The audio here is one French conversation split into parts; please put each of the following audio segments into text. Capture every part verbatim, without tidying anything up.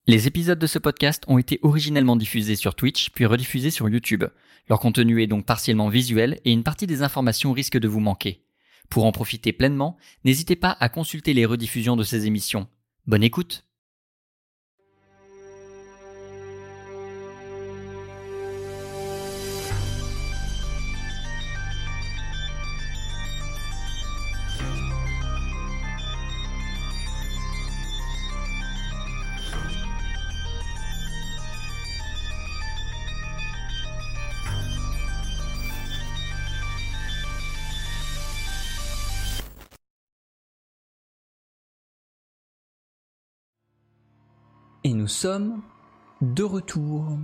Les épisodes de ce podcast ont été originellement diffusés sur Twitch, puis rediffusés sur YouTube. Leur contenu est donc partiellement visuel et une partie des informations risque de vous manquer. Pour en profiter pleinement, n'hésitez pas à consulter les rediffusions de ces émissions. Bonne écoute! Et nous sommes de retour.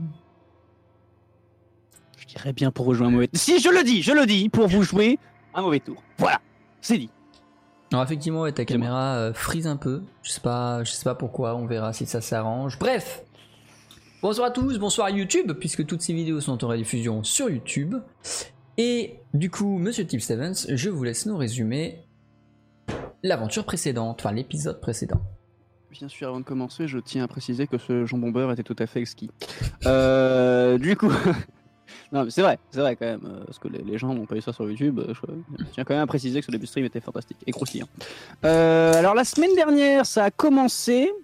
Je dirais bien pour vous jouer un mauvais tour. Si, je le dis, je le dis, pour vous jouer un mauvais tour. Voilà, c'est dit. Alors effectivement, ouais, ta caméra euh, frise un peu. Je sais pas, je sais pas pourquoi. On verra si ça s'arrange. Bref. Bonsoir à tous, bonsoir à YouTube, puisque toutes ces vidéos sont en rediffusion sur YouTube. Et du coup, Monsieur Tip Stevens, je vous laisse nous résumer l'aventure précédente, enfin l'épisode précédent. Bien sûr, avant de commencer, je tiens à préciser que ce jambon beurre était tout à fait exquis. Euh, du coup, non mais c'est vrai, c'est vrai quand même, euh, parce que les, les gens n'ont pas eu ça sur YouTube. euh, Je, je tiens quand même à préciser que ce début de stream était fantastique et croustillant. Euh, alors la semaine dernière, ça a commencé,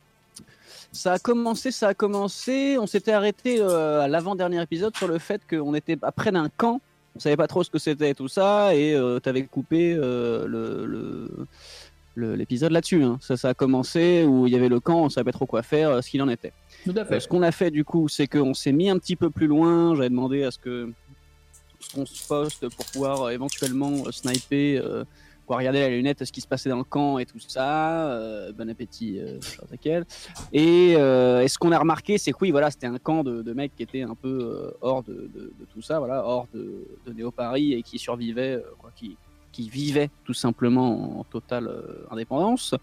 ça a commencé, ça a commencé. On s'était arrêté euh, à l'avant-dernier épisode sur le fait qu'on était près d'un camp. On savait pas trop ce que c'était tout ça, et euh, t'avais coupé euh, le. le... Le, l'épisode là-dessus, hein. ça, ça a commencé où il y avait le camp, on savait pas trop quoi faire, euh, ce qu'il en était. Tout à fait. Euh, ce qu'on a fait du coup, c'est qu'on s'est mis un petit peu plus loin. J'avais demandé à ce que qu'on se poste pour pouvoir euh, éventuellement euh, sniper, euh, pouvoir regarder la lunette ce qui se passait dans le camp et tout ça. Euh, bon appétit, euh, et, euh, et ce qu'on a remarqué, c'est que oui, voilà, c'était un camp de, de mecs qui étaient un peu euh, hors de, de, de tout ça, voilà, hors de, de Néo-Paris et qui survivaient, euh, quoi, qui qui vivaient tout simplement en totale euh, indépendance.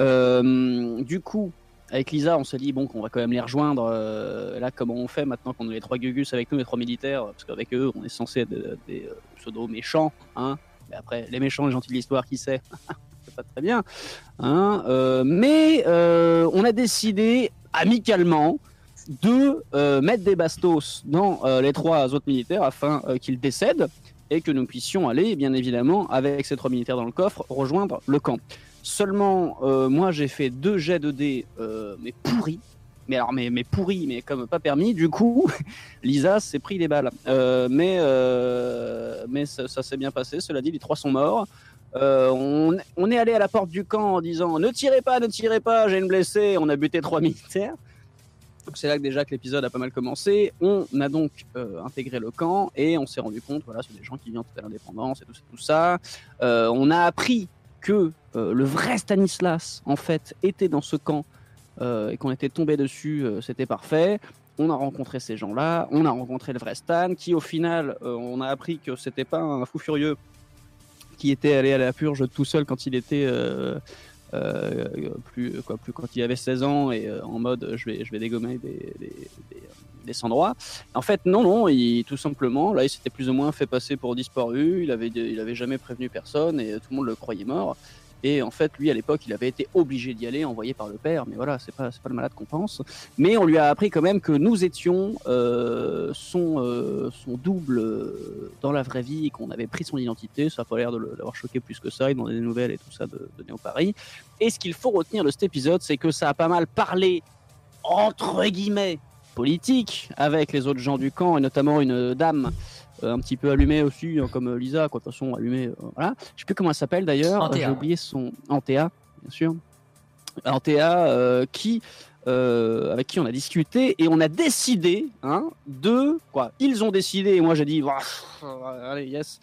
Euh, du coup, avec Lisa, on s'est dit bon qu'on va quand même les rejoindre. Euh, là, comment on fait maintenant qu'on a les trois Gugus avec nous, les trois militaires, parce qu'avec eux, on est censé être des, des euh, pseudo méchants, hein. Mais après, les méchants, les gentils de l'histoire, qui sait, c'est pas très bien, hein. Euh, mais euh, on a décidé amicalement de euh, mettre des bastos dans euh, les trois autres militaires afin euh, qu'ils décèdent, et que nous puissions aller, bien évidemment, avec ces trois militaires dans le coffre, rejoindre le camp. Seulement, euh, moi, j'ai fait deux jets de dés, euh, mais pourris, mais alors, mais, mais pourris, mais comme pas permis. Du coup, Lisa s'est pris des balles. Euh, mais euh, mais ça, ça s'est bien passé, cela dit, les trois sont morts. Euh, on, on est allé à la porte du camp en disant « Ne tirez pas, ne tirez pas, j'ai une blessée », on a buté trois militaires. Donc c'est là que déjà que l'épisode a pas mal commencé. On a donc euh, intégré le camp et on s'est rendu compte, voilà, c'est des gens qui viennent de l'indépendance et tout, tout ça. Euh, on a appris que euh, le vrai Stanislas, en fait, était dans ce camp euh, et qu'on était tombé dessus, euh, c'était parfait. On a rencontré ces gens-là, on a rencontré le vrai Stan, qui au final, euh, on a appris que c'était pas un fou furieux qui était allé à la purge tout seul quand il était... Euh, Euh, plus, quoi, plus quand il avait seize ans et euh, en mode je vais, je vais dégommer des, des, des, des sans-droits. En fait, non, non, il, tout simplement, là, il s'était plus ou moins fait passer pour disparu, il avait, il avait jamais prévenu personne et tout le monde le croyait mort. Et en fait, lui, à l'époque, il avait été obligé d'y aller, envoyé par le père, mais voilà, c'est pas, c'est pas le malade qu'on pense. Mais on lui a appris quand même que nous étions euh, son, euh, son double euh, dans la vraie vie et qu'on avait pris son identité. Ça n'a pas l'air de l'avoir choqué plus que ça, il demandait des nouvelles et tout ça de, de Néo-Paris. Et ce qu'il faut retenir de cet épisode, c'est que ça a pas mal parlé, entre guillemets, politique, avec les autres gens du camp, et notamment une dame Euh, un petit peu allumée aussi, hein, comme Lisa, quoi, de toute façon, allumée, euh, voilà. Je sais plus comment elle s'appelle d'ailleurs, euh, j'ai oublié son... Antea, bien sûr. Antea, euh, qui, euh, avec qui on a discuté, et on a décidé, hein, de... Quoi, ils ont décidé, et moi j'ai dit, allez, yes,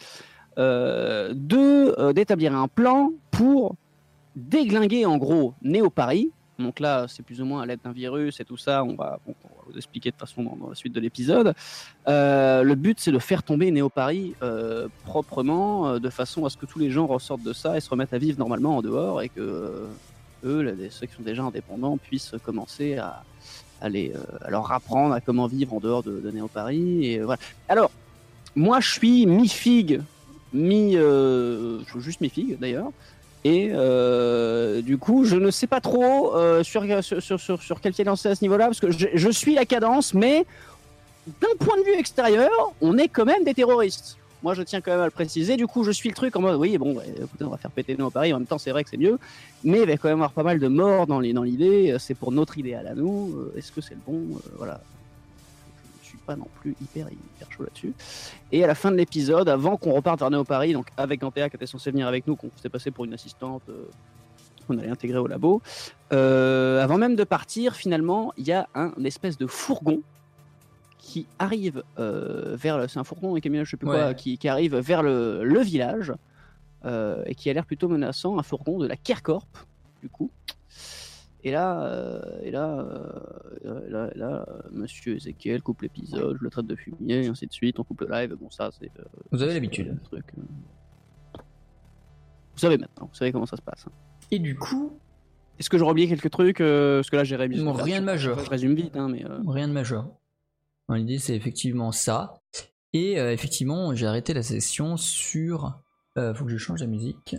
euh, de, euh, d'établir un plan pour déglinguer, en gros, Néo-Paris. Donc là, c'est plus ou moins à l'aide d'un virus et tout ça. On va, bon, on va vous expliquer de toute façon dans, dans la suite de l'épisode. Euh, le but, c'est de faire tomber Néo-Paris euh, proprement, euh, de façon à ce que tous les gens ressortent de ça et se remettent à vivre normalement en dehors, et que euh, eux, là, ceux qui sont déjà indépendants, puissent commencer à, à, les, euh, à leur apprendre à comment vivre en dehors de, de Néo-Paris. Et, euh, voilà. Alors, moi, je suis mi-figue, mi... Euh, juste mi-figue, d'ailleurs. Et euh, du coup, je ne sais pas trop euh, sur, sur, sur, sur, sur quel pied lancer à ce niveau-là, parce que je, je suis la cadence, mais d'un point de vue extérieur, on est quand même des terroristes. Moi, je tiens quand même à le préciser. Du coup, je suis le truc en mode, oui, bon, bah, écoutez, on va faire péter nous à Paris. En même temps, c'est vrai que c'est mieux. Mais il va quand même avoir pas mal de morts dans l'idée. C'est pour notre idéal à nous. Est-ce que c'est le bon euh, Voilà. Je ne suis pas non plus hyper, hyper chaud là-dessus. Et à la fin de l'épisode, avant qu'on reparte vers Néo Paris, donc avec Antea qui était censé venir avec nous, qu'on s'était passé pour une assistante euh, qu'on allait intégrer au labo, euh, avant même de partir, finalement, il y a un espèce de fourgon qui arrive euh, vers le, c'est un fourgon et camionnage, je sais plus ouais. quoi, qui, qui arrive vers le, le village euh, et qui a l'air plutôt menaçant, un fourgon de la Kerkorp du coup. Et là, euh, et là, euh, là, là, Monsieur Ezekiel coupe l'épisode, je le traite de fumier, et ainsi de suite. On coupe le live. Bon, ça, c'est. Euh, vous avez l'habitude. Euh, truc, euh... Vous savez maintenant, vous savez comment ça se passe. Hein. Et du coup. Est-ce que j'aurais oublié quelques trucs euh, Parce que là, j'ai révisé. Bon, rien de majeur. Je résume vite, hein, mais. Euh... Rien de majeur. L'idée, c'est effectivement ça. Et euh, effectivement, j'ai arrêté la session sur. Euh, faut que je change la musique.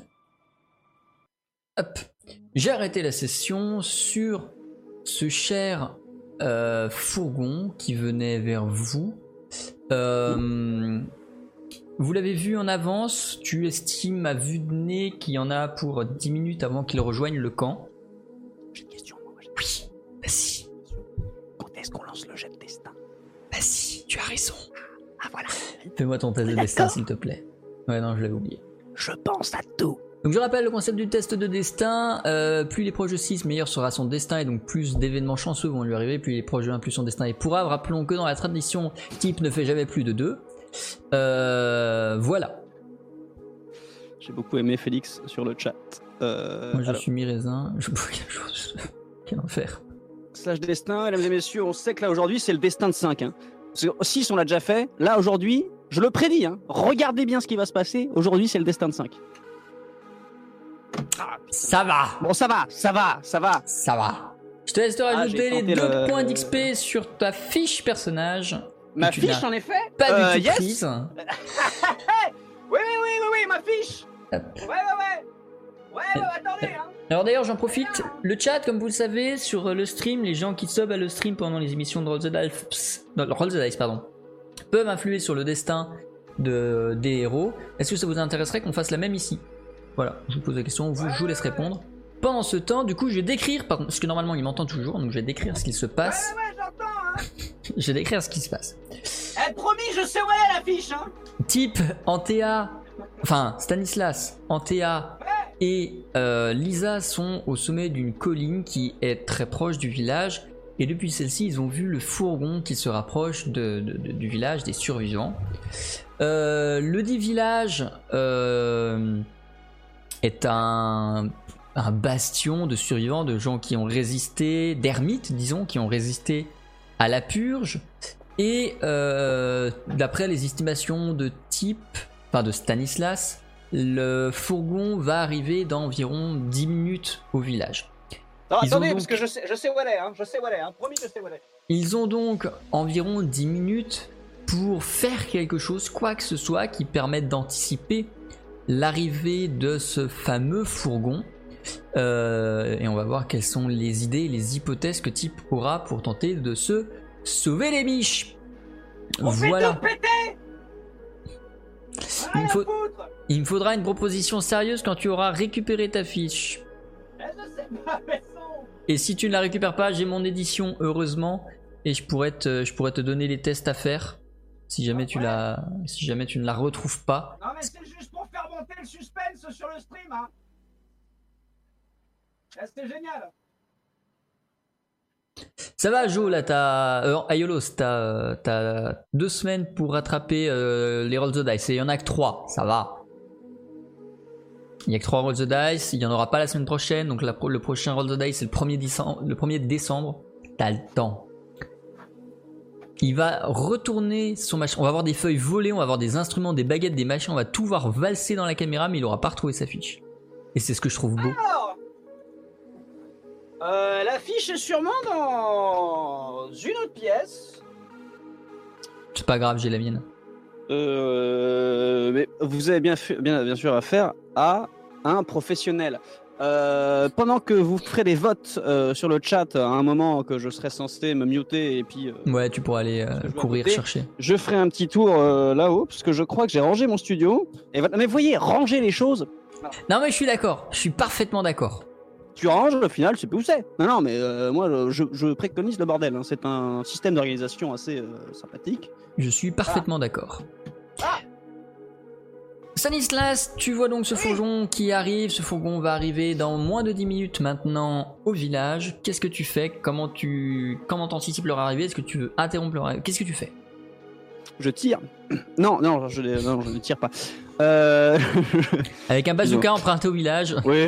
Hop. J'ai arrêté la session sur ce cher euh, fourgon qui venait vers vous. Euh, vous l'avez vu en avance. Tu estimes à vue de nez qu'il y en a pour dix minutes avant qu'il rejoigne le camp. J'ai une question. Moi, j'ai... Oui, vas-y. Quand est-ce qu'on lance le jet de destin ? Vas-y, tu as raison. Ah voilà. Fais-moi ton test de destin s'il te plaît. Ouais non, je l'avais oublié. Je pense à tout. Donc je rappelle le concept du test de destin, euh, plus il est proche de six, meilleur sera son destin et donc plus d'événements chanceux vont lui arriver, plus il est proche de un, plus son destin est pourrave. Rappelons que dans la tradition, type ne fait jamais plus de deux. Euh, voilà. J'ai beaucoup aimé Félix sur le chat. Euh, Moi je alors... suis mi-raisin, je peux quelque chose. Quel enfer. Slash destin, mesdames et messieurs, on sait que là aujourd'hui c'est le destin de cinq. Hein. six on l'a déjà fait, là aujourd'hui, je le prédis, hein. Regardez bien ce qui va se passer, aujourd'hui c'est le destin de cinq. Ah, ça va. Bon, ça va, ça va, ça va. Ça va. Je te laisse te rajouter ah, les deux le... points d'X P sur ta fiche personnage. Ma fiche, en effet. Pas euh, du tout yes. prise. oui, oui, oui, oui, oui, ma fiche. Hop. Ouais, ouais, ouais. Ouais, ouais, attendez, hein. Alors d'ailleurs, j'en profite. Le chat, comme vous le savez, sur le stream, les gens qui sub à le stream pendant les émissions de Roll the Dice, non, Roll the Dice, pardon, peuvent influer sur le destin de, des héros. Est-ce que ça vous intéresserait qu'on fasse la même ici ? Voilà, je vous pose la question, vous, je vous laisse répondre. Pendant ce temps, du coup, je vais décrire, parce que normalement il m'entend toujours, donc je vais décrire ce qu'il se passe. Ouais, ouais, j'entends, hein. Je vais décrire ce qui se passe. Eh, promis, je sais où elle est la fiche, hein. Type Antea, enfin Stanislas, Antea ouais. et euh, Lisa sont au sommet d'une colline qui est très proche du village. Et depuis celle-ci, ils ont vu le fourgon qui se rapproche de, de, de, du village des survivants. Euh, le dit village... Euh, est un, un bastion de survivants, de gens qui ont résisté, d'ermites disons, qui ont résisté à la purge. Et euh, d'après les estimations de type, enfin de Stanislas, le fourgon va arriver dans environ dix minutes au village. Non, attendez, donc... parce que je sais, je sais où elle est, hein, je sais où elle est, hein, promis, je sais où elle est. Ils ont donc environ dix minutes pour faire quelque chose, quoi que ce soit, qui permette d'anticiper l'arrivée de ce fameux fourgon euh, et on va voir quelles sont les idées, les hypothèses que Type aura pour tenter de se sauver les miches. On voilà. Fait tout péter il, me faut... il me faudra une proposition sérieuse quand tu auras récupéré ta fiche. Je sais pas, mais son... Et si tu ne la récupères pas, j'ai mon édition heureusement et je pourrais te, je pourrais te donner les tests à faire si jamais, ah, tu, ouais. la... si jamais tu ne la retrouves pas. Non mais c'est juste pour faire monter le suspense sur le stream, hein. C'était génial. Ça va, Jo, là, t'as. Euh, Aiolos, t'as, t'as deux semaines pour rattraper euh, les Roll the Dice. Et il y en a que trois, ça va. Il y a que trois Roll the Dice, il n'y en aura pas la semaine prochaine. Donc la, le prochain Roll the Dice, c'est le premier, décembre, le premier décembre. T'as le temps. Il va retourner son machin. On va avoir des feuilles volées, on va avoir des instruments, des baguettes, des machins. On va tout voir valser dans la caméra, mais il n'aura pas retrouvé sa fiche. Et c'est ce que je trouve beau. Alors, euh, la fiche est sûrement dans une autre pièce. C'est pas grave, j'ai la mienne. Euh, mais vous avez bien, fait, bien, bien sûr affaire à un professionnel. Euh, pendant que vous ferez des votes euh, sur le chat, à un moment que je serai censé me muter et puis. Euh, ouais, tu pourras aller euh, courir voter, chercher. Je ferai un petit tour euh, là-haut parce que je crois que j'ai rangé mon studio. Et mais vous voyez, ranger les choses. Non, mais je suis d'accord. Je suis parfaitement d'accord. Tu ranges, au final, c'est plus où c'est. Non, non, mais euh, moi, je, je préconise le bordel. Hein. C'est un système d'organisation assez euh, sympathique. Je suis parfaitement ah. d'accord. Ah. Stanislas, tu vois donc ce fourgon qui arrive. Ce fourgon va arriver dans moins de dix minutes maintenant au village. Qu'est-ce que tu fais? Comment tu comment t'anticipes leur arrivée? Est-ce que tu veux interrompre leur arrivée? Qu'est-ce que tu fais? Je tire. Non, non, je, non, je ne tire pas. Euh... Avec un bazooka emprunté au village. Oui.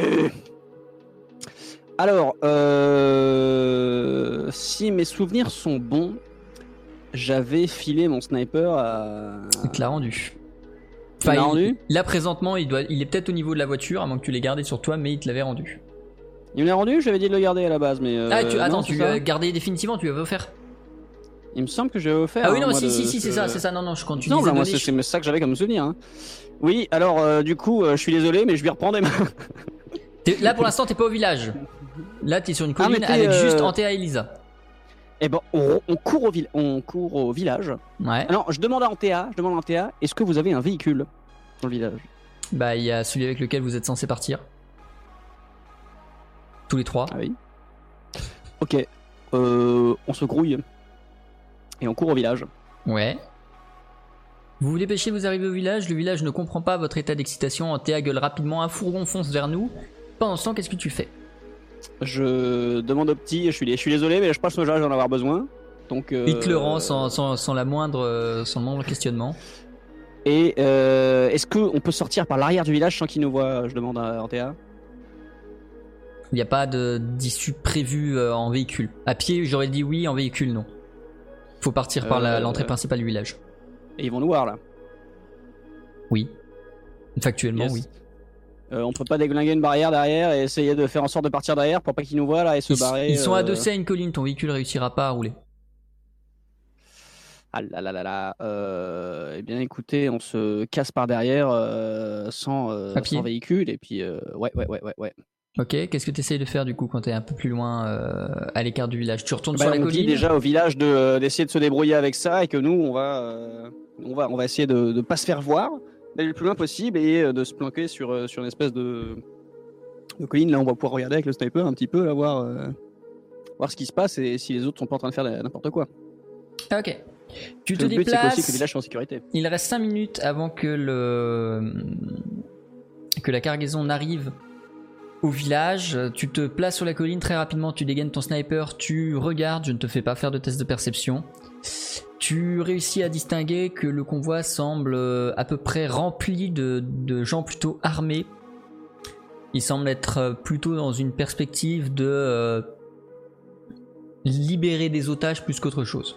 Alors, euh... si mes souvenirs sont bons, j'avais filé mon sniper à... Il te l'a rendu. Enfin, il l'a rendu Là, présentement, il, doit... il est peut-être au niveau de la voiture, à moins que tu l'aies gardé sur toi, mais il te l'avait rendu. Il me l'a rendu? J'avais dit de le garder à la base, mais... Euh... Ah, tu... attends, non, tu l'as gardé définitivement, tu l'avais offert? Il me semble que je l'avais offert. Ah oui, non, hein, si, de... si, si, c'est ça, c'est ça, non, non, je quand tu non, disais là, moi, donner, c'est je... ça que j'avais comme souvenir. Hein. Oui, alors, euh, du coup, euh, je suis désolé, mais je lui reprends des mains. Là, pour l'instant, t'es pas au village. Là, t'es sur une colline ah, avec euh... juste Antea et Elisa. Eh ben, on, on, court au vi... on court au village. Ouais. Alors, je demande à Antea, je demande à Antea, est-ce que vous avez un véhicule dans le village? Bah, il y a celui avec lequel vous êtes censé partir. Tous les trois. Ah oui. Ok. Euh, on se grouille. Et on court au village. Ouais. Vous vous dépêchez, vous arrivez au village. Le village ne comprend pas votre état d'excitation. Antea gueule rapidement. Un fourgon fonce vers nous. Pendant ce temps, qu'est-ce que tu fais? Je demande au petit, je suis, je suis désolé, mais je pense que je vais en avoir besoin. Donc, euh, il te le rend sans, sans, sans, la moindre, sans le moindre questionnement. Et euh, est-ce qu'on peut sortir par l'arrière du village sans qu'il nous voit? Je demande à Antea. Il n'y a pas d'issue prévue en véhicule. À pied, j'aurais dit oui, en véhicule, non. Faut partir par euh, l'entrée principale du village. Et ils vont nous voir là? Oui. Factuellement, yes. Oui. Euh, on peut pas déglinguer une barrière derrière et essayer de faire en sorte de partir derrière pour pas qu'ils nous voient là et se ils, barrer. Ils sont euh... adossés à une colline, ton véhicule réussira pas à rouler. Ah là là là là. Euh, eh bien écoutez, on se casse par derrière euh, sans, euh, sans véhicule et puis euh, ouais ouais ouais ouais ouais. Ok, qu'est-ce que tu essayes de faire du coup quand tu es un peu plus loin euh, à l'écart du village? Tu retournes bah, sur la on colline? On dit déjà au village de, euh, d'essayer de se débrouiller avec ça et que nous on va, euh, on va, on va essayer de ne pas se faire voir, d'aller le plus loin possible et euh, de se planquer sur, euh, sur une espèce de, de colline. Là on va pouvoir regarder avec le sniper un petit peu, là, voir, euh, voir ce qui se passe et si les autres sont pas en train de faire n'importe quoi. Ok. Tu te le but, déplaces. C'est aussi que le village soit en sécurité. Il reste cinq minutes avant que, le... que la cargaison n'arrive au village. Tu te places sur la colline très rapidement, tu dégaines ton sniper, tu regardes, je ne te fais pas faire de test de perception. Tu réussis à distinguer que le convoi semble à peu près rempli de, de gens plutôt armés. Il semble être plutôt dans une perspective de euh, libérer des otages plus qu'autre chose.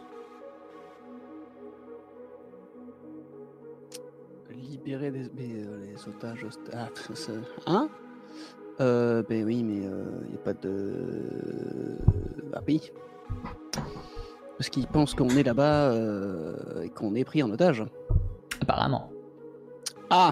Libérer des mais, euh, les otages. Ah, ça... Hein euh, Ben oui, mais il euh, n'y a pas de. Ah oui. Parce qu'ils pensent qu'on est là-bas euh, et qu'on est pris en otage. Apparemment. Ah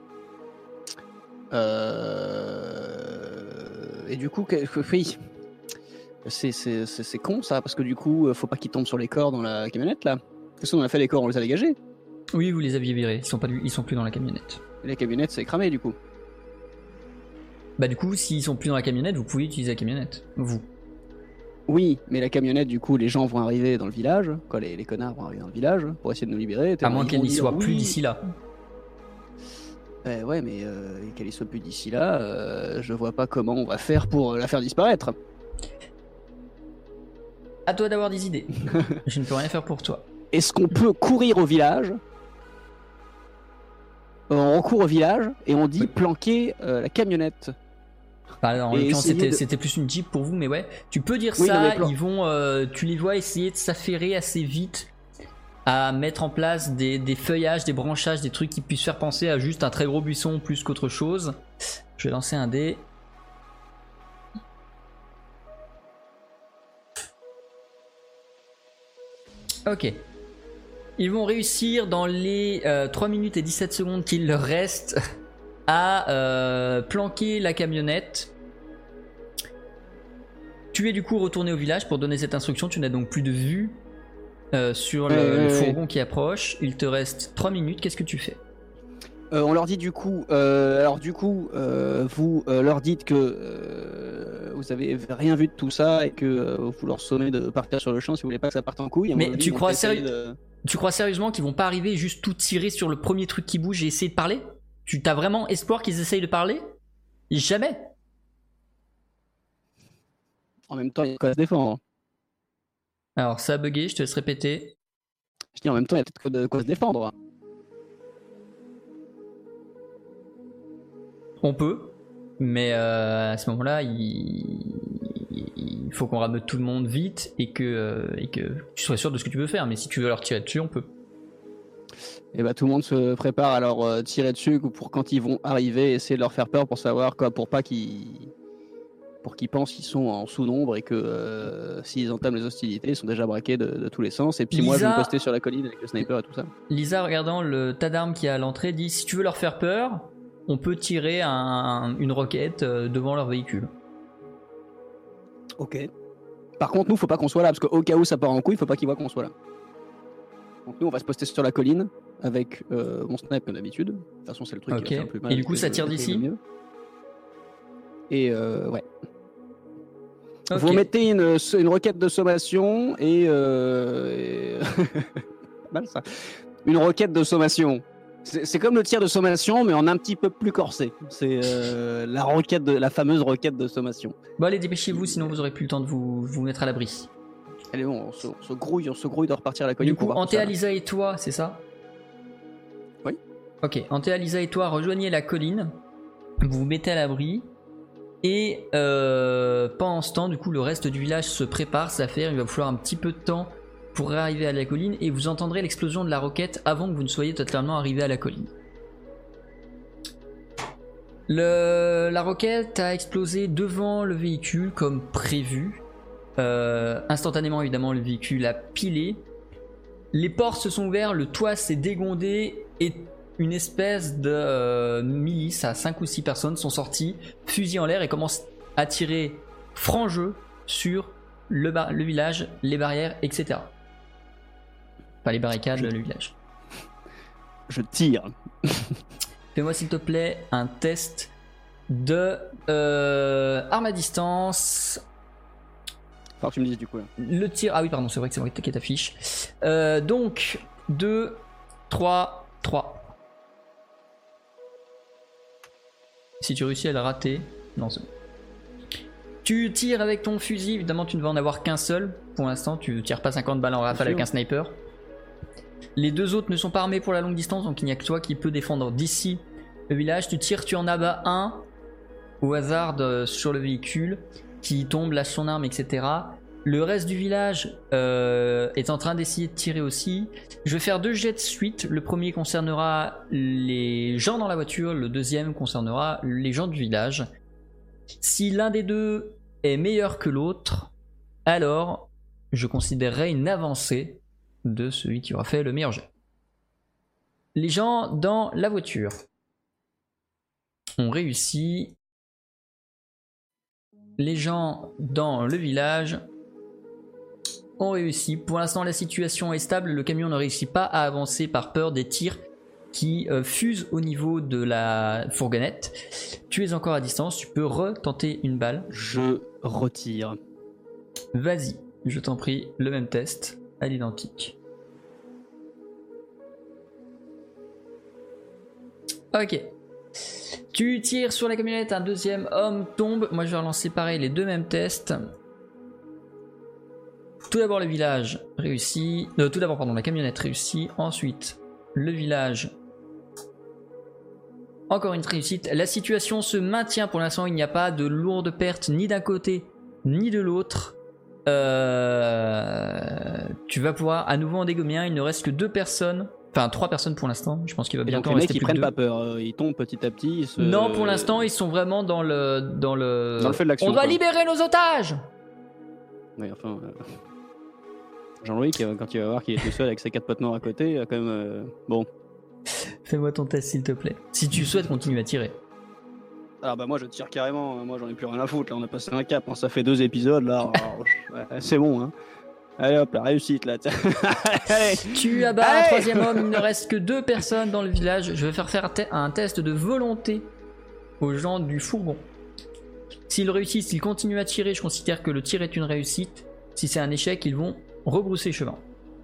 euh... Et du coup, oui. C'est, c'est, c'est, c'est con ça, parce que du coup, faut pas qu'ils tombent sur les corps dans la camionnette là. Qu'est-ce qu'on a fait, les corps, on les a dégagés? Oui, vous les aviez virés, ils sont, pas, ils sont plus dans la camionnette. Et la camionnette, c'est cramé du coup. Bah du coup, s'ils sont plus dans la camionnette, vous pouvez utiliser la camionnette, vous. Oui, mais la camionnette, du coup, les gens vont arriver dans le village, quoi, les, les connards vont arriver dans le village pour essayer de nous libérer. À moins qu'elle n'y soit plus oui. d'ici là. Euh, ouais, mais euh, qu'elle y soit plus d'ici là, euh, je vois pas comment on va faire pour la faire disparaître. À toi d'avoir des idées. Je ne peux rien faire pour toi. Est-ce qu'on peut courir au village? On recourt au village et on dit planquer euh, la camionnette. Bah, en l'occurrence, c'était, de... c'était plus une Jeep pour vous, mais ouais. Tu peux dire oui, ça, plan... ils vont, euh, tu les vois essayer de s'affairer assez vite à mettre en place des, des feuillages, des branchages, des trucs qui puissent faire penser à juste un très gros buisson plus qu'autre chose. Je vais lancer un dé. Ok. Ils vont réussir dans les euh, trois minutes et dix-sept secondes qu'il leur reste à euh, planquer la camionnette. Tu es du coup retourné au village pour donner cette instruction. Tu n'as donc plus de vue euh, sur le, euh, le fourgon qui approche. Il te reste trois minutes. Qu'est-ce que tu fais? Euh, on leur dit du coup, euh, alors du coup, euh, vous euh, leur dites que euh, vous avez rien vu de tout ça et que euh, vous leur sommez de partir sur le champ si vous voulez pas que ça parte en couille. Mais tu crois, sérieux... de... tu crois sérieusement qu'ils vont pas arriver juste tout tirer sur le premier truc qui bouge et essayer de parler? Tu t'as vraiment espoir qu'ils essayent de parler? Jamais. En même temps, il y a quoi à se défendre. Alors ça a bugué, je te laisse répéter. Je dis en même temps, il y a peut-être de quoi se défendre. On peut, mais euh, à ce moment-là, il, il faut qu'on rameute tout le monde vite et que, euh, et que tu sois sûr de ce que tu veux faire. Mais si tu veux leur tirer dessus, on peut. Et bah tout le monde se prépare à leur euh, tirer dessus pour quand ils vont arriver, essayer de leur faire peur pour savoir quoi, pour pas qu'ils, pour qu'ils pensent qu'ils sont en sous-nombre et que euh, s'ils entament les hostilités, ils sont déjà braqués de, de tous les sens. Et puis Lisa... moi, je vais me poster sur la colline avec le sniper et tout ça. Lisa, regardant le tas d'armes qui est à l'entrée, dit si tu veux leur faire peur, on peut tirer un, une roquette devant leur véhicule. Ok. Par contre, nous, faut pas qu'on soit là, parce qu'au cas où ça part en couille, il faut pas qu'ils voient qu'on soit là. Donc nous, on va se poster sur la colline avec euh, mon snipe comme d'habitude. De toute façon, c'est le truc okay. qui va faire le plus mal. Et du coup, ça tire d'ici. Et euh, ouais. Okay. Vous mettez une, une roquette de sommation et... Euh, et... mal ça. Une roquette de sommation. C'est, c'est comme le tir de sommation, mais en un petit peu plus corsé. C'est euh, la roquette de, la fameuse roquette de sommation. Bon allez, dépêchez-vous, sinon vous aurez plus le temps de vous, vous mettre à l'abri. Allez bon, on se, on se grouille, on se grouille de repartir à la colline. Du coup, Antea, Lisa et toi, c'est ça? Oui. Ok, Antea, Lisa et toi rejoignez la colline, vous vous mettez à l'abri, et euh, pendant ce temps, du coup, le reste du village se prépare, ça fait, il va vous falloir un petit peu de temps pour arriver à la colline, et vous entendrez l'explosion de la roquette avant que vous ne soyez totalement arrivé à la colline. Le, la roquette a explosé devant le véhicule comme prévu. Euh, instantanément, évidemment, le véhicule a pilé. Les portes se sont ouvertes, le toit s'est dégondé et une espèce de euh, milice à cinq ou six personnes sont sorties, fusil en l'air et commencent à tirer franc jeu sur le, bar- le village, les barrières, et cetera. Pas les barricades, je... le village. Je tire. Fais-moi s'il te plaît un test de euh, arme à distance. Faut que tu me dises du coup là. Le tir, ah oui pardon, c'est vrai que c'est moi qui t'affiche. Euh, donc deux, trois, trois. Si tu réussis à le rater, non c'est bon. Tu tires avec ton fusil, évidemment tu ne vas en avoir qu'un seul. Pour l'instant tu ne tires pas cinquante balles en rafale avec un sniper. Les deux autres ne sont pas armés pour la longue distance, donc il n'y a que toi qui peux défendre d'ici le village. Tu tires, tu en abats un au hasard de, sur le véhicule qui tombe, lâche son arme, et cetera. Le reste du village euh, est en train d'essayer de tirer aussi. Je vais faire deux jets de suite. Le premier concernera les gens dans la voiture, le deuxième concernera les gens du village. Si l'un des deux est meilleur que l'autre, alors je considérerai une avancée de celui qui aura fait le meilleur jet. Les gens dans la voiture ont réussi. Les gens dans le village ont réussi. Pour l'instant, la situation est stable. Le camion ne réussit pas à avancer par peur des tirs qui euh, fusent au niveau de la fourgonnette. Tu es encore à distance. Tu peux retenter une balle. Je retire. Vas-y, je t'en prie. Le même test à l'identique. Ok. Tu tires sur la camionnette, un deuxième homme tombe. Moi je vais relancer pareil les deux mêmes tests. Tout d'abord le village réussit. Euh, tout d'abord pardon, la camionnette réussit. Ensuite le village. Encore une réussite. La situation se maintient pour l'instant. Il n'y a pas de lourdes pertes ni d'un côté ni de l'autre. Euh... Tu vas pouvoir à nouveau en dégommer un. Il ne reste que deux personnes. Enfin, trois personnes pour l'instant. Je pense qu'il va bientôt en rester plus que deux. Les mecs, ils prennent pas peur. Ils tombent petit à petit. Ils se... Non, pour l'instant, ils sont vraiment dans le... Dans le, dans le fait de l'action. On doit quoi. libérer nos otages. Oui, enfin... Euh... Jean-Louis, quand il va voir qu'il est tout seul avec ses quatre potes noirs à côté, il va quand même... Euh... Bon. Fais-moi ton test s'il te plaît. Si tu souhaites continuer à tirer. Ah bah moi je tire carrément, moi j'en ai plus rien à foutre, là on a passé un cap, hein. Ça fait deux épisodes là, alors, ouais, c'est bon hein. Allez hop, la réussite là. Allez. Tu abats Allez. un troisième homme, il ne reste que deux personnes dans le village. Je vais faire faire un test de volonté aux gens du fourgon. S'ils réussissent, s'ils continuent à tirer, je considère que le tir est une réussite. Si c'est un échec, ils vont rebrousser chemin.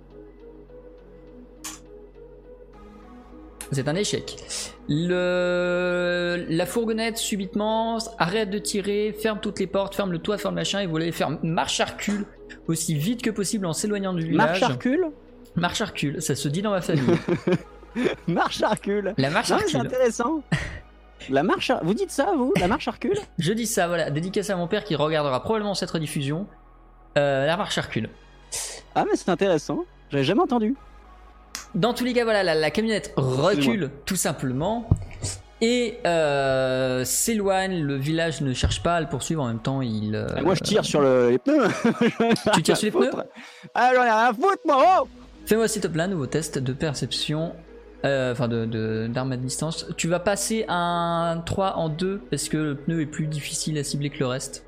C'est un échec. Le... La fourgonnette subitement arrête de tirer, ferme toutes les portes, ferme le toit, ferme le machin, et vous allez faire marche à recul aussi vite que possible en s'éloignant du village. Marche à recul Marche à recul, ça se dit dans ma famille. Marche à recul. La marche à recul. C'est intéressant. La marche à... Vous dites ça, vous? La marche à recul? Je dis ça, voilà. Dédicace à mon père qui regardera probablement cette rediffusion. Euh, la marche à recul. Ah mais c'est intéressant. J'avais jamais entendu. Dans tous les cas, voilà, la, la camionnette recule tout simplement et euh, s'éloigne. Le village ne cherche pas à le poursuivre. En même temps, il. Euh... Moi, je tire sur le, les pneus. Tu tires sur les pneus? Ah, j'en ai rien à foutre, moi. Oh Fais-moi s'il te plaît un nouveau test de perception, euh, enfin de, de, d'arme à distance. Tu vas passer un trois en deux parce que le pneu est plus difficile à cibler que le reste.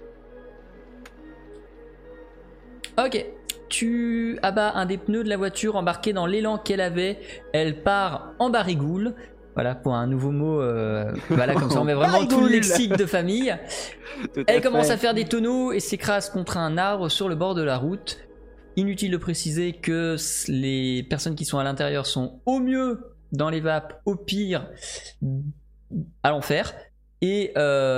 Ok. Tu abats un des pneus de la voiture embarqué dans l'élan qu'elle avait. Elle part en barigoule. Voilà, pour un nouveau mot. Euh, voilà, comme ça on met vraiment tout le lexique de famille. Tout Elle commence fait. à faire des tonneaux et s'écrase contre un arbre sur le bord de la route. Inutile de préciser que les personnes qui sont à l'intérieur sont au mieux dans les vapes, au pire à l'enfer. Et,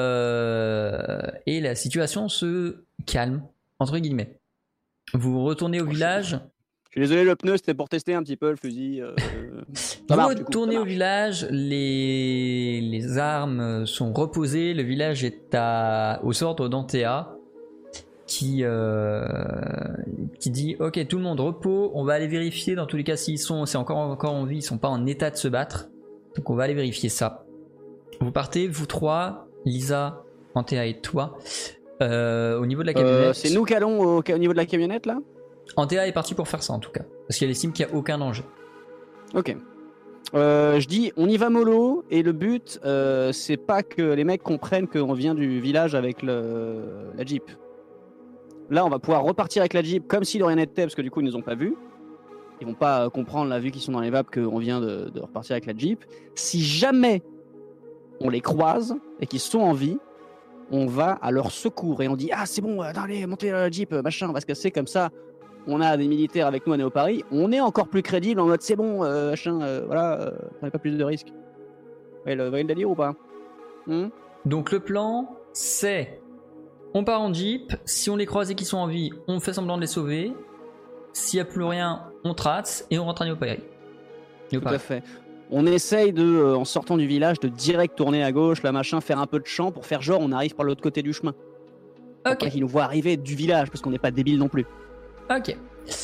euh, et la situation se calme, entre guillemets. Vous retournez au village. Je suis désolé, le pneu c'était pour tester un petit peu le fusil. Euh... Vous marche, retournez au village, les... les armes sont reposées, le village est à... aux ordres d'Antea qui, euh... qui dit ok, tout le monde repos, on va aller vérifier dans tous les cas s'ils sont, c'est encore, encore en vie, ils sont pas en état de se battre. Donc on va aller vérifier ça. Vous partez, vous trois, Lisa, Antea et toi. Euh, au niveau de la camionnette. Euh, c'est nous qui allons au, au niveau de la camionnette là? Antea est partie pour faire ça en tout cas. Parce qu'elle estime qu'il n'y a aucun danger. Ok. Euh, je dis on y va mollo et le but euh, c'est pas que les mecs comprennent qu'on vient du village avec le, la Jeep. Là on va pouvoir repartir avec la Jeep comme si de rien n'était parce que du coup ils nous ont pas vus. Ils vont pas comprendre là vu qu'ils sont dans les vapes qu'on vient de, de repartir avec la Jeep. Si jamais on les croise et qu'ils sont en vie, on va à leur secours et on dit ah c'est bon, allez montez la Jeep, machin, on va se casser comme ça. On a des militaires avec nous à Néo-Paris, on est encore plus crédible en mode c'est bon, euh, machin, euh, voilà, euh, on n'a pas plus de risques. Vous voyez le, le délire ou pas? hmm Donc le plan c'est on part en Jeep, si on les croise et qu'ils sont en vie, on fait semblant de les sauver. S'il n'y a plus rien, on trace et on rentre à Néo-Paris. Tout à fait. On essaye de, euh, en sortant du village, de direct tourner à gauche, là machin, faire un peu de champ pour faire genre on arrive par l'autre côté du chemin. Ok. Pour qu'ils nous voient arriver du village parce qu'on n'est pas débiles non plus. Ok.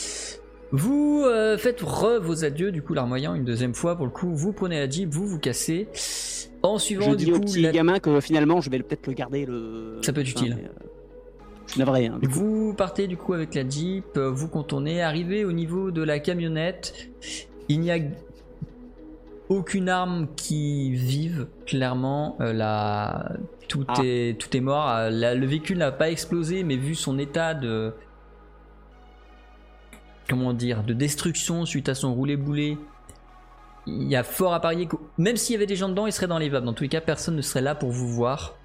Vous euh, faites re vos adieux du coup larmoyant une deuxième fois pour le coup. Vous prenez la Jeep, vous vous cassez. En suivant je du dis coup au petit la... gamin que finalement je vais peut-être le garder le. Ça peut être utile. Enfin, mais, euh, je suis navré. Hein, vous partez du coup avec la Jeep, vous contournez, arrivez au niveau de la camionnette. Il n'y a aucune arme qui vive, clairement. Euh, la... tout, ah. est, tout est mort. La... Le véhicule n'a pas explosé, mais vu son état de. Comment dire, de destruction suite à son roulé-boulé, il y a fort à parier que même s'il y avait des gens dedans, ils seraient dans les vapes. Dans tous les cas, personne ne serait là pour vous voir.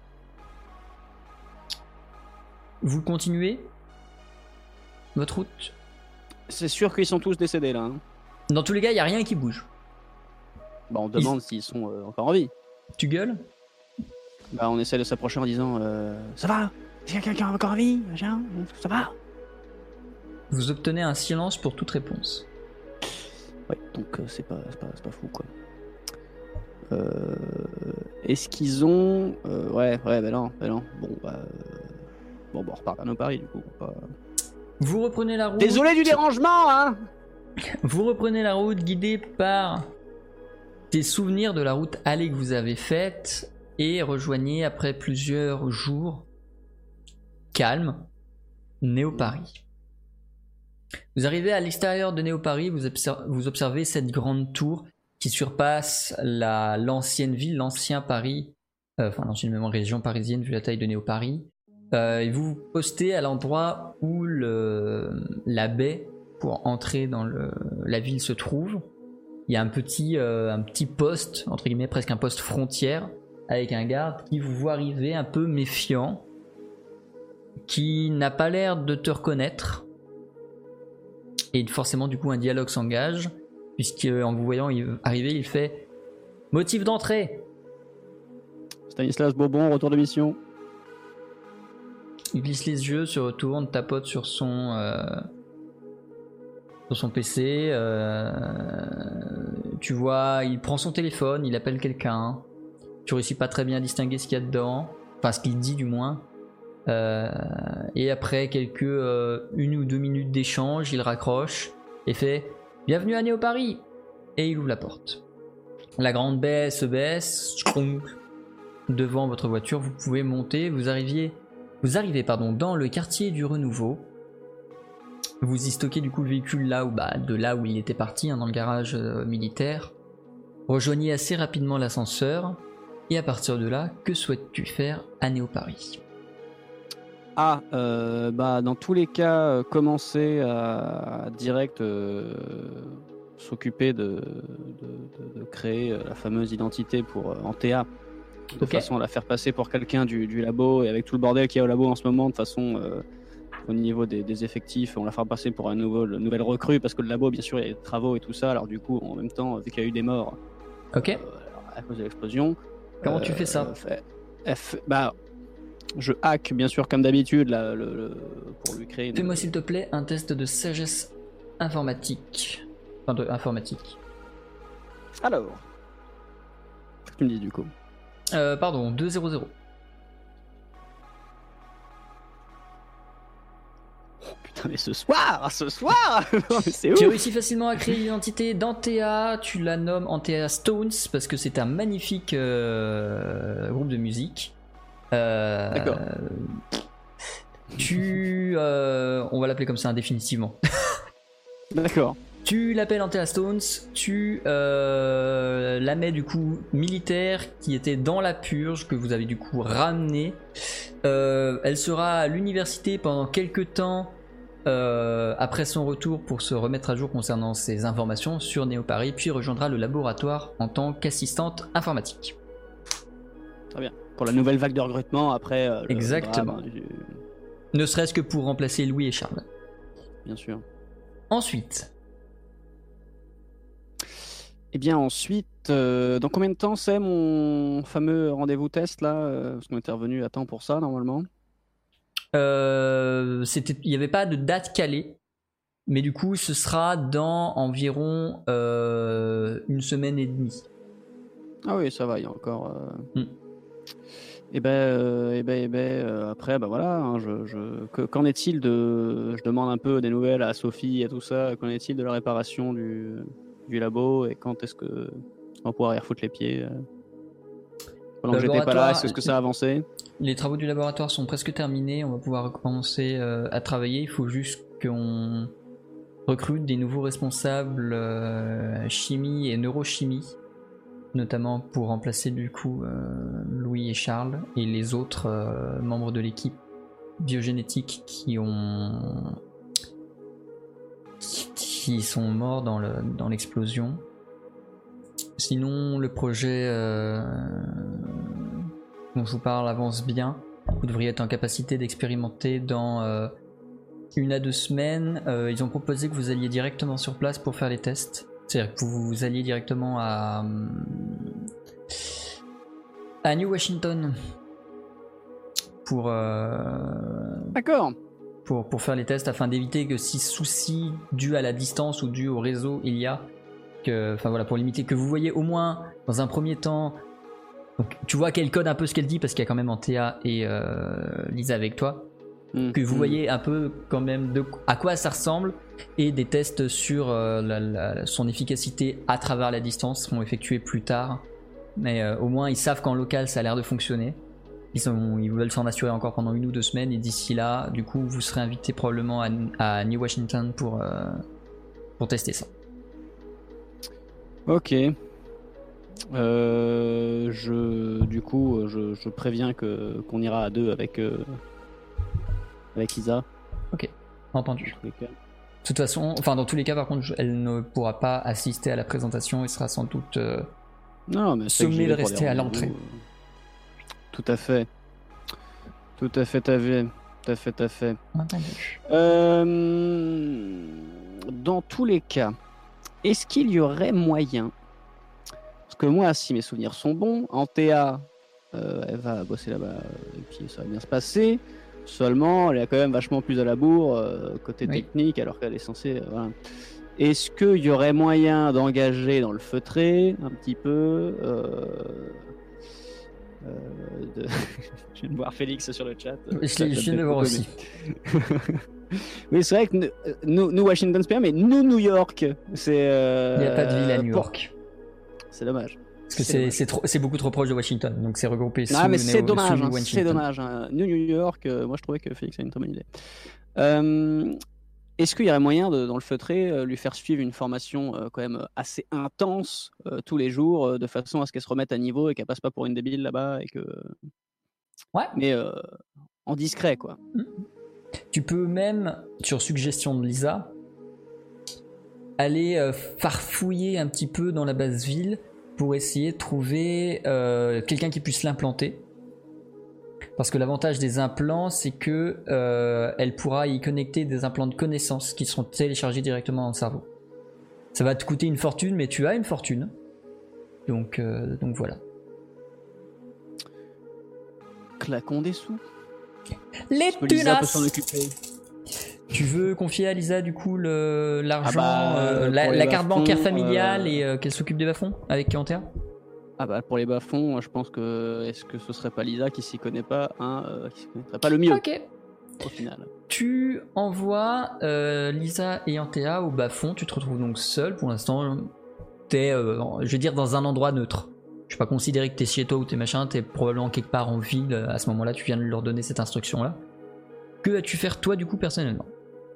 Vous continuez votre route? C'est sûr qu'ils sont tous décédés là. Hein. Dans tous les cas, il n'y a rien qui bouge. Bah, on demande ils... s'ils sont euh, encore en vie. Tu gueules? Bah, on essaie de s'approcher en disant euh, ça va? Est-ce qu'il y a quelqu'un encore en vie? Ça va? Vous obtenez un silence pour toute réponse. Ouais, donc euh, c'est pas, c'est pas, c'est pas fou quoi. Euh, est-ce qu'ils ont. Euh, ouais, ouais, bah non, bah non. Bon, bah. Euh... Bon, bah on repart à nos paris du coup. Pas... Vous reprenez la route. Désolé du dérangement, hein! Vous reprenez la route guidée par des souvenirs de la route allée que vous avez faite et rejoignez après plusieurs jours calme Néo-Paris. Vous arrivez à l'extérieur de Néo-Paris, vous, observe, vous observez cette grande tour qui surpasse la, l'ancienne ville, l'ancien Paris, euh, enfin l'ancienne région parisienne vu la taille de Néo-Paris. Euh, et vous vous postez à l'endroit où le, la baie pour entrer dans le, la ville se trouve. Il y a un petit, euh, un petit poste, entre guillemets, presque un poste frontière, avec un garde qui vous voit arriver un peu méfiant, qui n'a pas l'air de te reconnaître. Et forcément, du coup, un dialogue s'engage, puisqu'en vous voyant arriver, il fait « Motif d'entrée !» Stanislas Bourbon, retour de mission. Il glisse les yeux, se retourne, tapote sur son, euh, sur son P C. Euh, tu vois, il prend son téléphone, il appelle quelqu'un. Tu réussis pas très bien à distinguer ce qu'il y a dedans, enfin ce qu'il dit du moins. Euh, et après quelques euh, une ou deux minutes d'échange, il raccroche et fait « Bienvenue à Néo-Paris !» et il ouvre la porte. La grande baie se baisse, devant votre voiture, vous pouvez monter, vous arriviez... Vous arrivez pardon, dans le quartier du Renouveau. Vous y stockez du coup le véhicule là où, bah, de là où il était parti, hein, dans le garage euh, militaire. Rejoignez assez rapidement l'ascenseur. Et à partir de là, que souhaites-tu faire à Néo-Paris ? Ah, euh, bah, dans tous les cas, euh, commencer à, à direct euh, s'occuper de, de, de, de créer euh, la fameuse identité pour euh, Antea. De okay. façon à la faire passer pour quelqu'un du, du labo, et avec tout le bordel qu'il y a au labo en ce moment, de façon euh, au niveau des, des effectifs, on la fera passer pour un nouveau, une nouvelle recrue, parce que le labo, bien sûr, il y a des travaux et tout ça, alors du coup, en même temps, vu qu'il y a eu des morts okay. euh, à cause de l'explosion. Comment euh, tu fais ça F, bah, je hack, bien sûr, comme d'habitude, là, le, le, pour lui créer... Fais-moi, s'il te plaît, un test de sagesse informatique. Enfin, de informatique. Alors, qu'est-ce que tu me dis, du coup ? Euh, pardon, deux zéro zéro. Oh putain, mais ce soir, ce soir c'est ouf. Tu réussis facilement à créer l'identité d'Antea, tu la nommes Antea Stones parce que c'est un magnifique euh, groupe de musique. Euh, D'accord. Tu... Euh, on va l'appeler comme ça indéfinitivement. D'accord. Tu l'appelles Antea Stones, tu euh, la mets du coup militaire qui était dans la purge que vous avez du coup ramenée. Euh, elle sera à l'université pendant quelques temps euh, après son retour pour se remettre à jour concernant ses informations sur Néo-Paris, puis rejoindra le laboratoire en tant qu'assistante informatique. Très bien. Pour la nouvelle vague de recrutement après. Euh, le Exactement. drame du... Ne serait-ce que pour remplacer Louis et Charles. Bien sûr. Ensuite. Et bien ensuite, euh, dans combien de temps c'est mon fameux rendez-vous test là euh, parce qu'on était revenu à temps pour ça normalement. Euh, c'était, il n'y avait pas de date calée, mais du coup ce sera dans environ euh, une semaine et demie. Ah oui, ça va, il y a encore. Euh... Mm. Et ben, euh, et ben, et ben euh, après, ben voilà. Hein, je, je... Que, qu'en est-il de Je demande un peu des nouvelles à Sophie et tout ça. Qu'en est-il de la réparation du du labo et quand est-ce que on va pouvoir y refoutre les pieds euh... pendant que j'étais pas là, est-ce que ça a avancé? Les travaux du laboratoire sont presque terminés, on va pouvoir recommencer euh, à travailler, il faut juste qu'on recrute des nouveaux responsables euh, chimie et neurochimie, notamment pour remplacer du coup euh, Louis et Charles et les autres euh, membres de l'équipe biogénétique qui ont qui sont morts dans, le, dans l'explosion. Sinon, le projet euh, dont je vous parle avance bien. Vous devriez être en capacité d'expérimenter dans euh, une à deux semaines. Euh, ils ont proposé que vous alliez directement sur place pour faire les tests. C'est-à-dire que vous, vous alliez directement à, à New Washington pour... Euh, D'accord. Pour, pour faire les tests afin d'éviter que si souci dû à la distance ou dû au réseau il y a, que, enfin voilà, pour limiter, que vous voyez au moins dans un premier temps, donc tu vois qu'elle code un peu ce qu'elle dit parce qu'il y a quand même Antea et euh, Lisa avec toi, mmh, que vous mmh. voyez un peu quand même de à quoi ça ressemble et des tests sur euh, la, la, son efficacité à travers la distance seront effectués plus tard, mais euh, au moins ils savent qu'en local ça a l'air de fonctionner. Ils, sont, ils veulent s'en assurer encore pendant une ou deux semaines et d'ici là, du coup, vous serez invité probablement à, à New Washington pour, euh, pour tester ça. Ok. Euh, je, du coup, je, je préviens que qu'on ira à deux avec euh, avec Isa. Ok, entendu. dans tous les cas. De toute façon, enfin dans tous les cas, par contre, je- elle ne pourra pas assister à la présentation et sera sans doute euh, Non, mais c'est que j'y sommée de vais pour des rester à rendez-vous. l'entrée. Tout à fait. Tout à fait, à fait. Tout à fait, tout à fait. Entendu. Euh, Dans tous les cas, est-ce qu'il y aurait moyen, parce que moi, si mes souvenirs sont bons, Antea, euh, elle va bosser là-bas et puis ça va bien se passer. Seulement, elle est quand même vachement plus à la bourre euh, côté Oui. technique, alors qu'elle est censée. euh, voilà. Est-ce qu'il y aurait moyen d'engager dans le feutré un petit peu euh, euh, de... Je viens de voir Félix sur le chat. Je, l'ai- je viens de le voir aussi. Oui, c'est vrai que nous, nous, nous, Washington Square, mais nous, New York, c'est. euh, Il n'y a pas de ville à New pour- York. C'est dommage. Parce que c'est c'est dommage. c'est trop- c'est beaucoup trop proche de Washington, donc c'est regroupé sous Ah, mais le c'est néo- dommage, sous hein, Washington. c'est dommage. hein. New New York, euh, moi je trouvais que Félix a une très bonne idée. Euh, Est-ce qu'il y aurait moyen, de, dans le feutré, euh, lui faire suivre une formation euh, quand même assez intense euh, tous les jours, euh, de façon à ce qu'elle se remette à niveau et qu'elle passe pas pour une débile là-bas et que. Ouais. Mais euh, en discret, quoi. Tu peux même, sur suggestion de Lisa, aller euh, farfouiller un petit peu dans la basse ville pour essayer de trouver euh, quelqu'un qui puisse l'implanter. Parce que l'avantage des implants, c'est que euh, elle pourra y connecter des implants de connaissances qui seront téléchargés directement dans le cerveau. Ça va te coûter une fortune, mais tu as une fortune. Donc, euh, donc voilà. Claquons des sous. Les Parce que Lisa peut tunas. s'en occuper. Tu veux confier à Lisa du coup le- l'argent, Ah bah, euh, la, pour les la carte bas-fonds, bancaire familiale euh, et euh, qu'elle s'occupe des bas-fonds avec Quentin? Ah bah pour les bas-fonds, je pense que est-ce que ce serait pas Lisa qui s'y connaît pas, hein, euh, qui s'y connaîtrait pas le mieux Ok. au final. Tu envoies euh, Lisa et Antea au bas-fond. Tu te retrouves donc seul pour l'instant. T'es, euh, je vais dire, dans un endroit neutre. Je vais pas considérer que t'es chez toi ou t'es machin. T'es probablement quelque part en ville. À ce moment-là, tu viens de leur donner cette instruction-là. Que vas-tu faire toi du coup personnellement?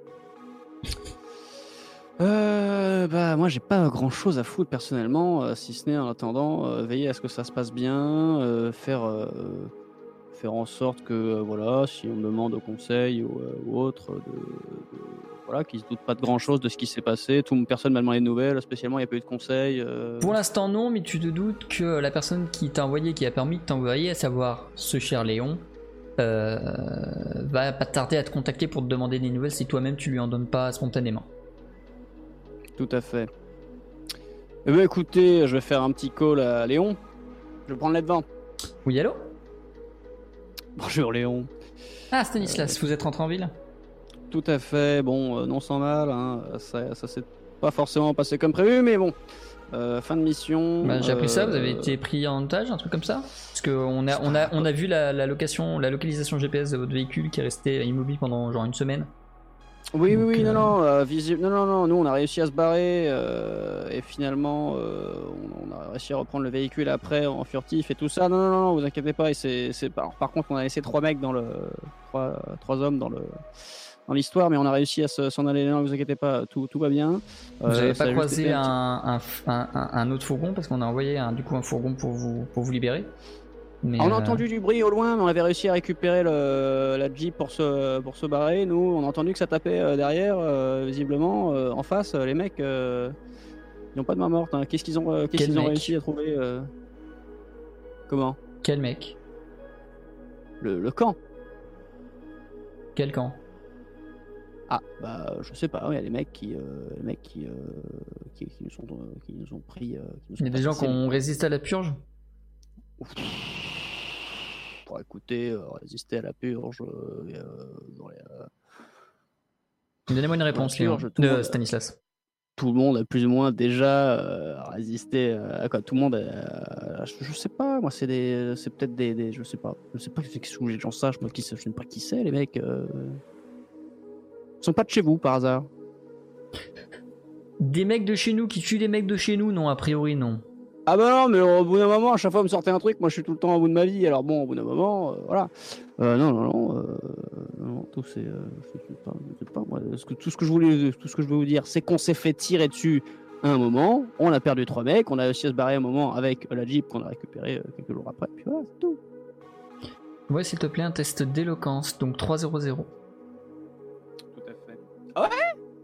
Euh, bah moi j'ai pas grand chose à foutre personnellement, euh, si ce n'est en attendant euh, veiller à ce que ça se passe bien, euh, faire euh, faire en sorte que euh, voilà, si on me demande au conseil ou, euh, ou autre, de, de- voilà, qu'ils se doutent pas de grand chose de ce qui s'est passé. Tout personne m'a demandé de nouvelles, spécialement il n'y a pas eu de conseils. euh. Pour l'instant non, mais tu te doutes que la personne qui t'a envoyé, qui a permis de t'envoyer, à savoir ce cher Léon, euh, va pas tarder à te contacter pour te demander des nouvelles si toi-même tu lui en donnes pas spontanément. Tout à fait. Eh ben écoutez, je vais faire un petit call à Léon. Je vais prendre les devants. Oui, allô? Bonjour Léon. Ah, Stanislas, vous êtes rentré en ville? Tout à fait, bon, euh, non sans mal, hein, ça, ça s'est pas forcément passé comme prévu, mais bon, euh, fin de mission. Bah, j'ai appris ça, vous euh, avez été pris en otage, un truc comme ça? Parce qu'on a, on a, on a vu la, la location, la localisation G P S de votre véhicule qui est resté immobile pendant genre une semaine. Oui, oui, Donc, oui, euh, non, non, euh, visi- non, non, non, nous on a réussi à se barrer euh, et finalement euh, on, on a réussi à reprendre le véhicule après en furtif et tout ça. Non, non, non, non, vous inquiétez pas. Et c'est, c'est... Par, par contre, on a laissé trois mecs dans le, trois, trois hommes dans le, dans l'histoire, mais on a réussi à se- s'en aller. Non, vous inquiétez pas, tout, tout va bien. Vous Euh, n'avez ça pas a juste croisé été un, un petit- un, un- un- un autre fourgon parce qu'on a envoyé un, du coup un fourgon pour vous, pour vous libérer. Mais, Ah, on a euh, entendu du bruit au loin, mais on avait réussi à récupérer le, la Jeep pour se, pour se barrer. Nous, on a entendu que ça tapait euh, derrière, euh, visiblement, euh, en face. euh, les mecs, euh, ils n'ont pas de main morte. hein. Qu'est-ce qu'ils ont, euh, qu'est-ce Quel qu'ils ont mec réussi à trouver euh, Comment Quel mec? le, le camp. Quel camp? Ah, bah, je sais pas. Il y a des mecs qui, euh, les mecs qui, euh, qui, qui nous sont, euh, qui nous ont pris. euh, qui nous Il y a ont des gens qui passé. ont résisté à la purge? Pour écouter, euh, résister à la purge. euh, et, euh, dans les, euh, Donnez-moi une réponse, Bien sûr, Léon. je- tout le Euh, monde- Stanislas. tout le monde a plus ou moins déjà euh, résisté à quoi. Tout le monde, a- je, je sais pas. Moi, c'est des, c'est peut-être des, des- je sais pas. Je sais pas ce que les gens sachent. Moi, qui, je sais pas qui c'est les mecs. Euh... Ils sont pas de chez vous par hasard. Des mecs de chez nous qui tuent des mecs de chez nous? Non, a priori non. Ah bah non, mais au bout d'un moment, à chaque fois, vous me sortez un truc. Moi, je suis tout le temps au bout de ma vie. Alors bon, au bout d'un moment, euh, voilà. Euh, non, non, non. Euh, non tout c'est, euh, je sais pas, je sais pas. Moi, ce que, tout ce que je voulais, tout ce que je veux vous dire, c'est qu'on s'est fait tirer dessus à un moment, on a perdu trois mecs, on a réussi à se barrer un moment avec la Jeep qu'on a récupéré quelques jours après, puis voilà, c'est tout. Ouais, s'il te plaît, un test d'éloquence, donc trois zéro zéro. Tout à fait. Ah ouais,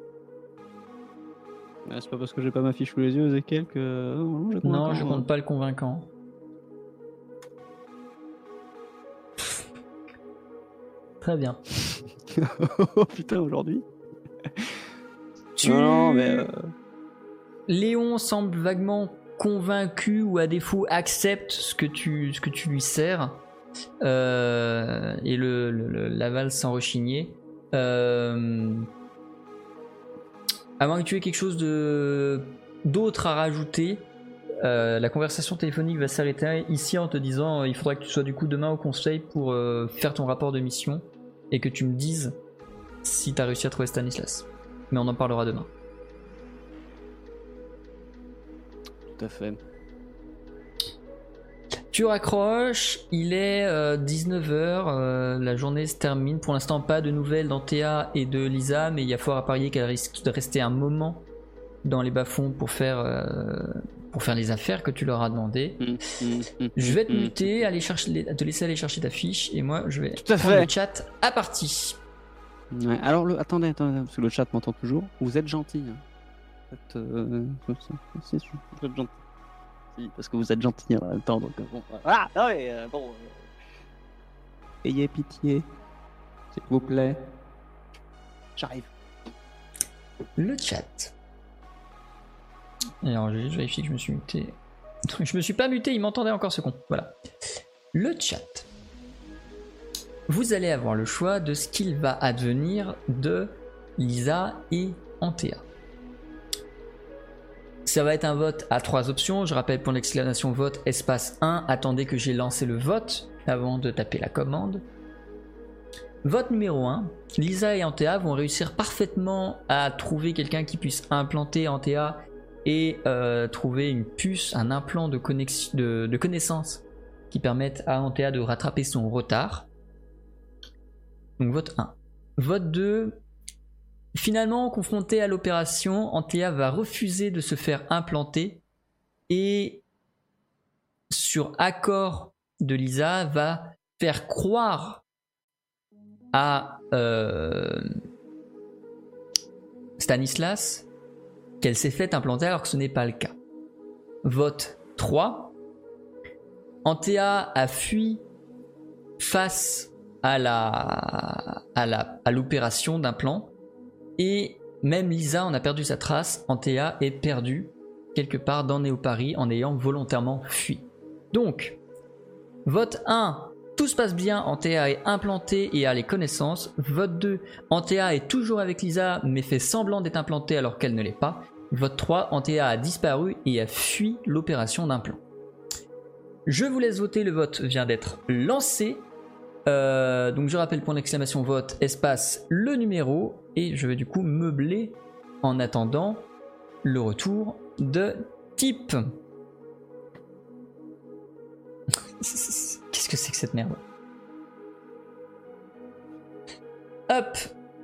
mais c'est pas parce que j'ai pas ma fiche sous les yeux, Ezekiel, que... Non, j'ai Non, je hein. compte pas le convaincant. Très bien. Oh putain, aujourd'hui. Tu... Non, mais... Euh... Léon semble vaguement convaincu ou à défaut accepte ce que tu, ce que tu lui sers. Euh, et le, le, le l'aval sans rechigner. Euh, à moins que tu aies quelque chose de, d'autre à rajouter, euh, la conversation téléphonique va s'arrêter ici en te disant euh, il faudra que tu sois du coup demain au conseil pour euh, faire ton rapport de mission et que tu me dises si tu as réussi à trouver Stanislas. Mais on en parlera demain. Tout à fait. Tu raccroches, il est euh, dix-neuf heures, euh, la journée se termine. Pour l'instant, pas de nouvelles d'Antea et de Lisa, mais il y a fort à parier qu'elle risque de rester un moment dans les bas-fonds pour faire, euh, pour faire les affaires que tu leur as demandé. Mmh, mmh, mmh, je vais te mmh, muter, aller chercher, te laisser aller chercher ta fiche, et moi je vais Tout à prendre fait. le chat à partie. Ouais, alors, le, attendez, attendez, parce que le chat m'entend toujours. Vous êtes gentil. Hein. Vous êtes, euh, si, si, vous êtes gentil. Si, parce que vous êtes gentil en même temps, donc bon. Ah, non mais euh, bon. Euh... Ayez pitié, s'il vous plaît. J'arrive. Le chat. Et alors, je vérifie que je me suis muté. Je me suis pas muté, il m'entendait encore ce con. Voilà. Le chat. Vous allez avoir le choix de ce qu'il va advenir de Lisa et Antea. Ça va être un vote à trois options. Je rappelle pour l'exclamation vote espace un. Attendez que j'ai lancé le vote avant de taper la commande. Vote numéro un. Lisa et Antea vont réussir parfaitement à trouver quelqu'un qui puisse implanter Antea et euh, trouver une puce, un implant de, connexion, de, de connaissance qui permettent à Antea de rattraper son retard. Donc vote un. Vote deux. Finalement, confronté à l'opération, Antea va refuser de se faire implanter et, sur accord de Lisa, va faire croire à euh, Stanislas qu'elle s'est fait implanter alors que ce n'est pas le cas. Vote trois. Antea a fui face à la, à la, à l'opération d'implant. Et même Lisa en a perdu sa trace, Antea est perdue quelque part dans Néo-Paris en ayant volontairement fui. Donc, vote un, tout se passe bien, Antea est implantée et a les connaissances. Vote deux, Antea est toujours avec Lisa mais fait semblant d'être implantée alors qu'elle ne l'est pas. Vote trois, Antea a disparu et a fui l'opération d'implant. Je vous laisse voter, le vote vient d'être lancé. Euh, donc je rappelle point d'exclamation vote espace le numéro et je vais du coup meubler en attendant le retour de type. Qu'est-ce que c'est que cette merde? Hop.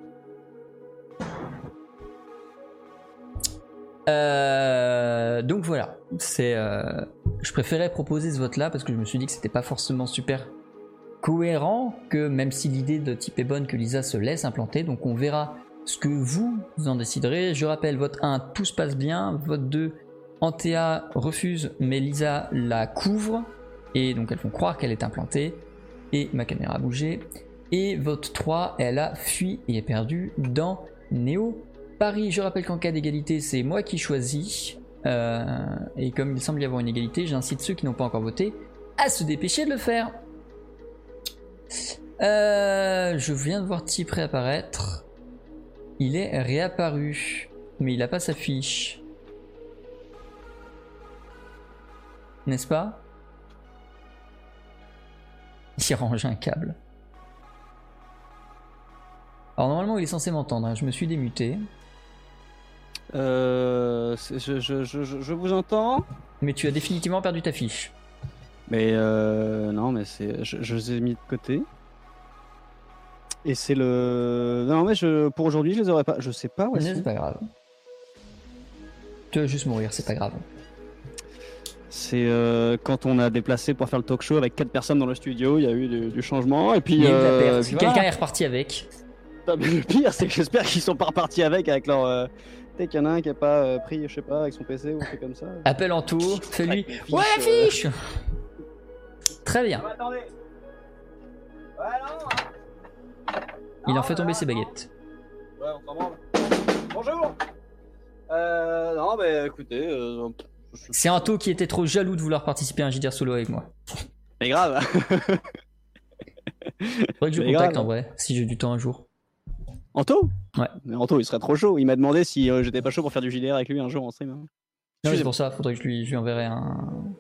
Euh, donc voilà, c'est. Euh, je préférais proposer ce vote là parce que je me suis dit que c'était pas forcément super cohérent, que même si l'idée de type est bonne, que Lisa se laisse implanter. Donc on verra ce que vous en déciderez. Je rappelle, vote un, tout se passe bien. Vote deux, Antea refuse mais Lisa la couvre et donc elles font croire qu'elle est implantée et ma caméra a bougé. Et vote trois, elle a fui et est perdue dans Néo Paris. Je rappelle qu'en cas d'égalité, c'est moi qui choisis euh, et comme il semble y avoir une égalité, j'incite ceux qui n'ont pas encore voté à se dépêcher de le faire. Euh, je viens de voir type réapparaître. Il est réapparu, mais il n'a pas sa fiche. N'est-ce pas? Il range un câble. Alors normalement il est censé m'entendre, hein. Je me suis démuté. Euh, je, je, je, je vous entends. Mais tu as définitivement perdu ta fiche. Mais euh, non, mais c'est, je, je les ai mis de côté. Et c'est le. Non, mais je, pour aujourd'hui, je les aurais pas. Je sais pas. Ouais, c'est pas grave. Tu vas juste mourir, c'est pas grave. C'est euh, quand on a déplacé pour faire le talk show avec quatre personnes dans le studio, il y a eu du, du changement et puis. Il y a eu de la euh, perte. puis Quelqu'un voilà. est reparti avec. Non, mais le pire, c'est que j'espère qu'ils sont pas repartis avec, avec leur. Euh... Tu sais qu'il y en a un qui a pas euh, pris, je sais pas, avec son P C ou un truc comme ça. Appel en tour, fais-lui. Avec une fiche, Ouais, la euh, fiche. Très bien. Ah, attendez. Ouais, non, hein. Il en Non, fait tomber voilà, ses non. baguettes. Ouais, on s'en branle. Bonjour. Euh, non, bah écoutez, euh, C'est Anto qui était trop jaloux de vouloir participer à un J D R solo avec moi. c'est grave. Faudrait que je le C'est contacte grave. en vrai, si j'ai du temps un jour. Anto Ouais. Mais Anto, il serait trop chaud. Il m'a demandé si euh, j'étais pas chaud pour faire du J D R avec lui un jour en stream. Hein. Non, mais c'est Excusez-moi. pour ça, faudrait que je lui, je lui enverrai un...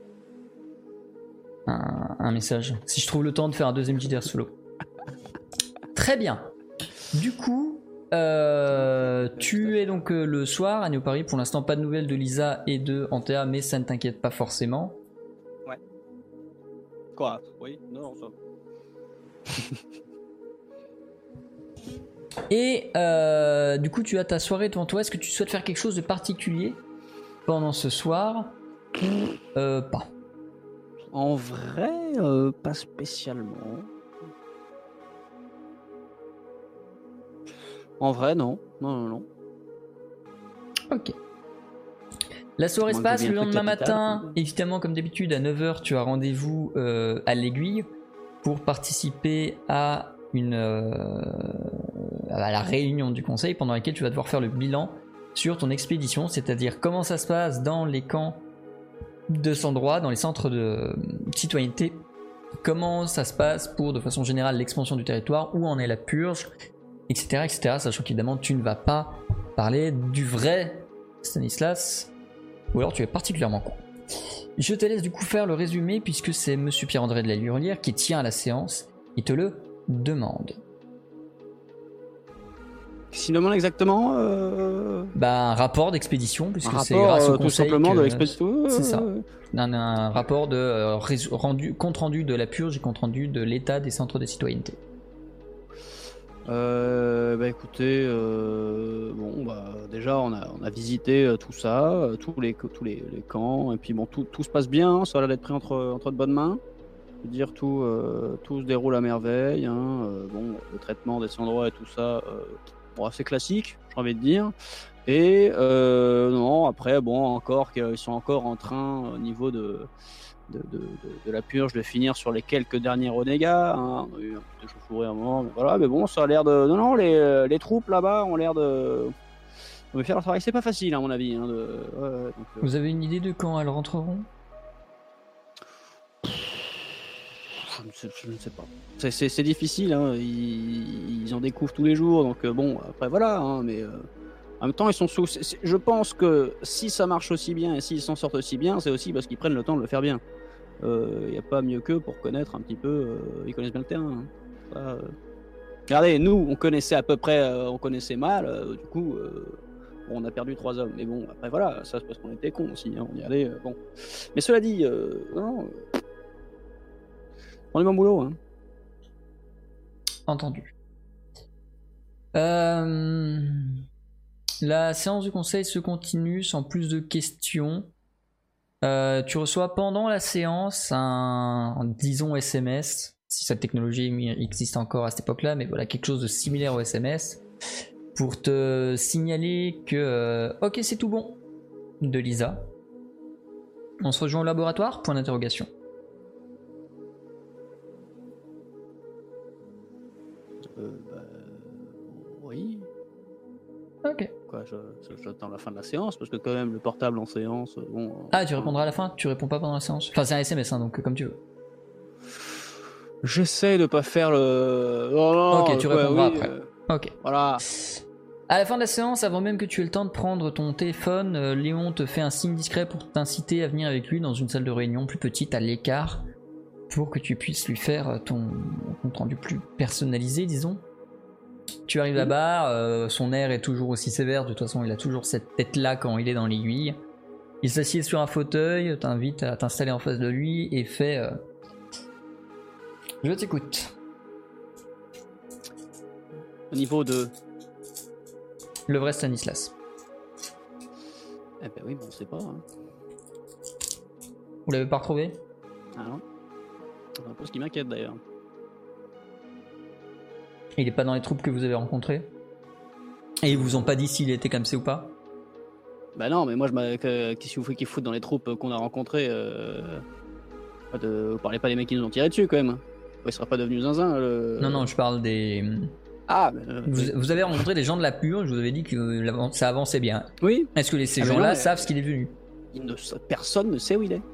un. un message. Si je trouve le temps de faire un deuxième J D R solo. Très bien. Du coup, euh, tu es donc euh, le soir à Néo Paris. Pour l'instant, pas de nouvelles de Lisa et de Antea, mais ça ne t'inquiète pas forcément. Quoi? Oui, non, non, ça. Et euh, du coup, tu as ta soirée devant toi. Est-ce que tu souhaites faire quelque chose de particulier pendant ce soir? euh, Pas. En vrai, euh, pas spécialement. En vrai, non. Non, non, non. Ok. La soirée se Moi, je passe veux le bien un truc lendemain capital. matin. Évidemment, comme d'habitude, à neuf heures, tu as rendez-vous euh, à l'Aiguille pour participer à, une, euh, à la réunion du conseil pendant laquelle tu vas devoir faire le bilan sur ton expédition, c'est-à-dire comment ça se passe dans les camps de sang-droit, dans les centres de citoyenneté, comment ça se passe pour, de façon générale, l'expansion du territoire, où en est la purge, et cetera, et cetera. Sachant qu'évidemment, tu ne vas pas parler du vrai Stanislas, ou alors tu es particulièrement con. Je te laisse du coup faire le résumé, puisque c'est Monsieur Pierre-André de la Lurlière qui tient à la séance, et te le demande. S'il demande exactement euh... Bah, un rapport d'expédition, puisque un c'est rapport grâce au euh, tout conseil simplement que- de l'expédition. c'est ça. Un, un rapport de euh, rés- rendu, compte rendu de la purge et compte rendu de l'état des centres de citoyenneté. Euh, bah écoutez, euh, bon bah déjà on a, on a visité euh, tout ça, euh, tous les tous les, les camps et puis bon tout, tout se passe bien, hein, ça a l'air d'être pris entre entre de bonnes mains. Je veux dire tout euh, tout se déroule à merveille. Hein, euh, bon le traitement des sans-droits et tout ça, euh, bon, assez classique, j'ai envie de dire. Et euh, non après bon encore qu'ils sont encore en train au niveau de De, de, de, de la purge de finir sur les quelques derniers renégats. Hein. On a eu un petit échauffourée à un moment, mais voilà. Mais bon, ça a l'air de. Non, non, les, les troupes là-bas ont l'air de. On va faire leur travail. C'est pas facile, à mon avis. Hein, de... ouais, ouais, donc, euh... Vous avez une idée de quand elles rentreront? je, ne sais, je ne sais pas. C'est, c'est, c'est difficile. Hein. Ils, ils en découvrent tous les jours. Donc euh, bon, après voilà. Hein, mais. Euh... En même temps, ils sont sous. c'est, c'est... Je pense que si ça marche aussi bien et s'ils s'en sortent aussi bien, c'est aussi parce qu'ils prennent le temps de le faire bien. Il euh, n'y a pas mieux qu'eux pour connaître un petit peu. Euh, ils connaissent bien le terrain. Hein. Ça, euh... Regardez, nous, on connaissait à peu près, euh, on connaissait mal. Euh, du coup, euh, bon, on a perdu trois hommes. Mais bon, après voilà, ça c'est parce qu'on était cons aussi. Hein, on y allait. Euh, bon. Mais cela dit, euh, non. Euh... On est mon boulot. Hein. Entendu. Euh... La séance du conseil se continue sans plus de questions. Euh, tu reçois pendant la séance un, disons, S M S, si cette technologie existe encore à cette époque-là, mais voilà, quelque chose de similaire au S M S, pour te signaler que euh, ok, c'est tout bon, de Lisa. On se rejoint au laboratoire? Point d'interrogation. Euh, bah, oui. Ok. Quoi, je, je, j'attends la fin de la séance parce que quand même le portable en séance. Bon. Ah, tu répondras à la fin? Tu réponds pas pendant la séance? Enfin, c'est un S M S, hein, donc comme tu veux. J'essaie de pas faire le. Oh, non, ok, tu ouais, répondras oui, après. euh, Ok. Voilà. À la fin de la séance, avant même que tu aies le temps de prendre ton téléphone, euh, Léon te fait un signe discret pour t'inciter à venir avec lui dans une salle de réunion plus petite à l'écart pour que tu puisses lui faire ton compte rendu plus personnalisé, disons. Tu arrives là-bas, euh, son air est toujours aussi sévère, de toute façon il a toujours cette tête-là quand il est dans l'aiguille. Il s'assied sur un fauteuil, t'invite à t'installer en face de lui et fait euh... Je t'écoute. Au niveau de. Le vrai Stanislas. Eh ben oui, mais on sait pas. Hein. Vous l'avez pas retrouvé? Ah non. C'est un peu ce qui m'inquiète d'ailleurs. Il est pas dans les troupes que vous avez rencontrées? Et ils vous ont pas dit s'il était comme c'est ou pas? Bah non, mais moi, je m'a... que- qu'est-ce qu'il faut qu'il fout dans les troupes qu'on a rencontrées euh... pas de... Vous parlez pas des mecs qui nous ont tiré dessus quand même. Il sera pas devenu zinzin. Le... Non, non, je parle des. Ah, mais, euh, Vous, vous avez rencontré des gens de la purge, je vous avais dit que l'avan- ça avançait bien. oui. Est-ce que les, ces Ah, mais gens-là non, mais- savent ce qu'il est venu? Il ne... Personne ne sait où il est.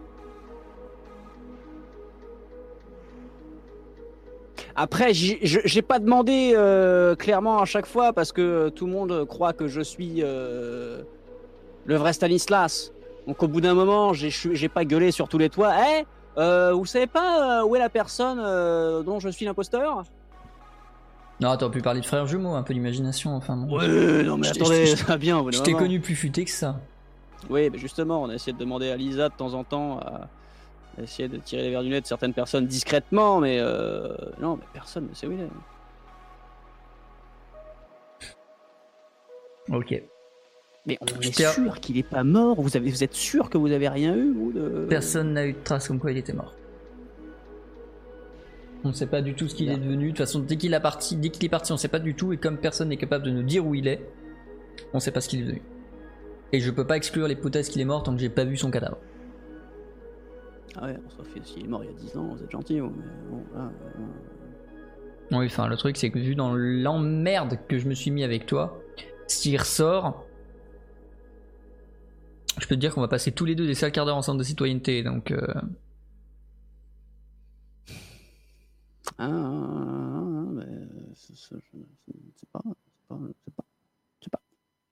Après, j'ai je- j'ai pas demandé euh, clairement à chaque fois parce que tout le monde croit que je suis euh, le vrai Stanislas. Donc au bout d'un moment, j'ai j'ai pas gueulé sur tous les toits. Eh, euh, vous savez pas euh, où est la personne euh, dont je suis l'imposteur? Non, t'aurais pu parler de frères jumeaux, un peu d'imagination, enfin bon. Ouais, non mais Je t'ai- attendez, je- ça va bien. au bout d'un Je t'ai moment. connu plus futé que ça. Oui, mais justement, on a essayé de demander à Lisa de temps en temps à à essayer de tirer les verres du nez de certaines personnes discrètement, mais euh, non, mais personne ne sait où il est. Ok. Mais on est Pierre- sûr qu'il est pas mort. Vous avez, vous êtes sûr que vous avez rien eu vous, de... Personne n'a eu de trace comme quoi il était mort. On ne sait pas du tout ce qu'il est devenu. De toute façon, dès qu'il est parti, dès qu'il est parti, on ne sait pas du tout. Et comme personne n'est capable de nous dire où il est, on ne sait pas ce qu'il est devenu. Et je peux pas exclure l'hypothèse qu'il est mort tant que j'ai pas vu son cadavre. Ah ouais, sauf que s'il est mort il y a dix ans, vous êtes gentil, vous, mais bon, là, euh, Oui, enfin, le truc, c'est que vu dans l'emmerde que je me suis mis avec toi, s'il ressort, je peux te dire qu'on va passer tous les deux des sales quarts d'heure en centre de citoyenneté, donc... Euh... Ah, ah, ah, ah, mais c'est c'est- c'est pas, c'est pas, c'est pas, c'est pas.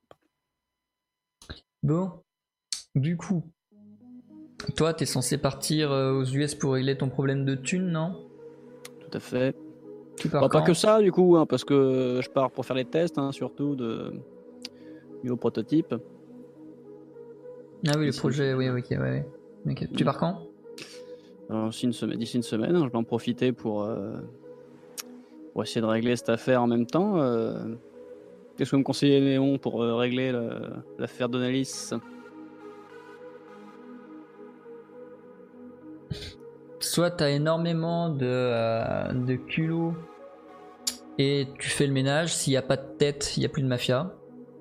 Bon, du coup, toi, t'es censé partir euh, aux U S pour régler ton problème de thunes, non? Tout à fait. Tu pars Bah, pas quand? que ça, du coup, hein, parce que je pars pour faire les tests, hein, surtout de niveau prototype. Ah oui, le D'ici projet, une oui, semaine. ok, ouais, ouais. Ok. Tu pars quand? Alors, d'ici une semaine, d'ici une semaine, hein, je vais en profiter pour, euh, pour essayer de régler cette affaire en même temps. euh. Qu'est-ce que vous me conseillez, Léon, pour euh, régler le- l'affaire d'Onalis? Soit t'as énormément de, euh, de culot et tu fais le ménage. S'il n'y a pas de tête, il n'y a plus de mafia.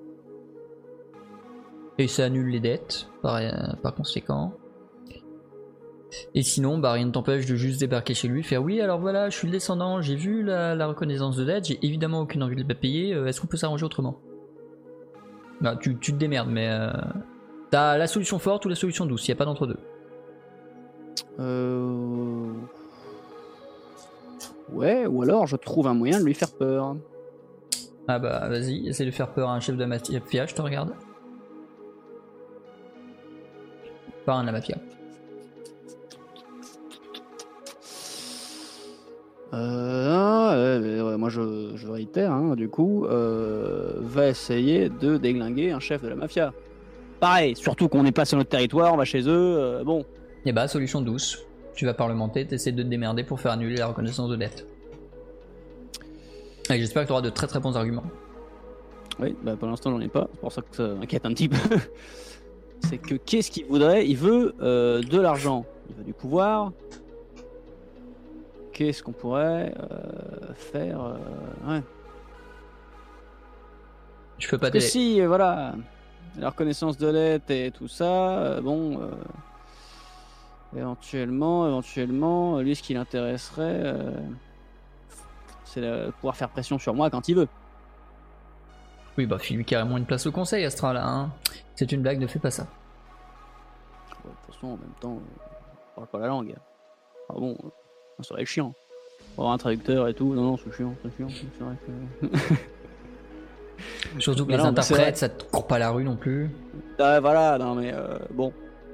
Et ça annule les dettes, par, euh, par conséquent. Et sinon, bah, rien ne t'empêche de juste débarquer chez lui, faire oui, alors voilà, je suis le descendant, j'ai vu la, la reconnaissance de dette, j'ai évidemment aucune envie de la payer, euh, est-ce qu'on peut s'arranger autrement? Bah, tu, tu te démerdes, mais euh, t'as la solution forte ou la solution douce, il n'y a pas d'entre deux. Euh... Ouais, ou alors je trouve un moyen de lui faire peur. Ah bah vas-y, essaie de faire peur à un chef de mafia, je te regarde. Pas un de la mafia. Euh, euh, ouais, moi je, je réitère, hein, du coup, euh, va essayer de déglinguer un chef de la mafia. Pareil, surtout qu'on n'est pas sur notre territoire, on va chez eux, euh, bon. Et bah solution douce, tu vas parlementer, t'essaies de te démerder pour faire annuler la reconnaissance de dette. Et j'espère que tu auras de très très bons arguments. Oui, bah pour l'instant j'en ai pas, c'est pour ça que ça m'inquiète un petit peu. C'est que qu'est-ce qu'il voudrait? Il veut euh, de l'argent, il veut du pouvoir. Qu'est-ce qu'on pourrait euh, faire euh, ouais. Je peux pas Que t'aider. si, euh, voilà, la reconnaissance de dette et tout ça, euh, bon, euh, éventuellement, éventuellement, lui, ce qui l'intéresserait, euh, c'est de pouvoir faire pression sur moi quand il veut. Oui bah file-lui carrément une place au conseil Astra là, hein. C'est une blague, ne fais pas ça. Ouais, de toute façon, en même temps, euh, on parle pas la langue. Ah bon, euh, ça va être chiant. Avoir un traducteur et tout, non, non, c'est chiant, c'est chiant, c'est vrai que... Surtout que Bah les non, bah c'est interprètes, vrai. ça te court pas la rue non plus. Ah, voilà, non mais euh, bon.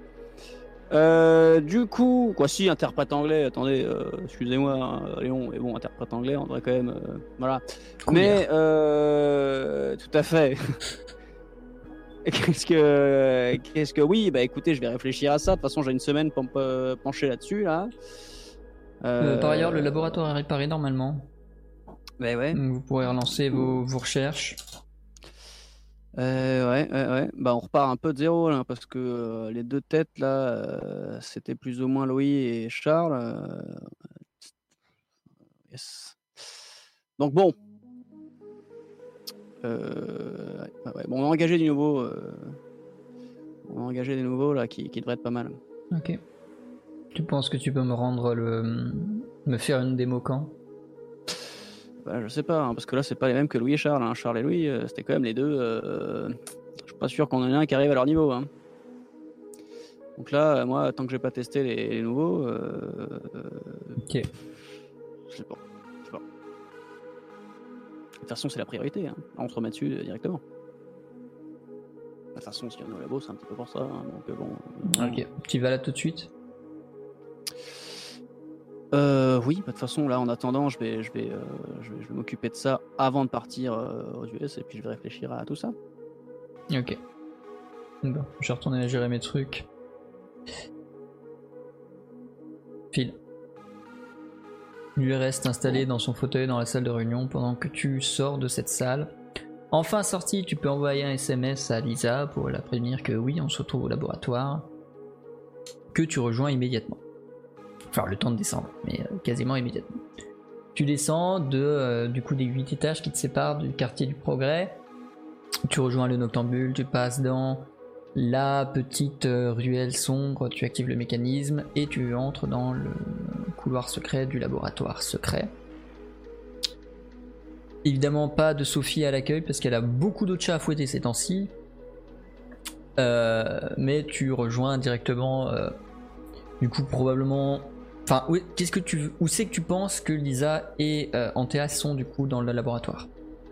Euh, du coup, quoi si, interprète anglais, attendez, euh, excusez-moi hein, Léon, mais bon, interprète anglais, on devrait quand même, euh, voilà. Cool, mais, euh, tout à fait. Qu'est-ce que, qu'est-ce que, oui, bah écoutez, je vais réfléchir à ça, de toute façon j'ai une semaine pour me pencher là-dessus, là. Euh, Euh, par ailleurs, le laboratoire est réparé normalement. Bah ouais. Donc vous pourrez relancer vos, vos recherches. Euh, ouais, ouais, ouais. Bah, on repart un peu de zéro là, parce que euh, les deux têtes là, euh, c'était plus ou moins Louis et Charles. euh, yes. Donc bon, euh, ouais, ouais. Bon, on a engagé du nouveau. euh, on a engagé des nouveaux là qui, qui devraient être pas mal. Ok. Tu penses que tu peux me rendre le. me faire une démo quand? Bah, je sais pas, hein, parce que là c'est pas les mêmes que Louis et Charles. hein. Charles et Louis, euh, c'était quand même les deux. euh, Je suis pas sûr qu'on en ait un qui arrive à leur niveau. hein. Donc là, euh, moi, tant que j'ai pas testé les, les nouveaux, euh, Ok. je sais pas. je sais pas. De toute façon, c'est la priorité. hein. On se remet dessus euh, directement. De toute façon, si on est au labo, c'est un petit peu pour ça. hein, Donc euh, bon. euh, Ok. Tu vas là tout de suite? Euh, oui, bah, de toute façon, là, en attendant, je vais, je vais, euh, je vais, je vais m'occuper de ça avant de partir euh, aux U S et puis je vais réfléchir à tout ça. Ok. Bon, je vais retourner à gérer mes trucs. Phil. Lui reste installé dans son fauteuil dans la salle de réunion pendant que tu sors de cette salle. Enfin sorti, tu peux envoyer un S M S à Lisa pour la prévenir que oui, on se retrouve au laboratoire, que tu rejoins immédiatement. Enfin, le temps de descendre, mais euh, quasiment immédiatement. Tu descends de, euh, du coup des huit étages qui te séparent du quartier du Progrès. Tu rejoins le Noctambule, tu passes dans la petite euh, ruelle sombre, tu actives le mécanisme et tu entres dans le couloir secret du laboratoire secret. Évidemment pas de Sophie à l'accueil parce qu'elle a beaucoup d'autres chats à fouetter ces temps-ci. Euh, mais tu rejoins directement, euh, du coup probablement... Enfin, où, qu'est-ce que tu, où c'est que tu penses que Lisa et euh, Antea sont du coup dans le laboratoire?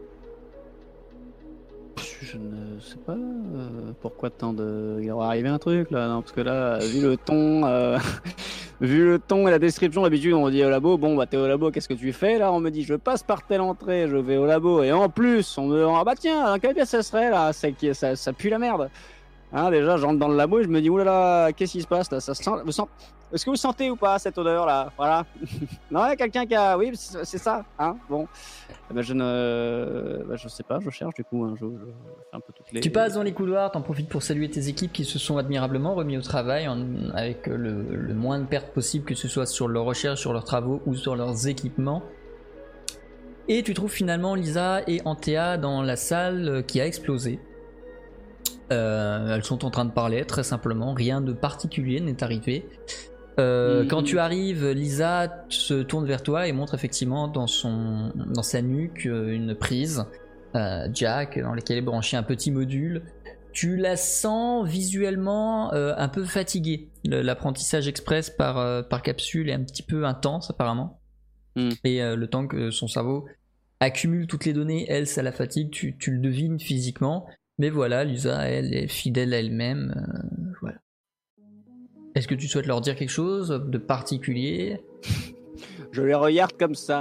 Je ne sais pas euh, pourquoi tant de. Il va arriver un truc là, non, parce que là, vu le ton, euh, vu le ton et la description, d'habitude on dit au labo, bon bah t'es au labo, qu'est-ce que tu fais là? On me dit je passe par telle entrée, je vais au labo, et en plus on me ah bah tiens, dans quelle pièce ça serait là? C'est que ça, ça pue la merde. Hein, déjà j'entre dans le labo et je me dis oulala, qu'est-ce qui se passe là? Ça sent, vous sent... Est-ce que vous sentez ou pas cette odeur là? Voilà. Non, il y a quelqu'un qui a. Oui, c'est c'est ça, hein? Bon. Eh ben, je ne. Ben, je sais pas, je cherche du coup. Hein, je, je fais un peu toutes les. Tu passes dans les couloirs, t'en profites pour saluer tes équipes qui se sont admirablement remis au travail en- avec le, le moins de pertes possible, que ce soit sur leurs recherches, sur leurs travaux ou sur leurs équipements. Et tu trouves finalement Lisa et Antea dans la salle qui a explosé. Euh, elles sont en train de parler très simplement, rien de particulier n'est arrivé. Euh, Mhm. Quand tu arrives, Lisa se tourne vers toi et montre effectivement dans, son, dans sa nuque euh, une prise euh, jack dans laquelle est branché un petit module. Tu la sens visuellement euh, un peu fatiguée. Le- L'apprentissage express par, euh, par capsule est un petit peu intense apparemment. Mhm. Et euh, le temps que son cerveau accumule toutes les données, elle, ça la fatigue, tu, tu le devines physiquement. Mais voilà, Lisa, elle est fidèle à elle-même. euh, voilà. Est-ce que tu souhaites leur dire quelque chose de particulier? Je les regarde comme ça.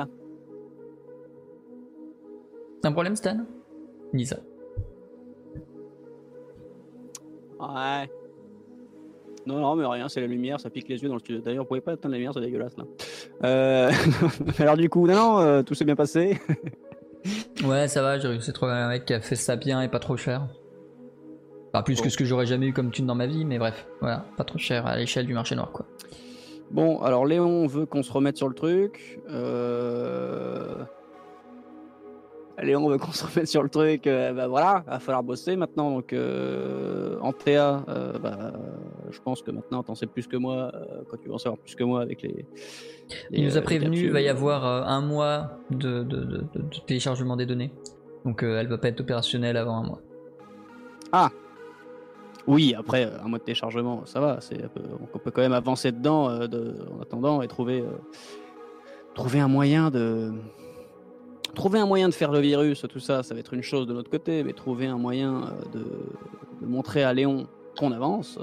Un problème, Stan? Lisa. Ouais. Non, non, mais rien, c'est la lumière, ça pique les yeux dans le studio. D'ailleurs, vous pouvez pas éteindre la lumière, c'est dégueulasse là. Euh... Alors, du coup, non, non, euh, tout s'est bien passé. Ouais, ça va, j'ai réussi à trouver un mec qui a fait ça bien et pas trop cher. Enfin, plus Bon. que ce que j'aurais jamais eu comme thune dans ma vie, mais bref, voilà, pas trop cher à l'échelle du marché noir, quoi. Bon, alors Léon veut qu'on se remette sur le truc. Euh... Léon veut qu'on se remette sur le truc. Euh, bah voilà, il va falloir bosser maintenant. Donc, euh... Antea, euh, bah, je pense que maintenant, t'en sais plus que moi. Euh, quand tu vas en savoir plus que moi avec les. les Il nous a euh, prévenu, il va y capsules. avoir euh, un mois de, de, de, de- de téléchargement des données. Donc euh, elle va pas être opérationnelle avant un mois. Ah oui, après, euh, un mois de téléchargement, ça va. C'est un peu- on peut quand même avancer dedans euh, de... en attendant et trouver, euh, trouver un moyen de. Trouver un moyen de faire le virus, tout ça, ça va être une chose de notre côté, mais trouver un moyen euh, de... de montrer à Léon qu'on avance. euh,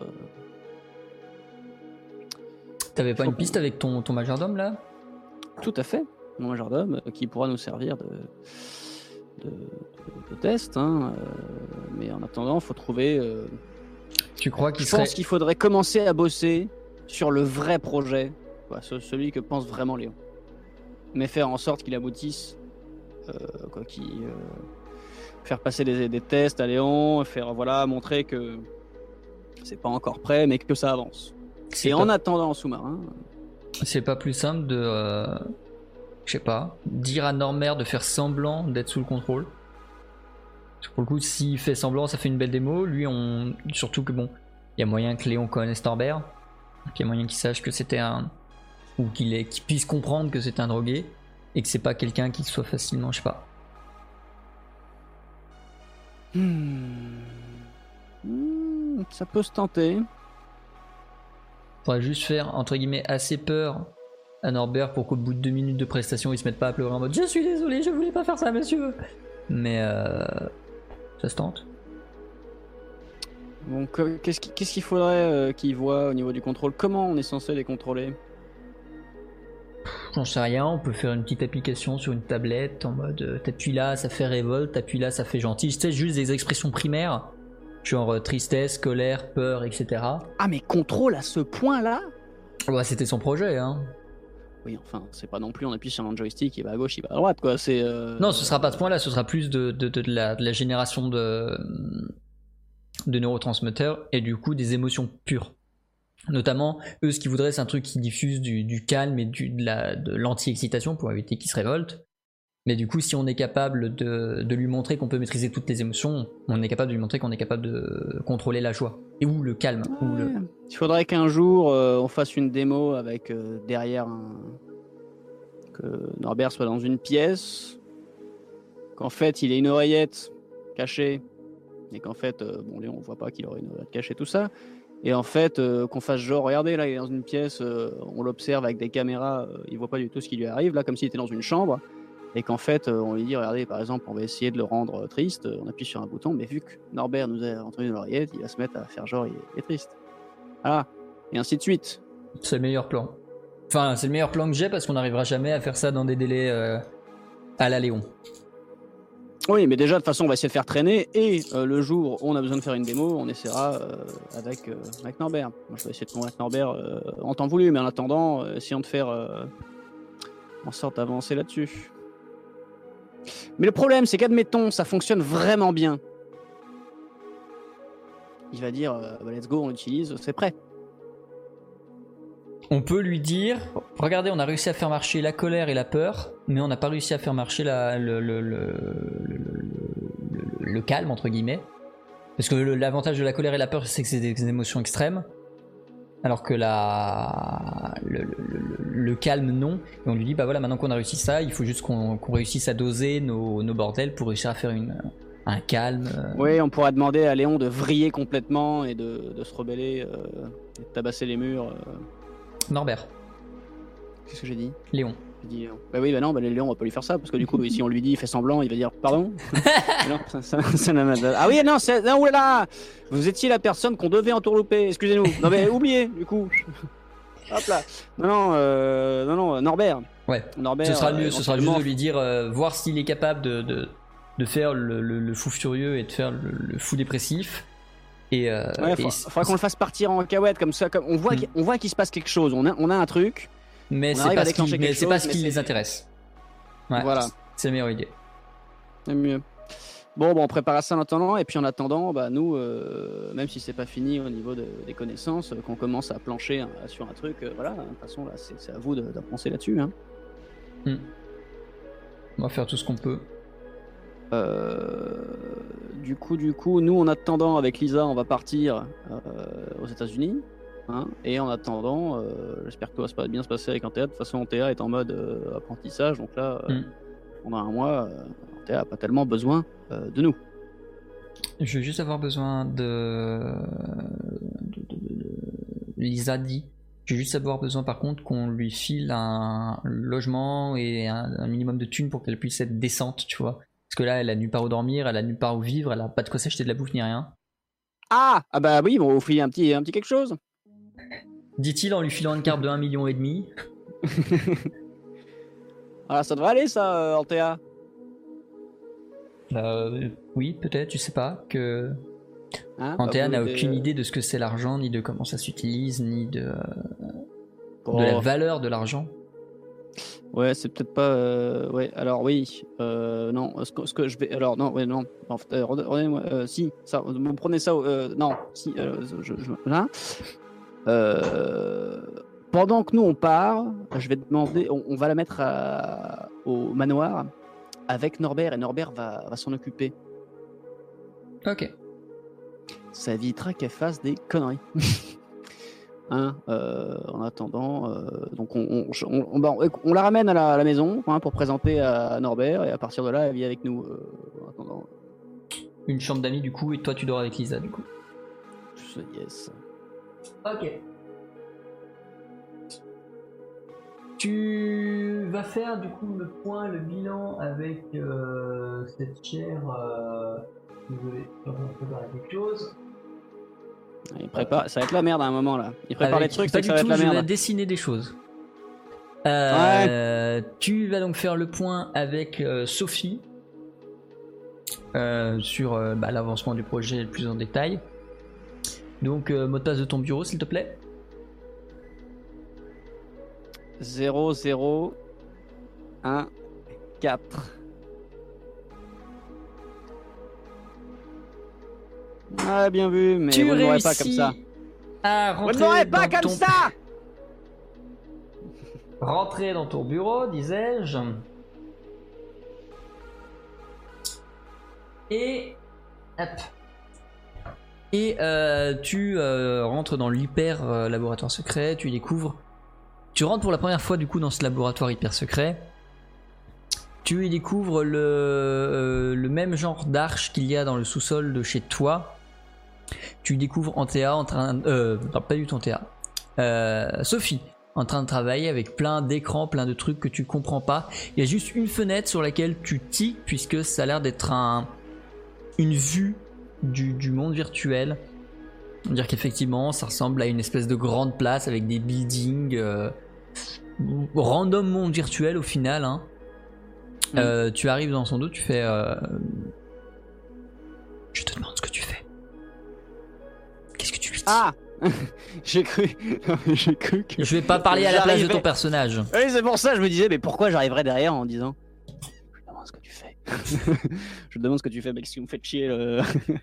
T'avais pas Faut une piste avec ton, ton majordome là? Tout à fait, mon majordome, euh, qui pourra nous servir de, de, de- de test. hein, euh, mais en attendant, il faut trouver. euh, Tu crois qu'il Je serait... pense qu'il faudrait commencer à bosser sur le vrai projet, quoi, ce- celui que pense vraiment Léon. Mais faire en sorte qu'il aboutisse, euh, quoi, qu'il, euh, faire passer des, des tests à Léon, faire voilà, montrer que c'est pas encore prêt, mais que ça avance. C'est Et pas... en attendant en sous-marin. C'est pas plus simple de, euh, je sais pas, dire à Norbert de faire semblant d'être sous le contrôle. Parce que pour le coup, s'il fait semblant, ça fait une belle démo. Lui, on, surtout que bon, il y a moyen que Léon connaisse Norbert, qu'il y a moyen qu'il sache que c'était un, ou qu'il est, qu'il puisse comprendre que c'est un drogué et que c'est pas quelqu'un qui soit facilement, je sais pas. Hmm. Hmm, ça peut se tenter. Faudrait juste faire entre guillemets assez peur à Norbert pour qu'au bout de deux minutes de prestation, il se mette pas à pleurer en mode je suis désolé, je voulais pas faire ça, monsieur. Mais euh, ça se tente. Donc, euh, qu'est-ce qu'il qu'est-ce qu'il faudrait euh, qu'ils voient au niveau du contrôle? Comment on est censé les contrôler? J'en sais rien, on peut faire une petite application sur une tablette en mode euh, t'appuies là, ça fait révolte, t'appuies là, ça fait gentil. Tu sais, juste des expressions primaires, genre euh, tristesse, colère, peur, et cetera. Ah, mais contrôle à ce point-là? Ouais, c'était son projet, hein. Oui, enfin, c'est pas non plus on appuie sur un joystick, il va à gauche, il va à droite, quoi. C'est. Euh... Non, ce sera pas à ce point-là, ce sera plus de, de, de, de, la, de la génération de, de neurotransmetteurs et du coup des émotions pures. Notamment, eux, ce qu'ils voudraient, c'est un truc qui diffuse du, du calme et du, de, la, de l'anti-excitation pour éviter qu'ils se révoltent. Mais du coup, si on est capable de, de lui montrer qu'on peut maîtriser toutes les émotions, on est capable de lui montrer qu'on est capable de contrôler la joie. Et ou le calme. Ouais. Ou le... Il faudrait qu'un jour, euh, on fasse une démo avec euh, derrière un... que Norbert soit dans une pièce, qu'en fait, il ait une oreillette cachée, et qu'en fait, euh, bon, Léon, on voit pas qu'il aurait une oreillette cachée, tout ça. Et en fait, euh, qu'on fasse genre, regardez, là, il est dans une pièce, euh, on l'observe avec des caméras, euh, il voit pas du tout ce qui lui arrive, là, comme s'il était dans une chambre. Et qu'en fait, euh, on lui dit, regardez, par exemple, on va essayer de le rendre euh, triste, on appuie sur un bouton, mais vu que Norbert nous a entendu dans l'oreillette, il va se mettre à faire genre, il est, il est triste. Voilà. Et ainsi de suite. C'est le meilleur plan. Enfin, c'est le meilleur plan que j'ai parce qu'on n'arrivera jamais à faire ça dans des délais euh, à la Léon. Oui, mais déjà, de toute façon, on va essayer de faire traîner. Et euh, le jour où on a besoin de faire une démo, on essaiera euh, avec, euh, avec Norbert. Moi, je vais essayer de convaincre Norbert euh, en temps voulu, mais en attendant, euh, essayons de faire euh, en sorte d'avancer là-dessus. Mais le problème, c'est qu'admettons, ça fonctionne vraiment bien. Il va dire, euh, bah, let's go, on l'utilise, c'est prêt. On peut lui dire, regardez, on a réussi à faire marcher la colère et la peur, mais on n'a pas réussi à faire marcher la, le, le, le, le, le, le calme, entre guillemets. Parce que le, l'avantage de la colère et la peur, c'est que c'est des, des émotions extrêmes. Alors que la, le, le, le, le calme, non. Et on lui dit, bah voilà, maintenant qu'on a réussi ça, il faut juste qu'on, qu'on réussisse à doser nos, nos bordels pour réussir à faire une, un calme. Oui, on pourrait demander à Léon de vriller complètement et de, de se rebeller, euh, et de tabasser les murs. Euh... Norbert. Qu'est-ce que j'ai dit? Léon. J'ai dit, euh... bah oui, bah non, bah Léon, on va pas lui faire ça, parce que du coup, si on lui dit, il fait semblant, il va dire, pardon. non, ça, ça, ça, ça, ah oui, non, c'est, non, oulala, vous étiez la personne qu'on devait entourlouper, excusez-nous. Non, mais oubliez, du coup. Hop là. Non, non, euh, non, non, Norbert. Ouais. Norbert. Ce sera mieux, euh, ce sera juste de lui dire, euh, voir s'il est capable de, de, de faire le, le, le fou furieux et de faire le, le fou dépressif. Et, euh, ouais, il faudra qu'on le fasse partir en cacahuète comme ça. Comme on voit, hmm. qu'on voit qu'il se passe quelque chose. On a, on a un truc. Mais c'est pas, ce qui, mais c'est pas ce qui les intéresse. Ouais, voilà. C'est la meilleure idée. C'est mieux. Bon, bon, on prépare ça en attendant. Et puis en attendant, bah, nous, euh, même si c'est pas fini au niveau de, des connaissances, euh, qu'on commence à plancher hein, sur un truc, euh, voilà. De toute façon, là, c'est, c'est à vous de, de penser là-dessus. Hein. Hmm. On va faire tout ce qu'on peut. Euh, du coup, du coup, nous en attendant avec Lisa, on va partir euh, aux États-Unis. Hein, et en attendant, euh, j'espère que tout va bien se passer avec Antea. De toute façon, Antea est en mode euh, apprentissage, donc là, euh, mm. pendant un mois, euh, Antea n'a pas tellement besoin euh, de nous. Je vais juste avoir besoin de... de, de, de... de... Lisa dit. Je vais juste avoir besoin par contre qu'on lui file un logement et un, un minimum de thunes pour qu'elle puisse être décente, tu vois. Parce que là, elle a nulle part où dormir, elle a nulle part où vivre, elle a pas de quoi s'acheter de la bouffe ni rien. Ah, ah bah oui, bon, on vous filer un petit, un petit quelque chose. Dit-il en lui filant une carte de un million et demi. Ah, ça devrait aller ça, euh, Antea. Euh, oui, peut-être, je sais pas. Que hein, Antea bah, n'a des... aucune idée de ce que c'est l'argent, ni de comment ça s'utilise, ni de, oh. de la valeur de l'argent. Ouais, c'est peut-être pas. Euh, ouais, alors oui. Euh, non, ce que, ce que je vais. Alors, non, ouais, non. En fait, euh, redonnez-moi. Euh, si, ça. Vous prenez ça. Euh, non, si. Euh, je, je, hein euh, pendant que nous on part, je vais demander. On, on va la mettre à, au manoir avec Norbert et Norbert va, va s'en occuper. Ok. Ça évitera qu'elle fasse des conneries. Hein, euh, en attendant, euh, donc on, on, on, on, on, on la ramène à la, à la maison hein, pour présenter à Norbert et à partir de là, elle vit avec nous. Euh, en attendant. Une chambre d'amis du coup et toi tu dors avec Lisa du coup. Yes. Ok. Tu vas faire du coup le point, le bilan avec euh, cette chair. Euh... Désolé, je vais préparer quelque chose. Il prépare, ça va être la merde à un moment là. Il prépare Avec, les trucs, pas c'est du que ça va tout, être la je merde. vais dessiner des choses. Euh, ouais. Tu vas donc faire le point avec euh, Sophie euh, sur euh, bah, l'avancement du projet le plus en détail. Donc, euh, mot de passe de ton bureau, s'il te plaît. zéro zéro un quatre. Ah, bien vu, mais tu vous ne l'aurez pas comme ça. À rentrer vous ne l'aurez pas dans comme ton... ça. Rentrer dans ton bureau, disais-je. Et... Hop. Et euh, tu euh, rentres dans l'hyper euh, laboratoire secret, tu découvres... Tu rentres pour la première fois du coup dans ce laboratoire hyper secret. Tu y découvres le, euh, le même genre d'arche qu'il y a dans le sous-sol de chez toi. Tu découvres Antea en train... Euh, non, pas du tout Antea. Euh, Sophie en train de travailler avec plein d'écrans, plein de trucs que tu comprends pas. Il y a juste une fenêtre sur laquelle tu tiques puisque ça a l'air d'être un, une vue du, du monde virtuel. Dire qu'effectivement ça ressemble à une espèce de grande place avec des buildings euh, random monde virtuel au final hein. mmh. euh, tu arrives dans son dos, tu fais euh... je te demande ce que tu fais. Qu'est-ce que tu lui dis? Ah j'ai cru j'ai cru que je vais pas parler à la place de ton personnage. Oui, c'est pour ça je me disais mais pourquoi j'arriverais derrière en disant je te demande ce que tu fais. Je te demande ce que tu fais mec si vous me faites chier le...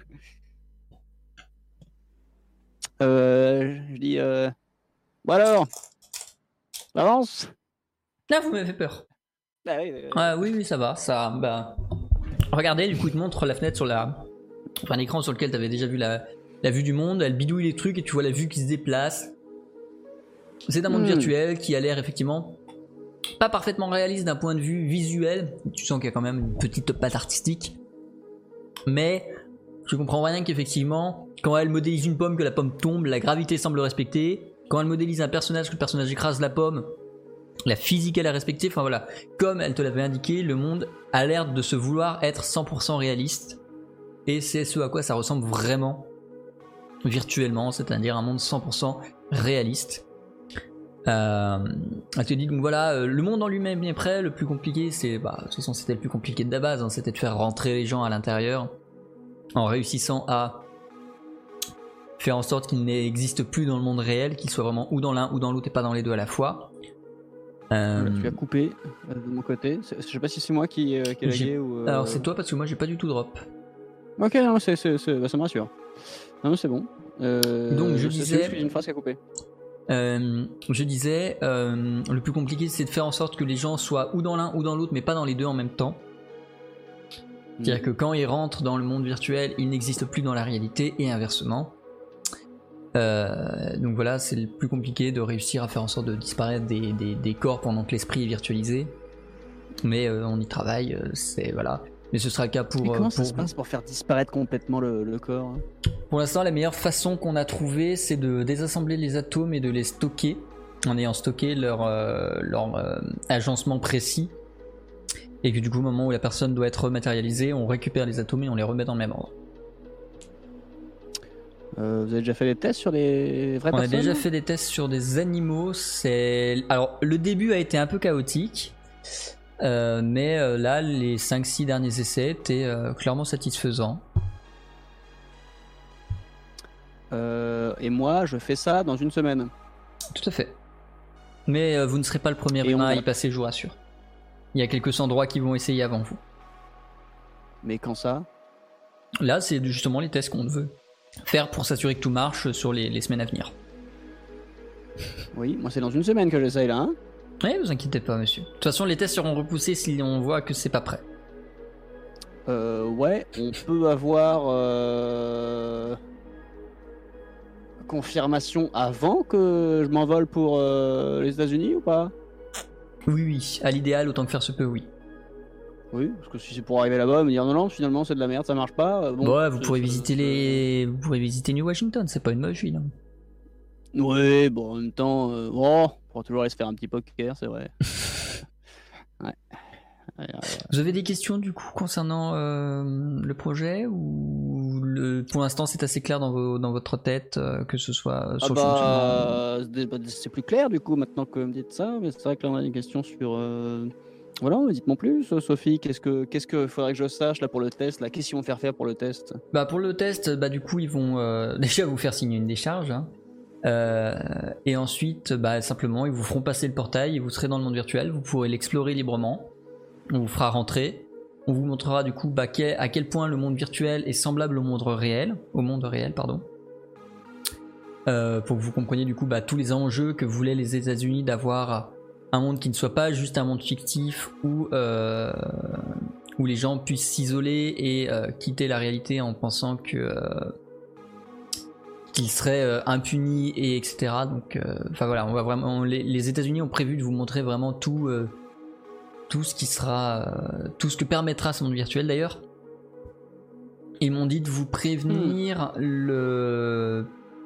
Euh, je dis, euh... bon alors, avance. Là, vous m'avez fait peur. Ah oui, euh... ah, oui, oui, ça va, ça. Bah, regardez, du coup, il te montre la fenêtre sur la, enfin, un écran sur lequel tu avais déjà vu la, la vue du monde. Elle bidouille les trucs et tu vois la vue qui se déplace. C'est un monde mmh. virtuel qui a l'air effectivement pas parfaitement réaliste d'un point de vue visuel. Tu sens qu'il y a quand même une petite patte artistique, mais je comprends rien qu'effectivement, quand elle modélise une pomme, que la pomme tombe, la gravité semble respecter. Quand elle modélise un personnage, que le personnage écrase la pomme, la physique elle a respecté. Enfin voilà, comme elle te l'avait indiqué, le monde a l'air de se vouloir être cent pour cent réaliste. Et c'est ce à quoi ça ressemble vraiment virtuellement, c'est-à-dire un monde cent pour cent réaliste. Euh, elle te dit donc voilà, euh, le monde en lui-même est prêt. Le plus compliqué, c'est, bah, de toute façon c'était le plus compliqué de la base, hein, c'était de faire rentrer les gens à l'intérieur. En réussissant à faire en sorte qu'ils n'existent plus dans le monde réel, qu'ils soient vraiment ou dans l'un ou dans l'autre et pas dans les deux à la fois. Euh... Tu as coupé euh, de mon côté. Je sais pas si c'est moi qui, euh, qui ai lagué ou. Euh... Alors c'est toi parce que moi j'ai pas du tout drop. Ok, non, c'est, c'est, c'est... Bah, ça me rassure. Non, mais c'est bon. Euh... Donc je disais. C'est une phrase qui a coupé. Euh, je disais, euh, le plus compliqué c'est de faire en sorte que les gens soient ou dans l'un ou dans l'autre, mais pas dans les deux en même temps. C'est-à-dire que quand ils rentrent dans le monde virtuel, ils n'existent plus dans la réalité et inversement. Euh, donc voilà, c'est le plus compliqué de réussir à faire en sorte de disparaître des, des, des corps pendant que l'esprit est virtualisé. Mais euh, on y travaille, euh, c'est voilà. Mais ce sera le cas pour. Mais comment euh, ça pour... se passe pour faire disparaître complètement le, le corps? Pour l'instant, la meilleure façon qu'on a trouvée, c'est de désassembler les atomes et de les stocker, en ayant stocké leur, euh, leur euh, agencement précis. Et que du coup, au moment où la personne doit être matérialisée, on récupère les atomes et on les remet dans le même ordre. Euh, vous avez déjà fait des tests sur des vraies on personnes? On a déjà fait des tests sur des animaux. C'est... Alors, le début a été un peu chaotique. Euh, mais euh, là, les cinq six derniers essais étaient euh, clairement satisfaisants. Euh, et moi, je fais ça dans une semaine. Tout à fait. Mais euh, vous ne serez pas le premier et humain on... à y passer, je vous rassure. Il y a quelques endroits qui vont essayer avant vous. Mais quand ça? Là, c'est justement les tests qu'on veut faire pour s'assurer que tout marche sur les, les semaines à venir. Oui, moi c'est dans une semaine que j'essaye là. Hein Oui, vous inquiétez pas, monsieur. De toute façon, les tests seront repoussés si on voit que c'est pas prêt. euh, ouais, on peut avoir euh... confirmation avant que je m'envole pour euh, les États-Unis ou pas? Oui, oui, à l'idéal, autant que faire se peut, oui. Oui, parce que si c'est pour arriver là-bas, me dire non, non, finalement c'est de la merde, ça marche pas. euh, Bon, Bon, ouais, vous c'est- pourrez c'est- visiter c'est- les, vous pourrez visiter New Washington, c'est pas une mauvaise ville. Hein. Oui, bon, en même temps, euh, bon, on pourra toujours aller se faire un petit poker, c'est vrai. ouais. Ouais, ouais, ouais. Vous avez des questions du coup concernant euh, le projet ou le, pour l'instant c'est assez clair dans, vos, dans votre tête euh, que ce soit sur Ah le fonctionnement. bah, c'est- bah, c'est plus clair du coup maintenant que vous me dites ça, mais c'est vrai que là on a des questions sur. euh, Voilà, dites-moi plus, Sophie, qu'est-ce que qu'est-ce que faudrait que je sache là pour le test, là, qu'est-ce qu'ils vont faire faire pour le test? Bah pour le test, bah du coup ils vont euh, déjà vous faire signer une décharge, hein. Euh, et ensuite bah simplement ils vous feront passer le portail et vous serez dans le monde virtuel, vous pourrez l'explorer librement, on vous fera rentrer, on vous montrera du coup bah, quel- à quel point le monde virtuel est semblable au monde réel, au monde réel pardon, euh, pour que vous compreniez du coup bah, tous les enjeux que voulaient les États-Unis d'avoir un monde qui ne soit pas juste un monde fictif où euh, où les gens puissent s'isoler et euh, quitter la réalité en pensant que euh, qu'ils seraient euh, impunis et etc. Donc, enfin euh, voilà, on va vraiment. Les, les États-Unis ont prévu de vous montrer vraiment tout, euh, tout ce qui sera, euh, tout ce que permettra ce monde virtuel d'ailleurs. Ils m'ont dit de vous prévenir mmh. le.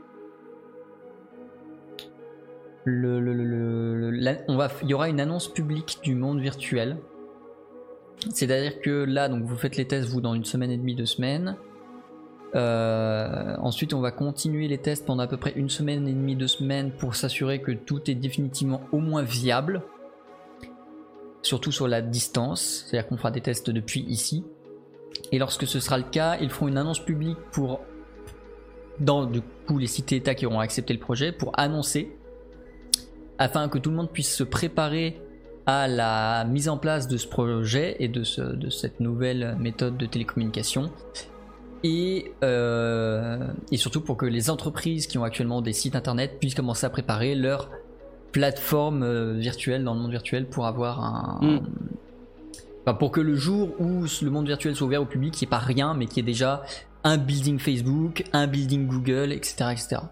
Le, le, le, le la, on va, il y aura une annonce publique du monde virtuel. C'est-à-dire que là, donc vous faites les tests vous dans une semaine et demie, deux semaines. Euh, ensuite, on va continuer les tests pendant à peu près une semaine et demie, deux semaines pour s'assurer que tout est définitivement au moins viable. Surtout sur la distance, c'est-à-dire qu'on fera des tests depuis ici. Et lorsque ce sera le cas, ils feront une annonce publique pour, dans du coup les sites États qui auront accepté le projet, pour annoncer, afin que tout le monde puisse se préparer à la mise en place de ce projet et de, ce, de cette nouvelle méthode de télécommunication. Et, euh, et surtout pour que les entreprises qui ont actuellement des sites internet puissent commencer à préparer leur plateforme euh, virtuelle dans le monde virtuel pour avoir un... Mm. Enfin, pour que le jour où le monde virtuel soit ouvert au public, il n'y ait pas rien, mais qu'il y ait déjà un building Facebook, un building Google, et cetera et cetera.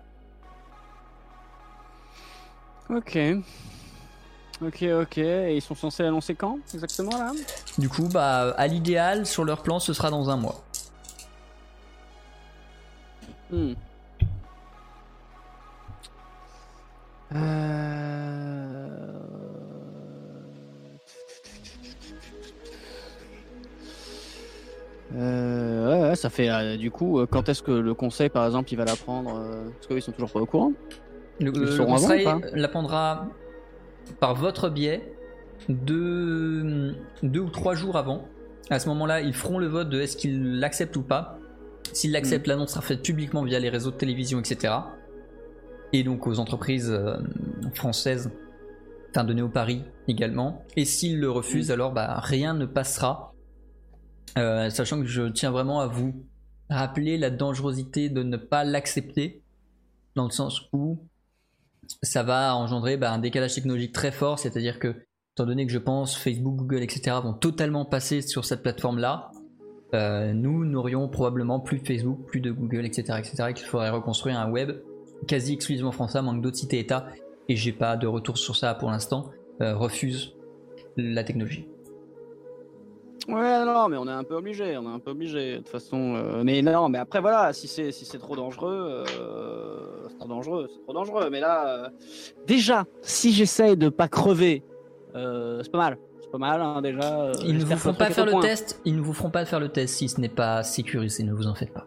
Ok. Ok, ok. Et ils sont censés annoncer quand exactement là? Du coup, bah, à l'idéal, sur leur plan, ce sera dans un mois. Hmm. Euh... Euh, ouais, ouais, ça fait euh, du coup, euh, quand est-ce que le conseil par exemple il va l'apprendre euh, parce qu'ils sont toujours pas au courant. Le, le conseil l'apprendra par votre biais deux, deux ou trois jours avant. À ce moment-là, ils feront le vote de est-ce qu'ils l'acceptent ou pas. S'ils l'acceptent, mmh. l'annonce sera faite publiquement via les réseaux de télévision, et cetera. Et donc aux entreprises euh, françaises, enfin de Néo-Paris également. Et s'ils le refusent, mmh. alors bah, rien ne passera. Euh, sachant que je tiens vraiment à vous rappeler la dangerosité de ne pas l'accepter, dans le sens où ça va engendrer bah, un décalage technologique très fort, c'est-à-dire que, étant donné que je pense Facebook, Google, et cetera vont totalement passer sur cette plateforme-là, euh, nous n'aurions probablement plus de Facebook, plus de Google, et cetera, et cetera, et qu'il faudrait reconstruire un web quasi exclusivement français, manque d'autres sites États, et j'ai pas de retour sur ça pour l'instant, euh, refuse la technologie. Ouais, non, mais on est un peu obligé, on est un peu obligé de toute façon. Euh, mais non, mais après voilà, si c'est si c'est trop dangereux, euh, c'est trop dangereux, c'est trop dangereux. Mais là, euh, déjà, si j'essaye de pas crever, euh, c'est pas mal, c'est pas mal hein, déjà. Euh, ils ne vous feront pas faire le point. test, ils ne vous feront pas faire le test si ce n'est pas sécurisé, ne vous en faites pas.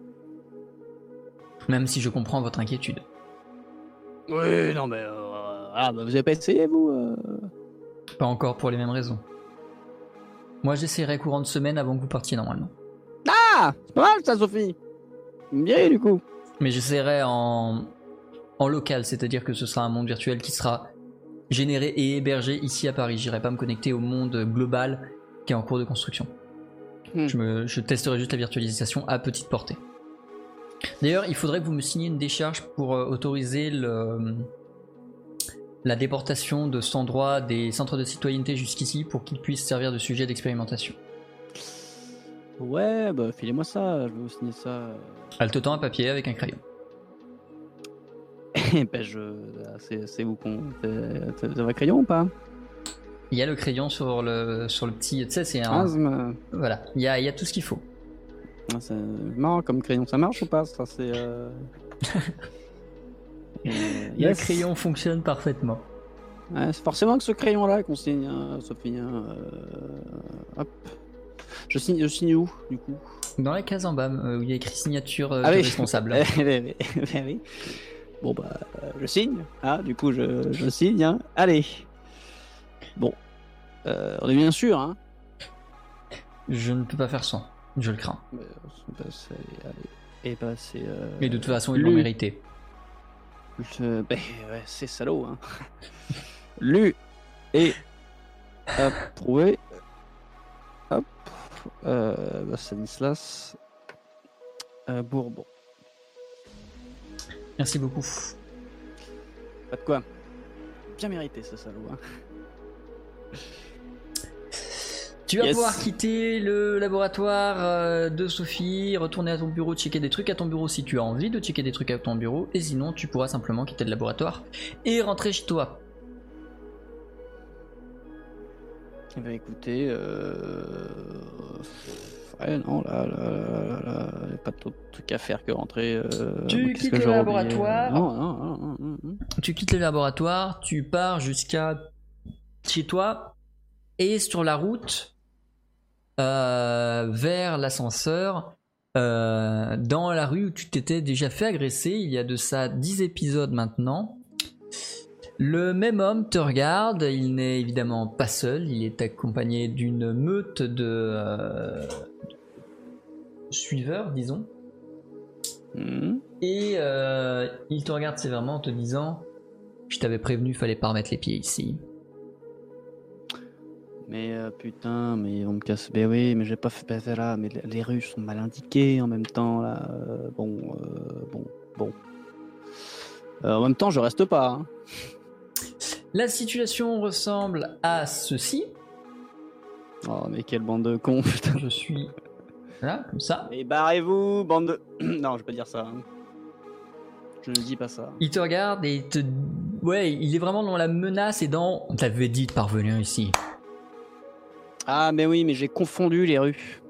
Même si je comprends votre inquiétude. Oui, non mais euh, ah, bah, vous avez pas essayé vous euh... Pas encore pour les mêmes raisons. Moi j'essaierai courant de semaine avant que vous partiez normalement. Ah, c'est pas mal ça Sophie. Bien du coup. Mais j'essaierai en, en local, c'est-à-dire que ce sera un monde virtuel qui sera généré et hébergé ici à Paris. J'irai pas me connecter au monde global qui est en cours de construction. Hmm. Je, me, je testerai juste la virtualisation à petite portée. D'ailleurs, il faudrait que vous me signiez une décharge pour euh, autoriser le, la déportation de cet endroit des centres de citoyenneté jusqu'ici pour qu'ils puissent servir de sujet d'expérimentation. Ouais, bah filez-moi ça, je vais vous signer ça. Elle te tend un papier avec un crayon. Eh ben je... C'est, c'est vous qu'on... Vous avez un crayon ou pas? Il y a le crayon sur le, sur le petit... Tu sais, c'est un... Ah, c'est ma- Voilà, il y a, il y a tout ce qu'il faut. ah, c'est marrant comme crayon, ça marche ou pas? Ça c'est... Euh... euh, Le yes. crayon fonctionne parfaitement. Ouais, c'est forcément que ce crayon-là qu'on signe, hein, Sophie. Hein, euh... Hop. Je signe, je signe où, du coup? Dans la case en bas, euh, où il y a écrit signature euh, Ah du oui. responsable. Eh oui, oui, oui. Bon bah, euh, je signe, hein, du coup je, je signe, hein. Allez. Bon, euh, on est bien sûr, hein. Je ne peux pas faire sans, je le crains. Mais, euh, bah, c'est, allez. Et bah c'est... Euh, Mais de toute façon, ils l'ont lu. mérité. Je- bah, ouais, c'est salaud, hein. Lu et approuvé. Hop. Euh, bah, Stanislas euh, Bourbon. Merci beaucoup. Pas de quoi. Bien mérité ce salaud, hein. Tu vas Yes. pouvoir quitter le laboratoire euh, de Sophie, retourner à ton bureau, checker des trucs à ton bureau si tu as envie de checker des trucs à ton bureau, et sinon tu pourras simplement quitter le laboratoire et rentrer chez toi. Eh ben écoutez, euh... ouais non là, là, là, là, y a pas trop de trucs à faire que rentrer. Euh... Tu qu'est-ce quittes que le j'aurais laboratoire. oublié Non, non, non, non, non, non. Tu quittes le laboratoire, tu pars jusqu'à chez toi, et sur la route euh, vers l'ascenseur, euh, dans la rue où tu t'étais déjà fait agresser, il y a de ça dix épisodes maintenant. Le même homme te regarde, il n'est évidemment pas seul, il est accompagné d'une meute de euh, suiveurs, disons. Mhm. Et euh, il te regarde sévèrement en te disant « Je t'avais prévenu, fallait pas remettre les pieds ici. Mais euh, putain, mais ils vont me casser. Ben oui, mais j'ai pas fait passer là. Mais les- les rues sont mal indiquées en même temps là. Euh, bon, euh, bon, bon. Euh, en même temps, je reste pas. Hein. » La situation ressemble à ceci. Oh, mais quelle bande de cons, putain. Je suis là, comme ça. Mais barrez-vous, bande de. Non, je vais pas dire ça. hein. Je ne dis pas ça. Il te regarde et il te... Ouais, il est vraiment dans la menace et dans... On t'avait dit de parvenir ici. Ah, mais oui, mais j'ai confondu les rues.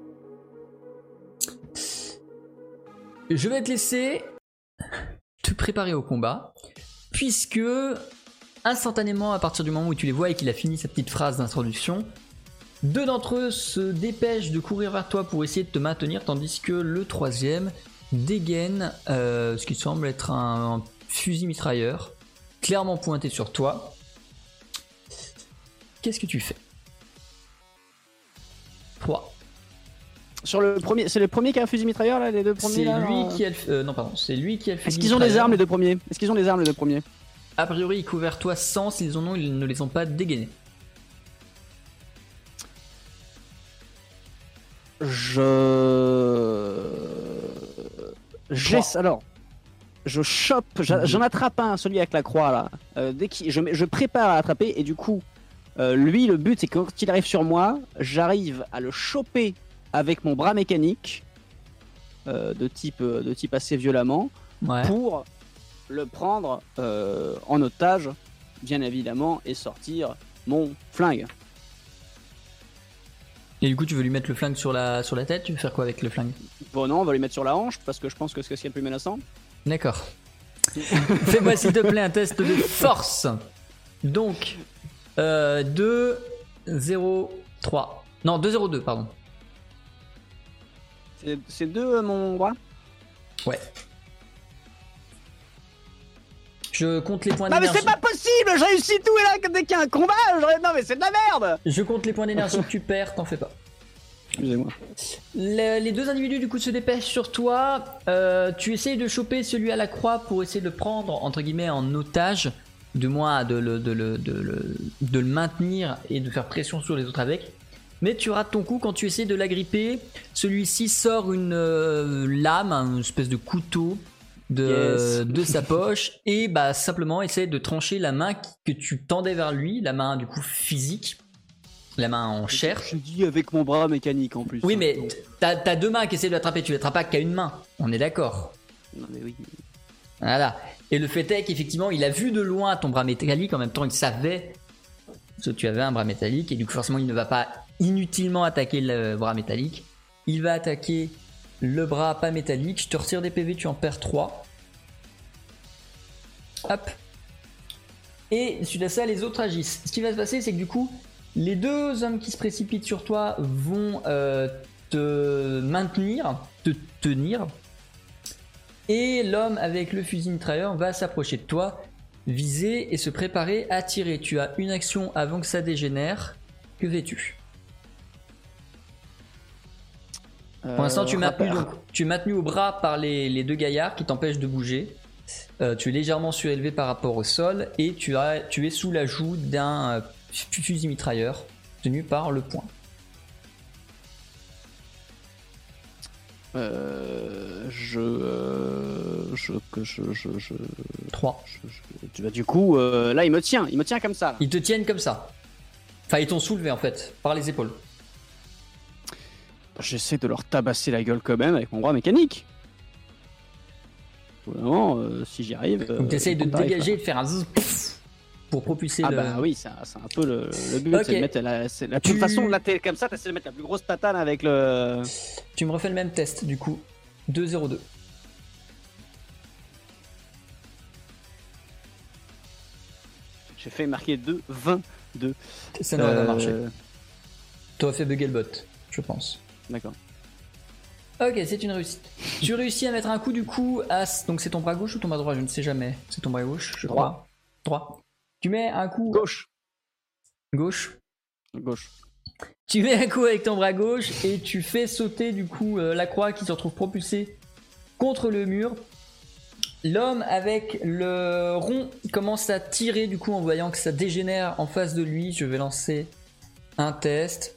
Je vais te laisser te préparer au combat, puisque instantanément, à partir du moment où tu les vois et qu'il a fini sa petite phrase d'introduction, deux d'entre eux se dépêchent de courir vers toi pour essayer de te maintenir, tandis que le troisième dégaine euh, ce qui semble être un, un fusil mitrailleur, clairement pointé sur toi. Qu'est-ce que tu fais? trois. Sur le premier, c'est le premier qui a un fusil mitrailleur là, les deux premiers C'est là, lui là qui a le... euh, non, pardon, c'est lui qui a le fusil Est-ce qu'ils ont des mitrailleur. armes les deux premiers Est-ce qu'ils ont des armes les deux premiers A priori, ils couvrent toi sans, s'ils en ont, ils ne les ont pas dégainés. Je. J'ai. Trois. Alors. Je chope, j'a- j'en attrape un, celui avec la croix là. Euh, dès qu'il, je, mets- je prépare à l'attraper et du coup, euh, lui, le but c'est que quand il arrive sur moi, j'arrive à le choper avec mon bras mécanique, euh, de, type, euh, de type assez violemment, Ouais. pour le prendre euh, en otage, bien évidemment, et sortir mon flingue. Et du coup, tu veux lui mettre le flingue sur la, sur la tête? Tu veux faire quoi avec le flingue? Bon non, on va lui mettre sur la hanche parce que je pense que c'est ce qui est le plus menaçant. D'accord. Fais-moi s'il te plaît un test de force. Donc, euh, deux, zéro, trois. Non, deux, zéro, deux, pardon. C'est, c'est deux euh, mon bras. Ouais. Je compte les points Non mais d'énergie. c'est pas possible, je réussis tout et là dès qu'il y a un combat, je... non mais c'est de la merde. Je compte les points d'énergie que tu perds, t'en fais pas. Excusez-moi. Le- les deux individus du coup se dépêchent sur toi. Euh, tu essayes de choper celui à la croix pour essayer de le prendre entre guillemets en otage. du moins de le, de, le, de, le, de le maintenir et de faire pression sur les autres avec. Mais tu rates ton coup quand tu essaies de l'agripper. Celui-ci sort une euh, lame, une espèce de couteau de, yes. de sa poche et bah, simplement essaie de trancher la main que tu tendais vers lui, la main du coup physique, la main en chair. Je dis avec mon bras mécanique en plus. Oui, mais t'as, t'as deux mains qui essaient de l'attraper, tu l'attrapes pas qu'à une main, on est d'accord. Non mais oui. Voilà. Et le fait est qu'effectivement, il a vu de loin ton bras métallique, en même temps il savait que tu avais un bras métallique et du coup forcément il ne va pas inutilement attaquer le bras métallique. Il va attaquer le bras pas métallique. Je te retire des P V, tu en perds trois. Hop. Et suite à ça, les autres agissent. Ce qui va se passer, c'est que du coup, les deux hommes qui se précipitent sur toi vont euh, te maintenir, te tenir. Et l'homme avec le fusil mitrailleur va s'approcher de toi, viser et se préparer à tirer. Tu as une action avant que ça dégénère. Que fais-tu ? Euh, Pour l'instant, tu es maintenu, donc, tu es maintenu au bras par les, les deux gaillards qui t'empêchent de bouger. Euh, tu es légèrement surélevé par rapport au sol et tu, as, tu es sous la joue d'un euh, fusil mitrailleur tenu par le poing. Euh, je, euh, je, que je, je, je, trois. Je, je, bah, du coup, euh, là, il me tient, il me tient comme ça. Là. Ils te tiennent comme ça. Enfin, ils t'ont soulevé en fait, par les épaules. J'essaie de leur tabasser la gueule quand même avec mon bras mécanique. Vraiment, euh, si j'y arrive. Donc, euh, t'essayes de te dégager et de faire un zzz pour propulser ah le. Ah, bah oui, c'est un, c'est un peu le, le but. Okay. C'est de mettre la, c'est, la, tu... de toute façon, là, t'es comme ça, t'essaies de mettre la plus grosse patane avec le. Tu me refais le même test, du coup. deux zéro deux. J'ai fait marquer deux vingt-deux. Ça n'aurait euh... pas marché. T'aurais fait bugger le bot, je pense. D'accord. Ok, c'est une réussite. Tu réussis à mettre un coup du coup à... Donc c'est ton bras gauche ou ton bras droit? Je ne sais jamais. C'est ton bras gauche, je droit. crois. Droit. Tu mets un coup... Gauche. Gauche. Gauche. Tu mets un coup avec ton bras gauche et tu fais sauter du coup euh, la croix qui se retrouve propulsée contre le mur. L'homme avec le rond commence à tirer du coup en voyant que ça dégénère en face de lui. Je vais lancer un test.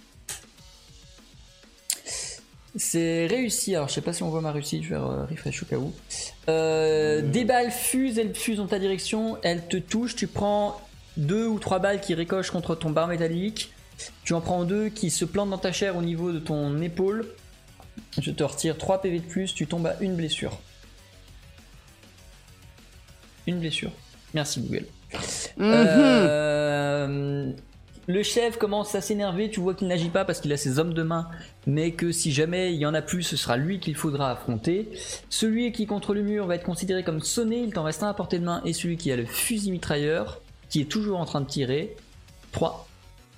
C'est réussi, alors je sais pas si on voit ma réussite, je vais euh, refresh au cas où. Euh, mmh. Des balles fusent, elles fusent dans ta direction, elles te touchent, tu prends deux ou trois balles qui ricochent contre ton bar métallique, tu en prends deux qui se plantent dans ta chair au niveau de ton épaule, je te retire trois P V de plus, tu tombes à une blessure. Une blessure. Merci Google. Mmh. Euh... Le chef commence à s'énerver, tu vois qu'il n'agit pas parce qu'il a ses hommes de main, mais que si jamais il y en a plus, ce sera lui qu'il faudra affronter. Celui qui est contre le mur va être considéré comme sonné, il t'en reste un à portée de main, et celui qui a le fusil mitrailleur, qui est toujours en train de tirer. trois.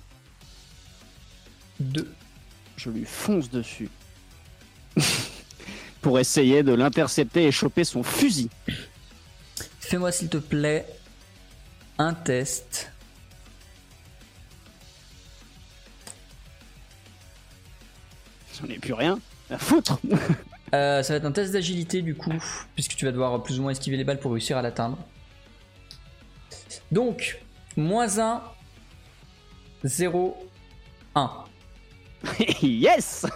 deux. Je lui fonce dessus. Pour essayer de l'intercepter et choper son fusil. Fais-moi s'il te plaît un test. J'en ai plus rien à foutre. euh, Ça va être un test d'agilité du coup, puisque tu vas devoir plus ou moins esquiver les balles pour réussir à l'atteindre. Donc, moins un, zéro, un. Yes.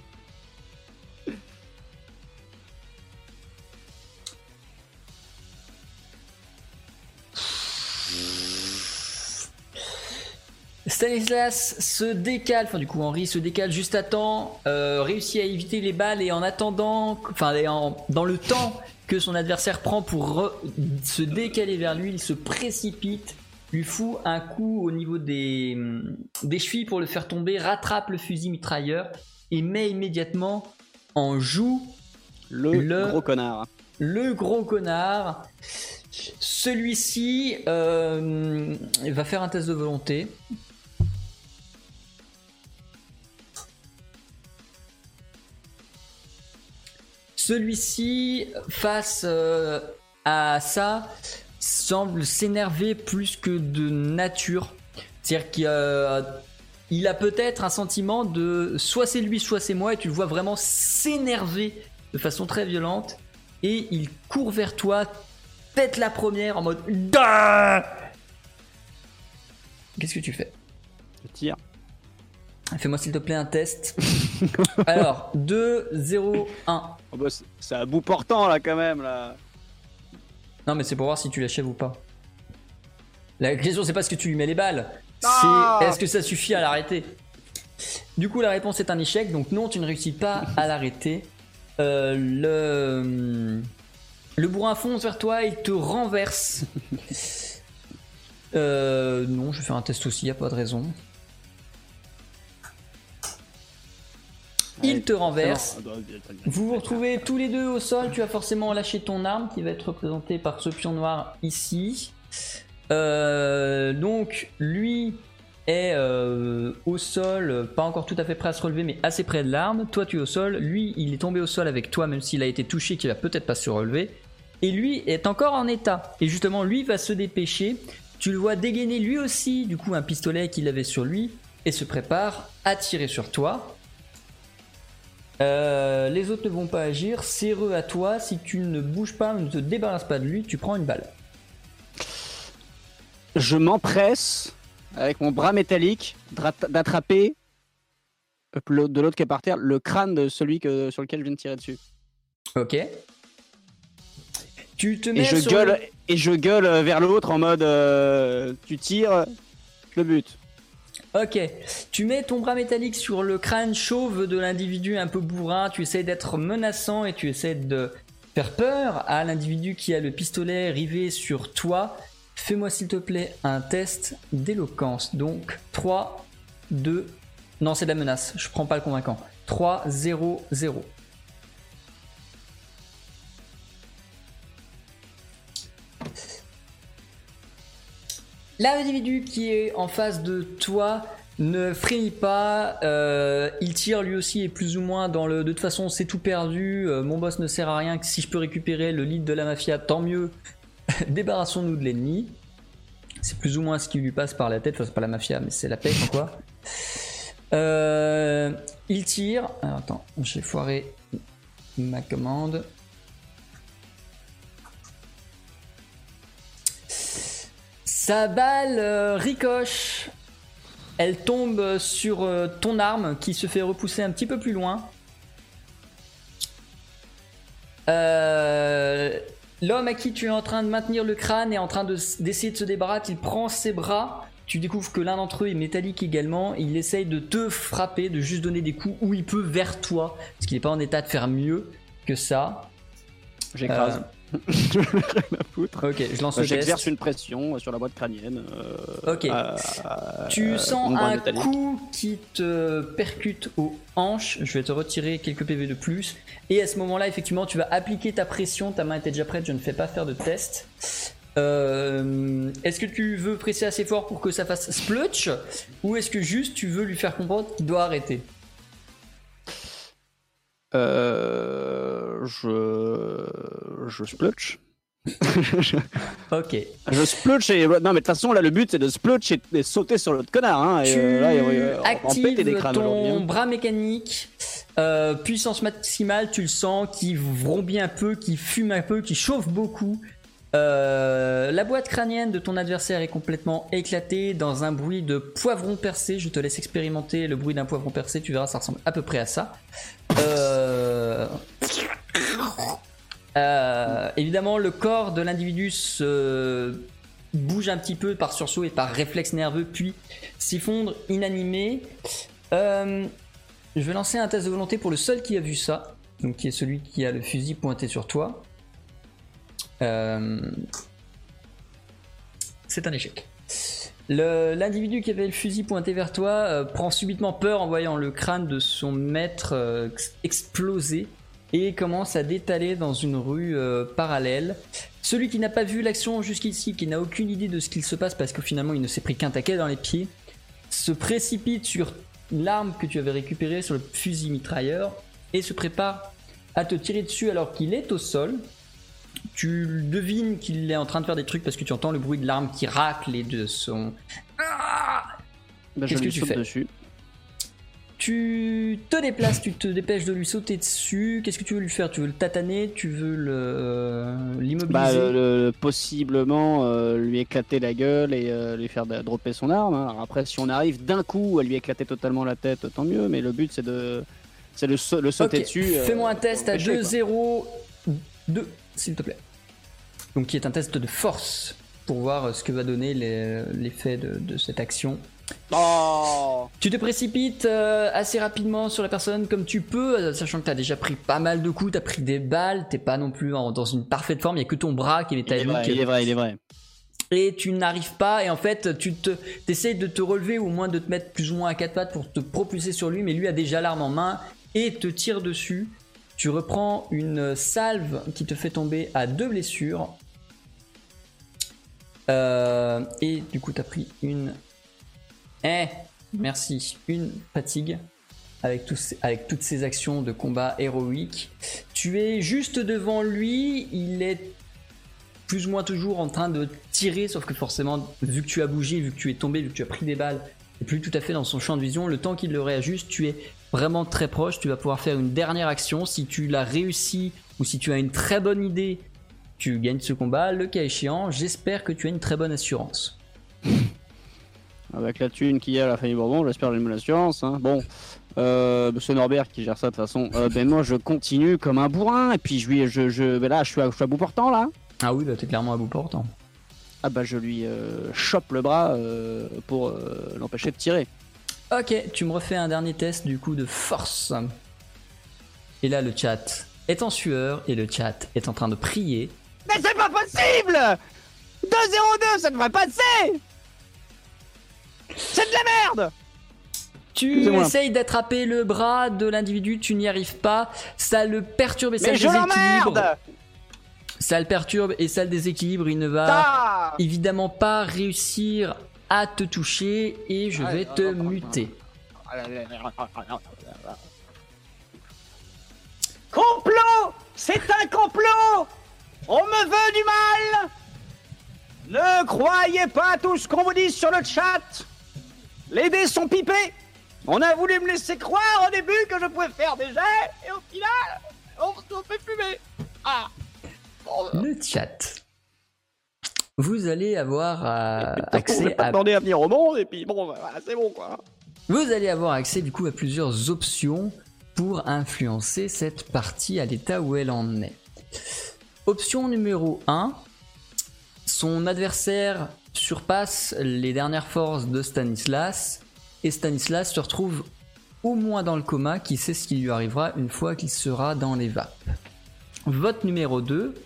Stanislas se décale, enfin du coup Henri se décale juste à temps, euh, réussit à éviter les balles et en attendant, enfin dans le temps que son adversaire prend pour re- se décaler vers lui, il se précipite, lui fout un coup au niveau des, des chevilles pour le faire tomber, rattrape le fusil mitrailleur et met immédiatement en joue le, le gros connard. Le gros connard. Celui-ci euh, va faire un test de volonté. Celui-ci, face euh, à ça, semble s'énerver plus que de nature. C'est-à-dire qu'il a, il a peut-être un sentiment de soit c'est lui, soit c'est moi, et tu le vois vraiment s'énerver de façon très violente. Et il court vers toi, pète la première en mode DAH. Qu'est-ce que tu fais? Je tire. Fais-moi s'il te plaît un test. Alors, deux, zéro, un. Oh bah, c'est- c'est à bout portant là quand même là. Non, mais c'est pour voir si tu l'achèves ou pas. La question, c'est pas ce que tu lui mets les balles. Ah C'est est-ce que ça suffit à l'arrêter. Du coup, la réponse est un échec. Donc non, tu ne réussis pas à l'arrêter. Euh, le... le bourrin fonce vers toi, il te renverse. Euh, non, je vais faire un test aussi, y a pas de raison. Il te renverse. Vous vous retrouvez tous les deux au sol. Tu vas forcément lâcher ton arme qui va être représentée par ce pion noir ici. Euh, donc lui est euh, au sol, pas encore tout à fait prêt à se relever, mais assez près de l'arme. Toi tu es au sol. Lui il est tombé au sol avec toi, même s'il a été touché, qu'il va peut-être pas se relever. Et lui est encore en état. Et justement lui va se dépêcher. Tu le vois dégainer lui aussi, du coup un pistolet qu'il avait sur lui, et se prépare à tirer sur toi. Euh, les autres ne vont pas agir, c'est re à toi. Si tu ne bouges pas, ne te débarrasses pas de lui, tu prends une balle. Je m'empresse avec mon bras métallique dra- d'attraper euh, de l'autre qui est par terre le crâne de celui que, sur lequel je viens de tirer dessus. Ok. Tu te mets Et je sur gueule le- et je gueule vers l'autre en mode euh, tu tires, je le bute. Ok. Tu mets ton bras métallique sur le crâne chauve de l'individu un peu bourrin. Tu essaies d'être menaçant et tu essaies de faire peur à l'individu qui a le pistolet rivé sur toi. Fais-moi s'il te plaît un test d'éloquence. Donc trois, deux... Non, c'est de la menace. Je prends pas le convaincant. trois, zéro, zéro. L'individu qui est en face de toi ne frémit pas, euh, il tire lui aussi et plus ou moins dans le... De toute façon c'est tout perdu, euh, mon boss ne sert à rien, que si je peux récupérer le lead de la mafia, tant mieux, débarrassons-nous de l'ennemi. C'est plus ou moins ce qui lui passe par la tête, enfin c'est pas la mafia mais c'est la paix quoi. Euh, il tire, alors, attends, j'ai foiré ma commande. Sa balle euh, ricoche, elle tombe sur euh, ton arme qui se fait repousser un petit peu plus loin. Euh, L'homme à qui tu es en train de maintenir le crâne est en train de, d'essayer de se débarrasser, il prend ses bras, tu découvres que l'un d'entre eux est métallique également, il essaye de te frapper, de juste donner des coups où il peut vers toi, parce qu'il n'est pas en état de faire mieux que ça. J'écrase. Euh, Je n'ai rien à foutre. Ok, je lance le test. J'exerce une pression sur la boîte crânienne. Euh, Ok. à- Tu à- sens mon bras un métallique. coup qui te percute aux hanches. Je vais te retirer quelques P V de plus. Et à ce moment-là, effectivement, tu vas appliquer ta pression. Ta main était déjà prête. Je ne fais pas faire de test. Euh, est-ce que tu veux presser assez fort pour que ça fasse splutch, ou est-ce que juste tu veux lui faire comprendre qu'il doit arrêter? Euh, je. Je splutch. Ok. Je splutch et. Non, mais de toute façon, là, le but c'est de splutch et de sauter sur l'autre connard. Hein, et, Tu euh, là, il va- on va en péter des actives crânes aujourd'hui, ton hein. bras mécanique, euh, puissance maximale, tu le sens, qui vrombit un peu, qui fume un peu, qui chauffe beaucoup. Euh, la boîte crânienne de ton adversaire est complètement éclatée dans un bruit de poivron percé. Je te laisse expérimenter le bruit d'un poivron percé, tu verras, ça ressemble à peu près à ça. Euh... Euh, évidemment, le corps de l'individu se bouge un petit peu par sursaut et par réflexe nerveux, puis s'effondre inanimé. Euh, je vais lancer un test de volonté pour le seul qui a vu ça, donc qui est celui qui a le fusil pointé sur toi. Euh, c'est un échec. Le- L'individu qui avait le fusil pointé vers toi euh, prend subitement peur en voyant le crâne de son maître euh, exploser et commence à détaler dans une rue euh, parallèle. Celui qui n'a pas vu l'action jusqu'ici, qui n'a aucune idée de ce qu'il se passe parce que finalement il ne s'est pris qu'un taquet dans les pieds, se précipite sur l'arme que tu avais récupérée, sur le fusil mitrailleur, et se prépare à te tirer dessus alors qu'il est au sol. Tu devines qu'il est en train de faire des trucs parce que tu entends le bruit de l'arme qui racle et de son... Ah Bah, je Qu'est-ce lui que tu saute fais? dessus. Tu te déplaces, tu te dépêches de lui sauter dessus. Qu'est-ce que tu veux lui faire? Tu veux le tataner? Tu veux le euh, l'immobiliser? Bah, le, le- possiblement euh, lui éclater la gueule et euh, lui faire de- dropper son arme. hein. Alors après, si on arrive d'un coup à lui éclater totalement la tête, tant mieux. Mais le but, c'est de, c'est le, sa- le sauter Ok, dessus. euh, fais-moi un pour test à l'empêcher, deux quoi. zéro deux, s'il te plaît. Donc, qui est un test de force pour voir ce que va donner les- l'effet de, de cette action. Oh Tu te précipites euh, assez rapidement sur la personne comme tu peux, euh, sachant que t'as déjà pris pas mal de coups, t'as pris des balles, t'es pas non plus en- dans une parfaite forme, il y a que ton bras qui est il est, vrai, métallique. il est vrai, il est vrai. Et tu n'arrives pas, et en fait tu te essayes de te relever ou au moins de te mettre plus ou moins à quatre pattes pour te propulser sur lui, mais lui a déjà l'arme en main et te tire dessus. Tu reprends une salve qui te fait tomber à deux blessures. Euh, et du coup t'as pris une... Eh, merci, une fatigue. Avec, tous ces- avec toutes ces actions de combat héroïques. Tu es juste devant lui, il est plus ou moins toujours en train de tirer, sauf que forcément, vu que tu as bougé, vu que tu es tombé, vu que tu as pris des balles, et plus tout à fait dans son champ de vision, le temps qu'il le réajuste, tu es vraiment très proche, tu vas pouvoir faire une dernière action. Si tu l'as réussi, ou si tu as une très bonne idée, tu gagnes ce combat. Le cas échéant, j'espère que tu as une très bonne assurance. Avec la thune qu'il y a à la famille Bourbon, j'espère j'ai une bonne assurance. Hein. Bon, euh, monsieur Norbert qui gère ça de toute façon. Euh, ben moi je continue comme un bourrin et puis je lui, je, je, ben là je suis à, je suis à bout portant là. Ah oui, bah t'es clairement à bout portant. Ah bah je lui euh, chope le bras euh, pour euh, l'empêcher de tirer. Ok, tu me refais un dernier test du coup de force. Et là, le chat est en sueur et le chat est en train de prier. Mais c'est pas possible. deux zéro deux, ça devrait passer. C'est de la merde. Tu Excusez-moi. essayes d'attraper le bras de l'individu, tu n'y arrives pas. Ça le perturbe et ça Mais le je déséquilibre. l'emmerde. Ça le perturbe et ça le déséquilibre. Il ne va Ah évidemment pas réussir à te toucher et je vais te muter. Complot. C'est un complot. On me veut du mal. Ne croyez pas tout ce qu'on vous dit sur le chat. Les dés sont pipés. On a voulu me laisser croire au début que je pouvais faire des jets, et au final, on se fait fumer. Ah. Le chat. Vous allez avoir euh, On accès pas à demandé à venir au monde, et puis bon, voilà, c'est bon quoi. Vous allez avoir accès du coup à plusieurs options pour influencer cette partie à l'état où elle en est. Option numéro un, son adversaire surpasse les dernières forces de Stanislas et Stanislas se retrouve au moins dans le coma, qui sait ce qui lui arrivera une fois qu'il sera dans les vapes. Vote numéro deux,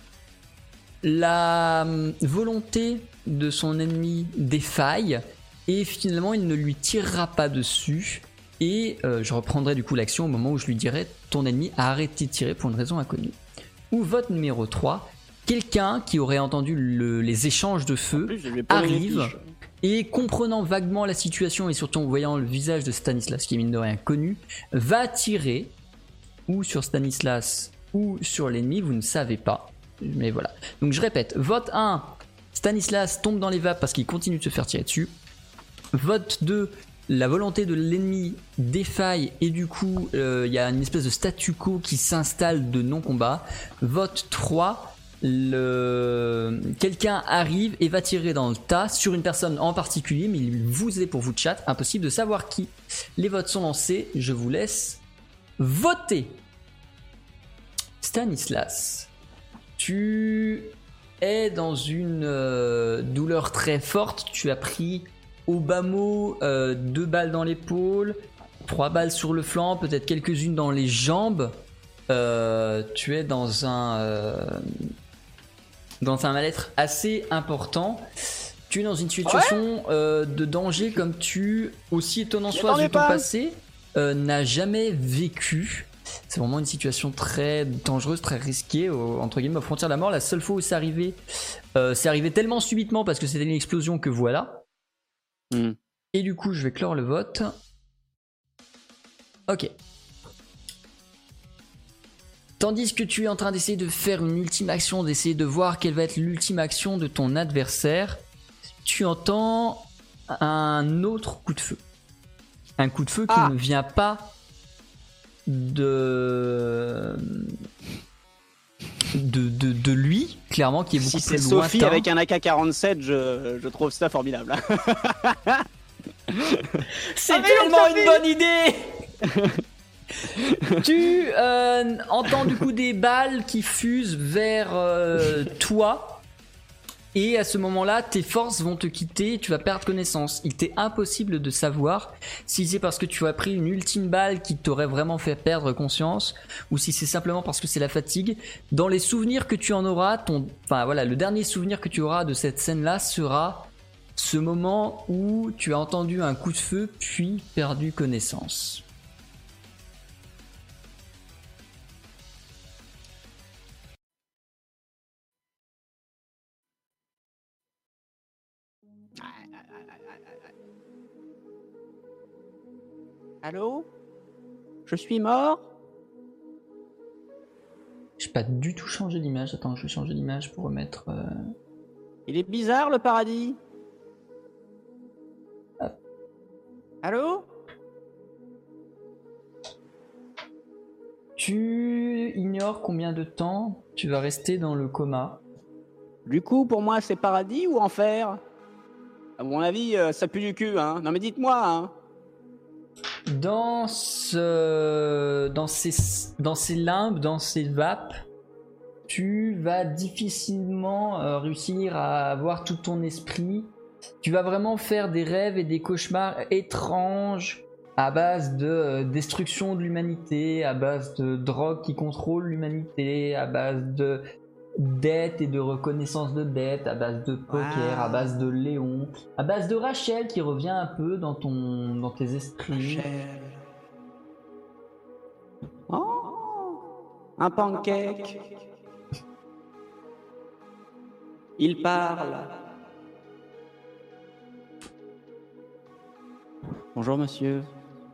la volonté de son ennemi défaille et finalement il ne lui tirera pas dessus et euh, je reprendrai du coup l'action au moment où je lui dirai ton ennemi a arrêté de tirer pour une raison inconnue. Ou vote numéro trois, quelqu'un qui aurait entendu le- les échanges de feu Plus, je lui ai pas donné arrive fiche. et comprenant vaguement la situation et surtout en voyant le visage de Stanislas qui est mine de rien connu, va tirer ou sur Stanislas ou sur l'ennemi, vous ne savez pas. Mais voilà. Donc je répète, vote un, Stanislas tombe dans les vapes parce qu'il continue de se faire tirer dessus. Vote deux, la volonté de l'ennemi défaille et du coup il euh, y a une espèce de statu quo qui s'installe de non-combat. Vote trois, le... quelqu'un arrive et va tirer dans le tas sur une personne en particulier, mais il vous est pour vous de chat, impossible de savoir qui. Les votes sont lancés, je vous laisse voter. Stanislas, tu es dans une euh, douleur très forte, tu as pris au bas mot euh, deux balles dans l'épaule, trois balles sur le flanc, peut-être quelques-unes dans les jambes. Euh, tu es dans un euh, dans un mal-être assez important. Tu es dans une situation euh, de danger comme tu, aussi étonnant soit attendais vu ton pas. passé, euh, n'as jamais vécu. C'est vraiment une situation très dangereuse, très risquée, au- entre guillemets, aux frontières de la mort. La seule fois où c'est arrivé, euh, c'est arrivé tellement subitement parce que c'était une explosion que voilà. Hmm. Et du coup, je vais clore le vote. Ok. Tandis que tu es en train d'essayer de faire une ultime action, d'essayer de voir quelle va être l'ultime action de ton adversaire, tu entends un autre coup de feu. Un coup de feu qui Ah. ne vient pas de... de de de lui, clairement, qui est beaucoup Si plus c'est lointain. Sophie avec un A K quarante-sept, je, je trouve ça formidable. C'est Ah, mais tellement non, une Sophie bonne idée. Tu euh, entends du coup des balles qui fusent vers euh, toi, et à ce moment-là, tes forces vont te quitter et tu vas perdre connaissance. Il t'est impossible de savoir si c'est parce que tu as pris une ultime balle qui t'aurait vraiment fait perdre conscience, ou si c'est simplement parce que c'est la fatigue. Dans les souvenirs que tu en auras, ton, enfin voilà, le dernier souvenir que tu auras de cette scène-là sera ce moment où tu as entendu un coup de feu puis perdu connaissance. Allô? Je suis mort? J'ai pas du tout changé d'image. Attends, je vais changer d'image pour remettre. Euh... Il est bizarre le paradis. Hop. Allô? Tu ignores combien de temps tu vas rester dans le coma. Du coup, pour moi, c'est paradis ou enfer? À mon avis, euh, ça pue du cul, hein. Non mais dites-moi, hein. Dans ce, dans ces, dans ces limbes, dans ces vapes, tu vas difficilement euh, réussir à avoir tout ton esprit. Tu vas vraiment faire des rêves et des cauchemars étranges à base de euh, destruction de l'humanité, à base de drogue qui contrôle l'humanité, à base de dettes et de reconnaissance de dettes, à base de poker, Wow. à base de Léon, à base de Rachel qui revient un peu dans, ton, dans tes esprits. Rachel. Oh, un pancake. Il parle. Bonjour monsieur.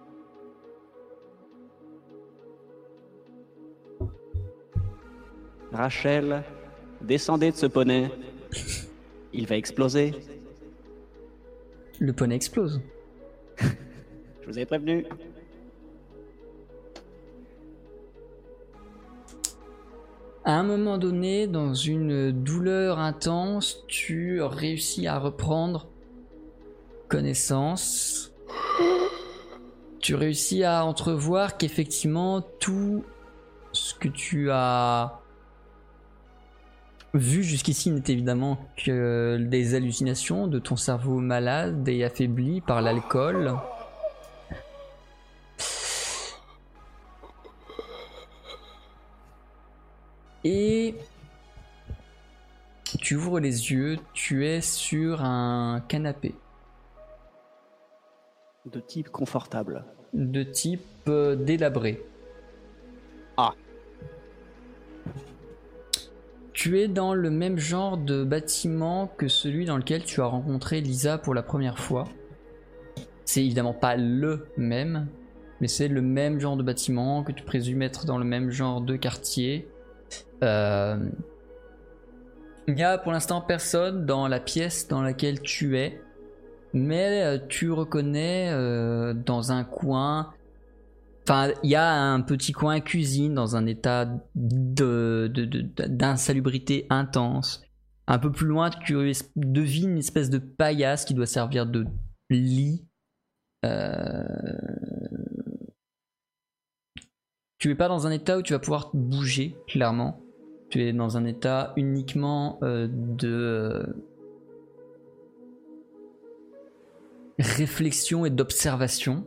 Rachel, descendez de ce poney. Il va exploser. Le poney explose. Je vous avais prévenu. À un moment donné, dans une douleur intense, tu réussis à reprendre connaissance. Tu réussis à entrevoir qu'effectivement tout ce que tu as vu jusqu'ici n'est évidemment que des hallucinations de ton cerveau malade et affaibli par l'alcool. Et tu ouvres les yeux, tu es sur un canapé. De type confortable. De type euh, délabré. Ah. Tu es dans le même genre de bâtiment que celui dans lequel tu as rencontré Lisa pour la première fois. C'est évidemment pas le même, mais c'est le même genre de bâtiment que tu présumes être dans le même genre de quartier. Euh... Il n'y a pour l'instant personne dans la pièce dans laquelle tu es, mais euh, tu reconnais euh, dans un coin... Enfin, il y a un petit coin cuisine dans un état de, de, de, d'insalubrité intense. Un peu plus loin, tu devines une espèce de paillasse qui doit servir de lit. Euh... Tu es pas dans un état où tu vas pouvoir bouger, clairement. Tu es dans un état uniquement euh, de euh, réflexion et d'observation.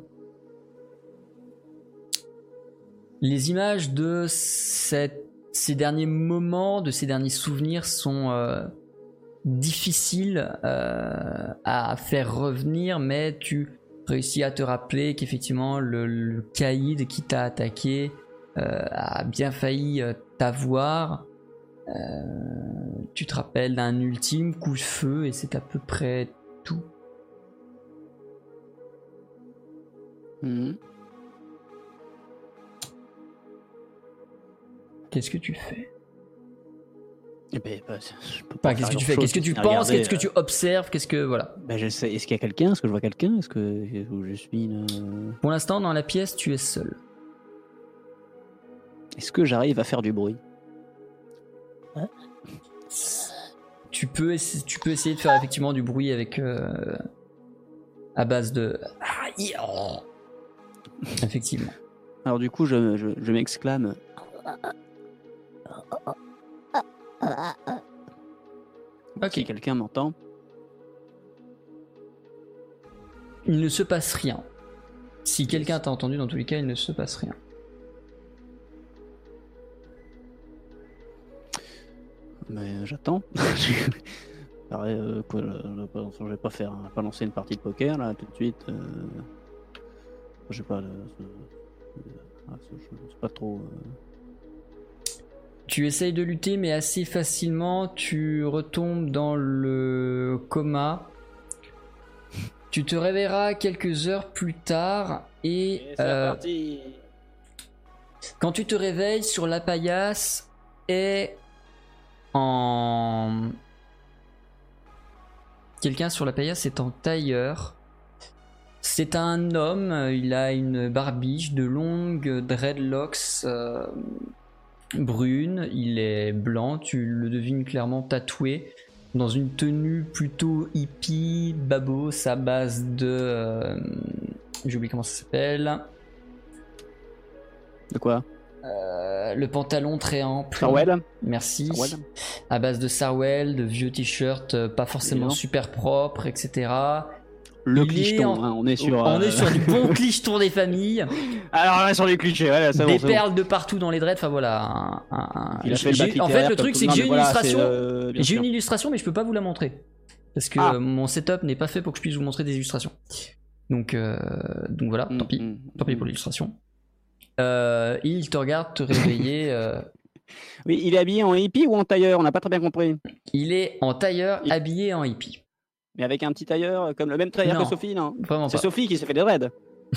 Les images de cette, ces derniers moments, de ces derniers souvenirs sont euh, difficiles euh, à faire revenir, mais tu réussis à te rappeler qu'effectivement le, le caïd qui t'a attaqué euh, a bien failli euh, t'avoir. Euh, tu te rappelles d'un ultime coup de feu et c'est à peu près tout. Mmh. Qu'est-ce que tu fais? Eh ben, bah, je peux pas Enfin, qu'est-ce que faire tu fais? grand-chose Qu'est-ce que tu si penses? regarder, Qu'est-ce que euh, tu observes? Qu'est-ce que voilà. Bah, je sais. Est-ce qu'il y a quelqu'un? Est-ce que je vois quelqu'un? Est-ce que où je suis là? Pour l'instant, dans la pièce, tu es seul. Est-ce que j'arrive à faire du bruit? Tu peux, essa- tu peux essayer de faire effectivement du bruit avec euh, à base de. Ah, yeah. Effectivement. Alors du coup, je, je, je m'exclame. Ok. Si quelqu'un m'entend. Il ne se passe rien. Si quelqu'un t'a entendu, dans tous les cas, il ne se passe rien. Mais j'attends. Pareil, euh, quoi, je, je, je vais pas faire, je vais pas lancer une partie de poker là tout de suite. Euh... Je sais pas. Euh, euh, je, je sais pas trop. Euh... Tu essayes de lutter, mais assez facilement, tu retombes dans le coma. Tu te réveilleras quelques heures plus tard et, Et c'est euh, parti. quand tu te réveilles, sur la paillasse est en... Quelqu'un sur la paillasse est en tailleur. C'est un homme, il a une barbiche, de longues dreadlocks euh, brunes, il est blanc, tu le devines clairement tatoué, dans une tenue plutôt hippie, babos, à base de... Euh, j'oublie comment ça s'appelle. De quoi? Euh, le pantalon très ample. Sarwell. Merci. Sarwell. À base de Sarwell, de vieux t-shirts euh, pas forcément Évidemment. super propres, et cetera. Le Il clicheton, est en- hein, on est sur. On euh, est sur du bon clicheton des familles, Alors on est sur les clichés, ouais, c'est bon, des c'est bon. perles de partout dans les dreads. Enfin voilà. un- un- Il a fait le j'ai- bac en fait, littéraire le comme truc tout c'est que monde, j'ai mais une voilà, illustration. c'est, euh, bien J'ai sûr. une illustration, mais je peux pas vous la montrer parce que Ah. euh, mon setup n'est pas fait pour que je puisse vous montrer des illustrations. Donc, euh, donc voilà. Mm, Tant pis. mm, Tant pis mm. pour l'illustration. Euh, et il te regarde te réveiller. euh, Oui, il est habillé en hippie ou en tailleur? On n'a pas très bien compris. il est en tailleur, Il- habillé en hippie. Mais avec un petit tailleur, comme le même tailleur Non. que Sophie, non? Vraiment C'est pas. Sophie qui s'est fait des dreads.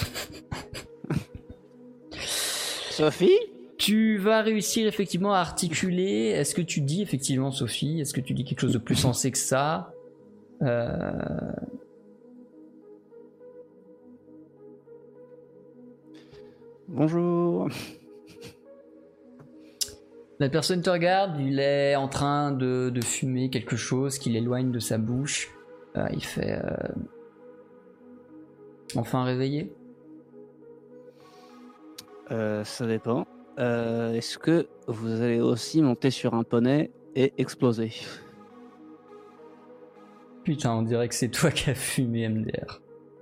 Sophie? Tu vas réussir effectivement à articuler. Est-ce que tu dis effectivement Sophie? Est-ce que tu dis quelque chose de plus sensé que ça? Euh, Bonjour. La personne te regarde, il est en train de, de fumer quelque chose qui l'éloigne de sa bouche. Euh, il fait... euh, Enfin réveillé? Euh, ça dépend. Euh, Est-ce que vous allez aussi monter sur un poney et exploser? Putain, on dirait que c'est toi qui as fumé M D R.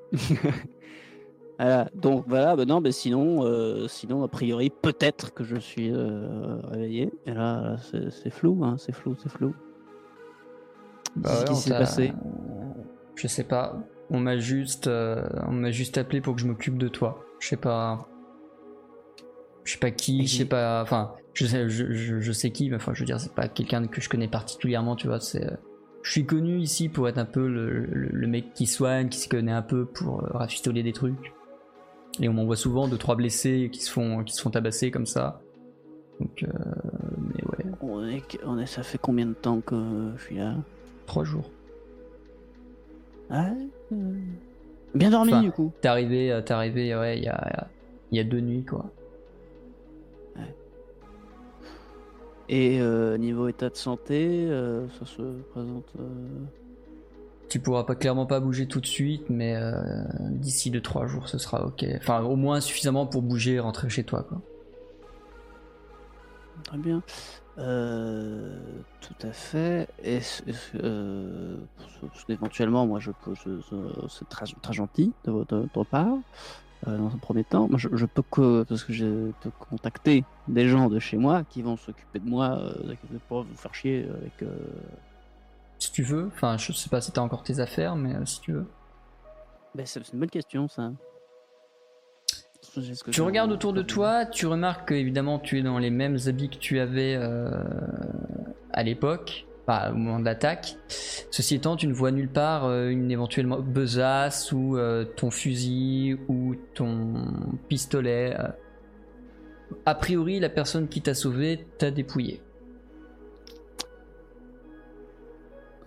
Voilà, donc voilà, bah non, mais sinon, euh, sinon, a priori, peut-être que je suis euh, réveillé. Et là, là, c'est c'est flou, hein, c'est flou, c'est flou. Bah Qu'est-ce ouais, qui on s'est t'a- passé? Je sais pas. On m'a juste, euh, on m'a juste appelé pour que je m'occupe de toi. Je sais pas. Je sais pas qui, je sais pas. Enfin, je sais, je, je, je sais qui, mais enfin, je veux dire, c'est pas quelqu'un que je connais particulièrement, tu vois. C'est, euh, je suis connu ici pour être un peu le, le, le mec qui soigne, qui se connaît un peu pour euh, rafistoler des trucs. Et on m'envoie souvent deux trois blessés qui se font, qui se font tabasser comme ça. Donc, euh, mais ouais, On est, on est, ça fait combien de temps que je suis là? trois jours. Ah, euh, bien dormi Enfin, du coup. T'es arrivé, euh, t'es arrivé, ouais, il y a, il y a deux nuits, quoi. Et euh, niveau état de santé, euh, ça se présente. euh, Tu pourras pas clairement pas bouger tout de suite, mais euh, d'ici deux trois jours, ce sera ok. Enfin, au moins suffisamment pour bouger et rentrer chez toi, quoi. Très bien. Euh, tout à fait. Et euh, éventuellement, moi, je peux. je- je- C'est très, très gentil de votre, de votre part. Euh, dans un premier temps, moi, je, je peux que parce que je peux contacter des gens de chez moi qui vont s'occuper de moi, euh, pour vous faire chier avec. Euh... Si tu veux. Enfin, je sais pas si t'as encore tes affaires, mais euh, si tu veux. Ben, c'est c'est une bonne question, ça. Ce que Tu je- regardes autour de toi, tu remarques que évidemment tu es dans les mêmes habits que tu avais euh, à l'époque, enfin, au moment de l'attaque. Ceci étant, tu ne vois nulle part euh, une éventuellement besace ou euh, ton fusil ou ton pistolet. euh. A priori, la personne qui t'a sauvé t'a dépouillé.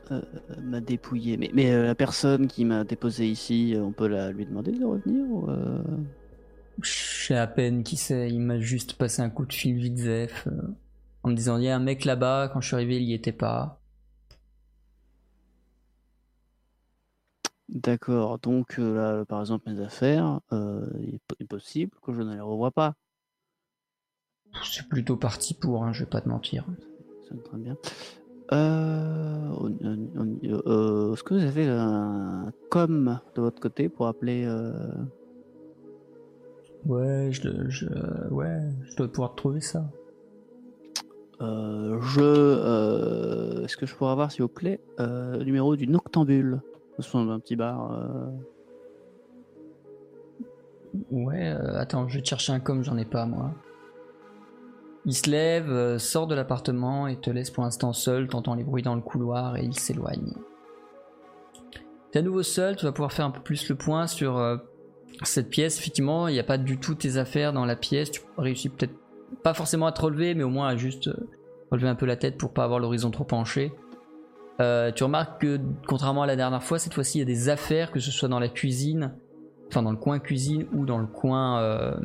euh, m'a dépouillé. Mais, mais euh, la personne qui m'a déposé ici, on peut la, lui demander de revenir ou, euh... Je sais à peine qui c'est, il m'a juste passé un coup de fil vite zef, euh, en me disant il y a un mec là-bas, quand je suis arrivé il y était pas. D'accord, donc euh, là, par exemple, mes affaires, euh, il est possible que je ne les revoie pas. C'est plutôt parti pour, hein, je vais pas te mentir. Ça me très bien. Euh, on, on, on, euh, est-ce que vous avez un com de votre côté pour appeler euh... Ouais, je, je, ouais, je dois pouvoir trouver ça. Euh, je, euh, est-ce que je pourrais avoir, s'il vous plaît, euh, le numéro du Noctambule, son un petit bar. Euh... Ouais, euh, attends, je vais te chercher un com, j'en ai pas moi. Il se lève, euh, sort de l'appartement et te laisse pour l'instant seul, t'entends les bruits dans le couloir et il s'éloigne. T'es à nouveau seul, tu vas pouvoir faire un peu plus le point sur euh, cette pièce. Effectivement, il n'y a pas du tout tes affaires dans la pièce, tu réussis peut-être pas forcément à te relever, mais au moins à juste euh, relever un peu la tête pour pas avoir l'horizon trop penché. Euh, tu remarques que contrairement à la dernière fois, cette fois-ci il y a des affaires, que ce soit dans la cuisine, enfin dans le coin cuisine ou dans le coin euh,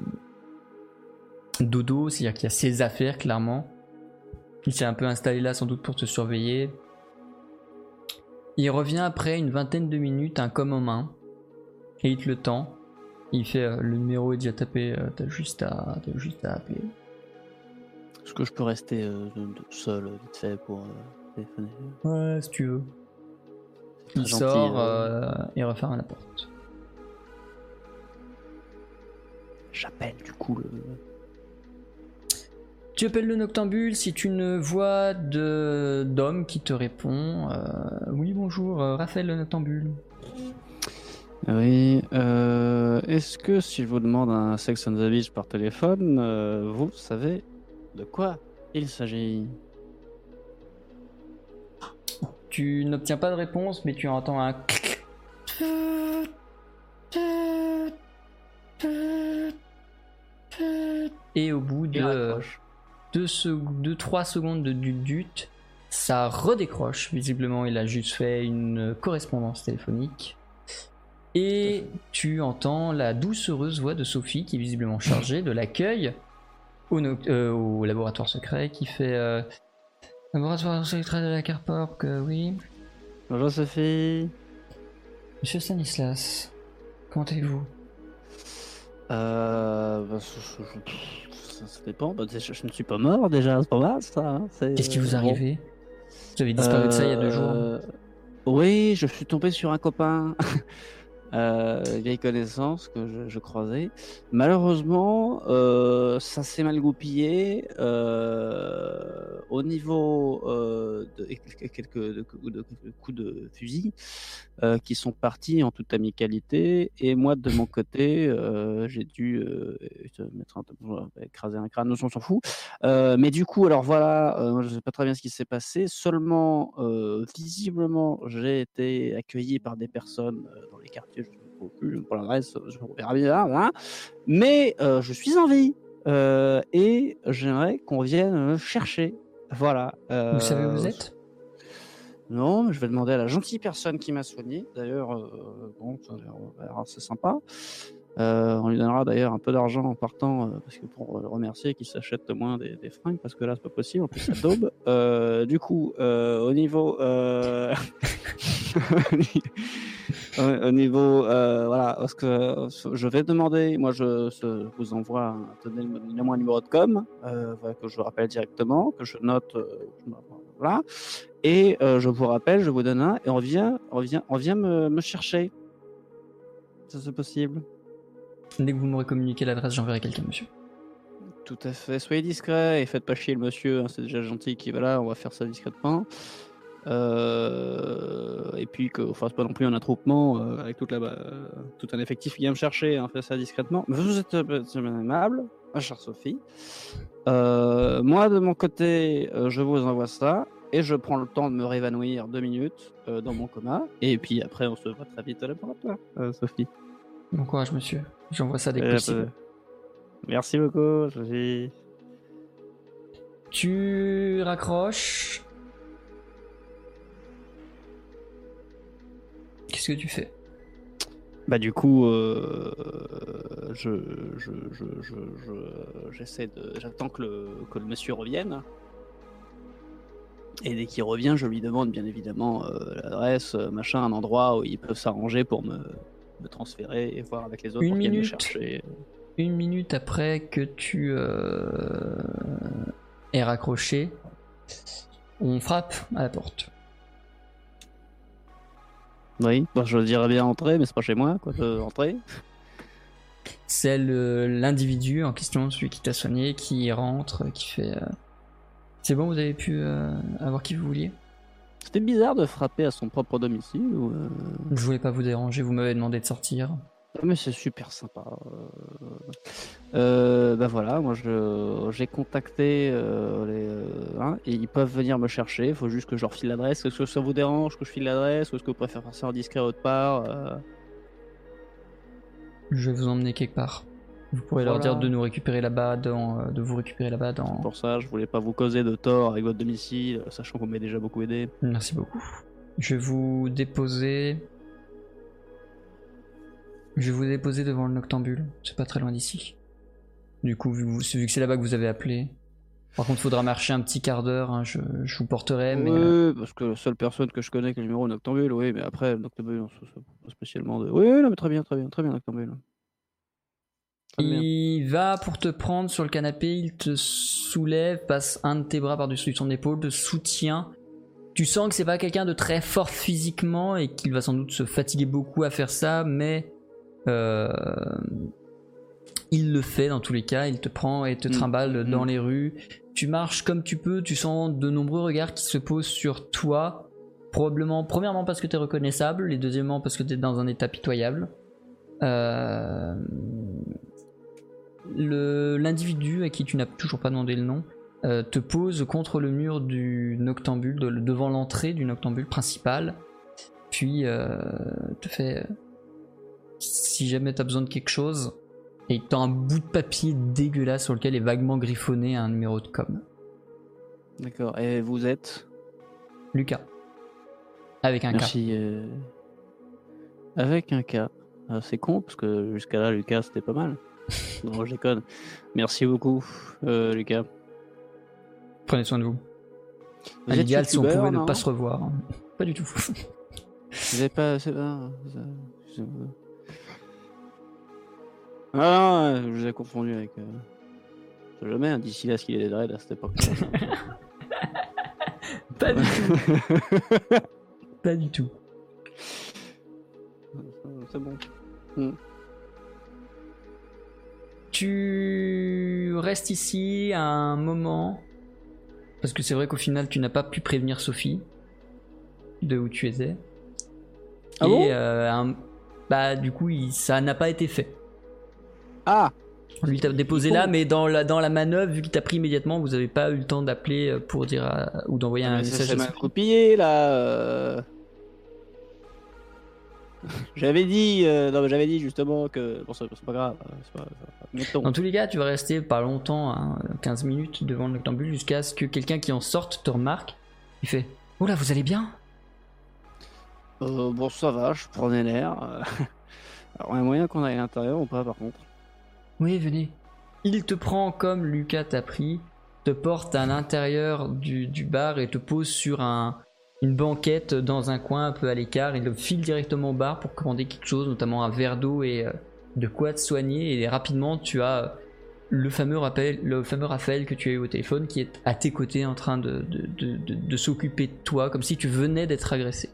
dodo, c'est-à-dire qu'il y a ses affaires clairement. Il s'est un peu installé là sans doute pour te surveiller. Il revient après une vingtaine de minutes, un com en main, et il te le tend. Il fait euh, le numéro est déjà tapé, euh, t'as juste à, t'as juste à appeler. Est-ce que je peux rester euh, seul vite fait pour euh, téléphoner? Ouais, si tu veux. Il gentil, sort euh... euh, et referme la porte. J'appelle du coup le... Tu appelles le Noctambule, c'est une voix de d'homme qui te répond. Euh, oui, bonjour, euh, Raphaël le Noctambule. Oui, euh, est-ce que si je vous demande un Sex on the Beach par téléphone, euh, vous savez de quoi il s'agit? Tu n'obtiens pas de réponse, mais tu entends un clic. Et au bout de deux trois secondes de dut, ça redécroche. Visiblement, il a juste fait une correspondance téléphonique. Et tu entends la douce heureuse voix de Sophie, qui est visiblement chargée de l'accueil au, no- euh, au laboratoire secret, qui fait euh, laboratoire secret de la Carport, que oui. Bonjour Sophie. Monsieur Stanislas, comment allez-vous? Euh, bah, je- je- ça, ça dépend. Bah, je, je ne suis pas mort déjà, c'est pas mal ça. Hein. C'est, Qu'est-ce qui vous est euh, bon. arrivé? Vous avez disparu de ça il y a deux jours. Euh, Oui, je suis tombé sur un copain, euh, vieille connaissance que je, je croisais. Malheureusement, euh, ça s'est mal goupillé. Euh, au niveau euh, de quelques, de, de- de coups de fusil euh, qui sont partis en toute amicalité. Et moi, de mon côté, euh, j'ai dû euh, mettre un, écraser un crâne, on s'en fout. Euh, mais du coup, alors voilà, euh, moi, je ne sais pas très bien ce qui s'est passé. Seulement, euh, visiblement, j'ai été accueilli par des personnes euh, dans les quartiers. Je ne sais plus pour l'adresse, je verrai bien. Hein, mais euh, je suis en vie euh, et j'aimerais qu'on vienne me chercher. Voilà. Euh, Vous savez où vous êtes? Non, mais je vais demander à la gentille personne qui m'a soigné. D'ailleurs, euh, bon, ça a l'air assez sympa. Euh, on lui donnera d'ailleurs un peu d'argent en partant, euh, parce que pour le remercier qu'il s'achète au moins des, des fringues, parce que là, c'est pas possible. En plus, ça daube. Euh, du coup, euh, au niveau, euh... au niveau, euh, voilà, parce que je vais demander. Moi, je, je vous envoie, donnez-moi un numéro de com, euh, voilà, que je vous rappelle directement, que je note, euh, voilà. Et euh, je vous rappelle, je vous donne un, et on vient, on vient, on vient me, me chercher. Ça, c'est possible. Dès que vous m'aurez communiqué l'adresse, j'enverrai quelqu'un, monsieur. Tout à fait. Soyez discret et faites pas chier le monsieur. Hein, c'est déjà gentil qui va là. On va faire ça discrètement. Euh, et puis qu'on fasse pas non plus un attroupement euh, avec toute la, euh, tout un effectif qui vient me chercher. Hein, faites ça discrètement. Mais vous êtes euh, aimable, ma chère Sophie. Euh, moi, de mon côté, euh, je vous envoie ça. Et je prends le temps de me réévanouir deux minutes euh, dans mon coma. Et puis après, on se voit très vite à laboratoire, euh, Sophie. Bon courage, monsieur. J'envoie ça dès que Euh, possible. euh, merci beaucoup, Sophie. Tu raccroches. qu'est-ce que tu fais? Bah du coup, euh, je, je, je, je, je- j'essaie de, j'attends que le, que le monsieur revienne. Et dès qu'il revient, je lui demande bien évidemment euh, l'adresse, euh, machin, un endroit où ils peuvent s'arranger pour me, me transférer et voir avec les autres Une pour qu'ils viennent me minute. chercher. Une minute après que tu euh, aies raccroché, on frappe à la porte. Oui, bah, je dirais bien entrer, mais c'est pas chez moi, quoi, de entrer. C'est le- l'individu en question, celui qui t'a soigné, qui rentre, qui fait... euh, C'est bon, vous avez pu euh, avoir qui vous vouliez? C'était bizarre de frapper à son propre domicile. Ou, euh, Je voulais pas vous déranger, vous m'avez demandé de sortir. Mais c'est super sympa. Euh, euh, bah voilà, moi je j'ai contacté euh, les, euh, hein, et ils peuvent venir me chercher. Il faut juste que je leur file l'adresse. Est-ce que ça vous dérange que je file l'adresse ou est-ce que vous préférez faire ça en discret autre part euh, Je vais vous emmener quelque part. Vous pourrez leur Voilà. dire de nous récupérer là-bas, dans- de vous récupérer là-bas dans... Pour ça, je voulais pas vous causer de tort avec votre domicile, sachant qu'on m'avez déjà beaucoup aidé. Merci beaucoup. Je vais vous déposer... Je vais vous déposer devant le Noctambule. C'est pas très loin d'ici. Du coup, vu, vu que c'est là-bas que vous avez appelé. Par contre, faudra marcher un petit quart d'heure. Hein, je, je vous porterai, mais... Oui, euh, parce que la seule personne que je connais qui a le numéro Noctambule, oui, mais après, le Noctambule, on se se- pas spécialement de. Oui, oui, non, mais très bien, très bien, très bien, Noctambule. Très bien. Il va pour te prendre sur le canapé, il te soulève, passe un de tes bras par-dessus son épaule, te soutient. Tu sens que c'est pas quelqu'un de très fort physiquement et qu'il va sans doute se fatiguer beaucoup à faire ça, mais euh, il le fait dans tous les cas. Il te prend et te Mmh. trimballe Mmh. dans les rues. Tu marches comme tu peux, tu sens de nombreux regards qui se posent sur toi. Probablement, premièrement parce que tu es reconnaissable, et deuxièmement parce que tu es dans un état pitoyable. Euh... Le, l'individu à qui tu n'as toujours pas demandé le nom euh, te pose contre le mur du noctambule, de- devant l'entrée du noctambule principal, puis euh, te fait euh, si jamais tu as besoin de quelque chose, et il tend un bout de papier dégueulasse sur lequel est vaguement griffonné un numéro de com. D'accord. Et vous êtes Lucas. Avec un K. Merci. euh, Avec un K. Ah, c'est con parce que jusqu'à là, Lucas, c'était pas mal. Non, je déconne. Merci beaucoup, euh, Lucas. Prenez soin de vous. Vous À êtes l'idéal, si on youtubeur, pouvait ne non pas se revoir. hein. Pas du tout. Vous avez pas. C'est pas. ça- je- Ah, non, je vous ai confondu avec. Euh... je sais jamais, hein, d'ici là, ce qu'il est des dreads à cette époque. Pas du tout. Pas du tout. C'est bon. Tu restes ici un moment, parce que c'est vrai qu'au final tu n'as pas pu prévenir Sophie de où tu étais. Ah et bon euh, un- bah du coup il- ça n'a pas été fait. Ah Lui t'a déposé Bon. là, mais dans la, dans la manœuvre, vu qu'il t'a pris immédiatement, vous n'avez pas eu le temps d'appeler pour dire à- ou d'envoyer un mais ça, message c'est à mal Sophie. copié là. euh. J'avais dit, euh, non mais j'avais dit justement que bon c'est c'est pas grave, euh, c'est pas, c'est pas- mettons. Dans tous les cas, tu vas rester pas longtemps, hein, quinze minutes devant le noctambule, jusqu'à ce que quelqu'un qui en sorte te remarque. Il fait « Oh là, vous allez bien ?» Euh, bon ça va, je prenais l'air. euh. Alors il y a moyen qu'on aille à l'intérieur ou pas par contre. Oui, venez. Il te prend comme Lucas t'a pris, te porte à l'intérieur du, du bar et te pose sur un, une banquette dans un coin un peu à l'écart. Il le file directement au bar pour commander quelque chose, notamment un verre d'eau et euh, de quoi te soigner. Et rapidement, tu as euh, le fameux, rappel, le fameux Raphaël que tu as eu au téléphone qui est à tes côtés en train de, de, de, de, de s'occuper de toi, comme si tu venais d'être agressé.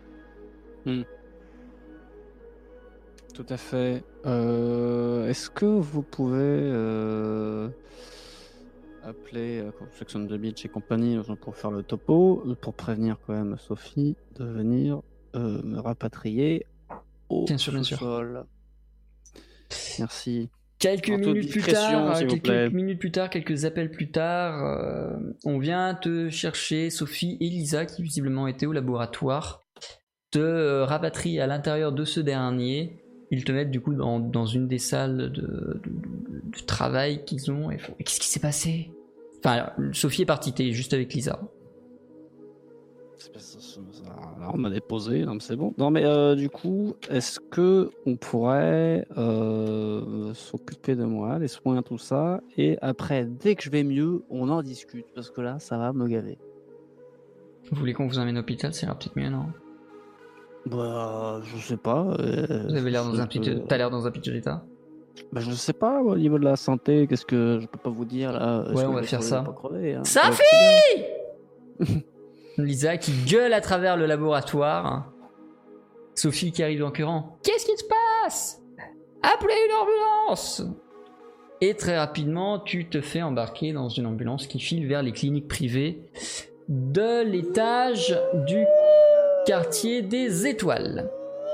Tout à fait. Euh, Est-ce que vous pouvez euh, appeler euh, Section de Beach et compagnie euh, pour faire le topo, euh, pour prévenir quand même Sophie de venir euh, me rapatrier au Bien sûr, bien sûr. sous-sol. Merci. Quelques En toute minutes plus discrétion, tard, s'il vous quelques plaît. minutes plus tard, quelques appels plus tard, euh, on vient te chercher Sophie et Lisa qui visiblement étaient au laboratoire, te euh, rapatrient à l'intérieur de ce dernier. Ils te mettent du coup dans, dans une des salles de, de, de- de travail qu'ils ont et font, qu'est-ce qui s'est passé? Enfin, alors, Sophie est partie, t'es juste avec Lisa. Alors, on m'a déposé, non, mais c'est bon. Non, mais euh, du coup, est-ce que on pourrait euh, s'occuper de moi, les soins, tout ça, et après, dès que je vais mieux, on en discute, parce que là, ça va me gaver. Vous voulez qu'on vous emmène à l'hôpital? Ça ira peut-être mieux, non? Bah, je sais pas. Euh, Vous avez l'air dans un peux... piteux... T'as l'air dans un piteux état? Bah, je sais pas, au niveau de la santé, qu'est-ce que je peux pas vous dire là? Ouais, on va faire ça. Crever, hein. Sophie! Lisa qui gueule à travers le laboratoire. Sophie qui arrive en courant. Qu'est-ce qui se passe? Appelez une ambulance! Et très rapidement, tu te fais embarquer dans une ambulance qui file vers les cliniques privées de l'étage du quartier des Étoiles.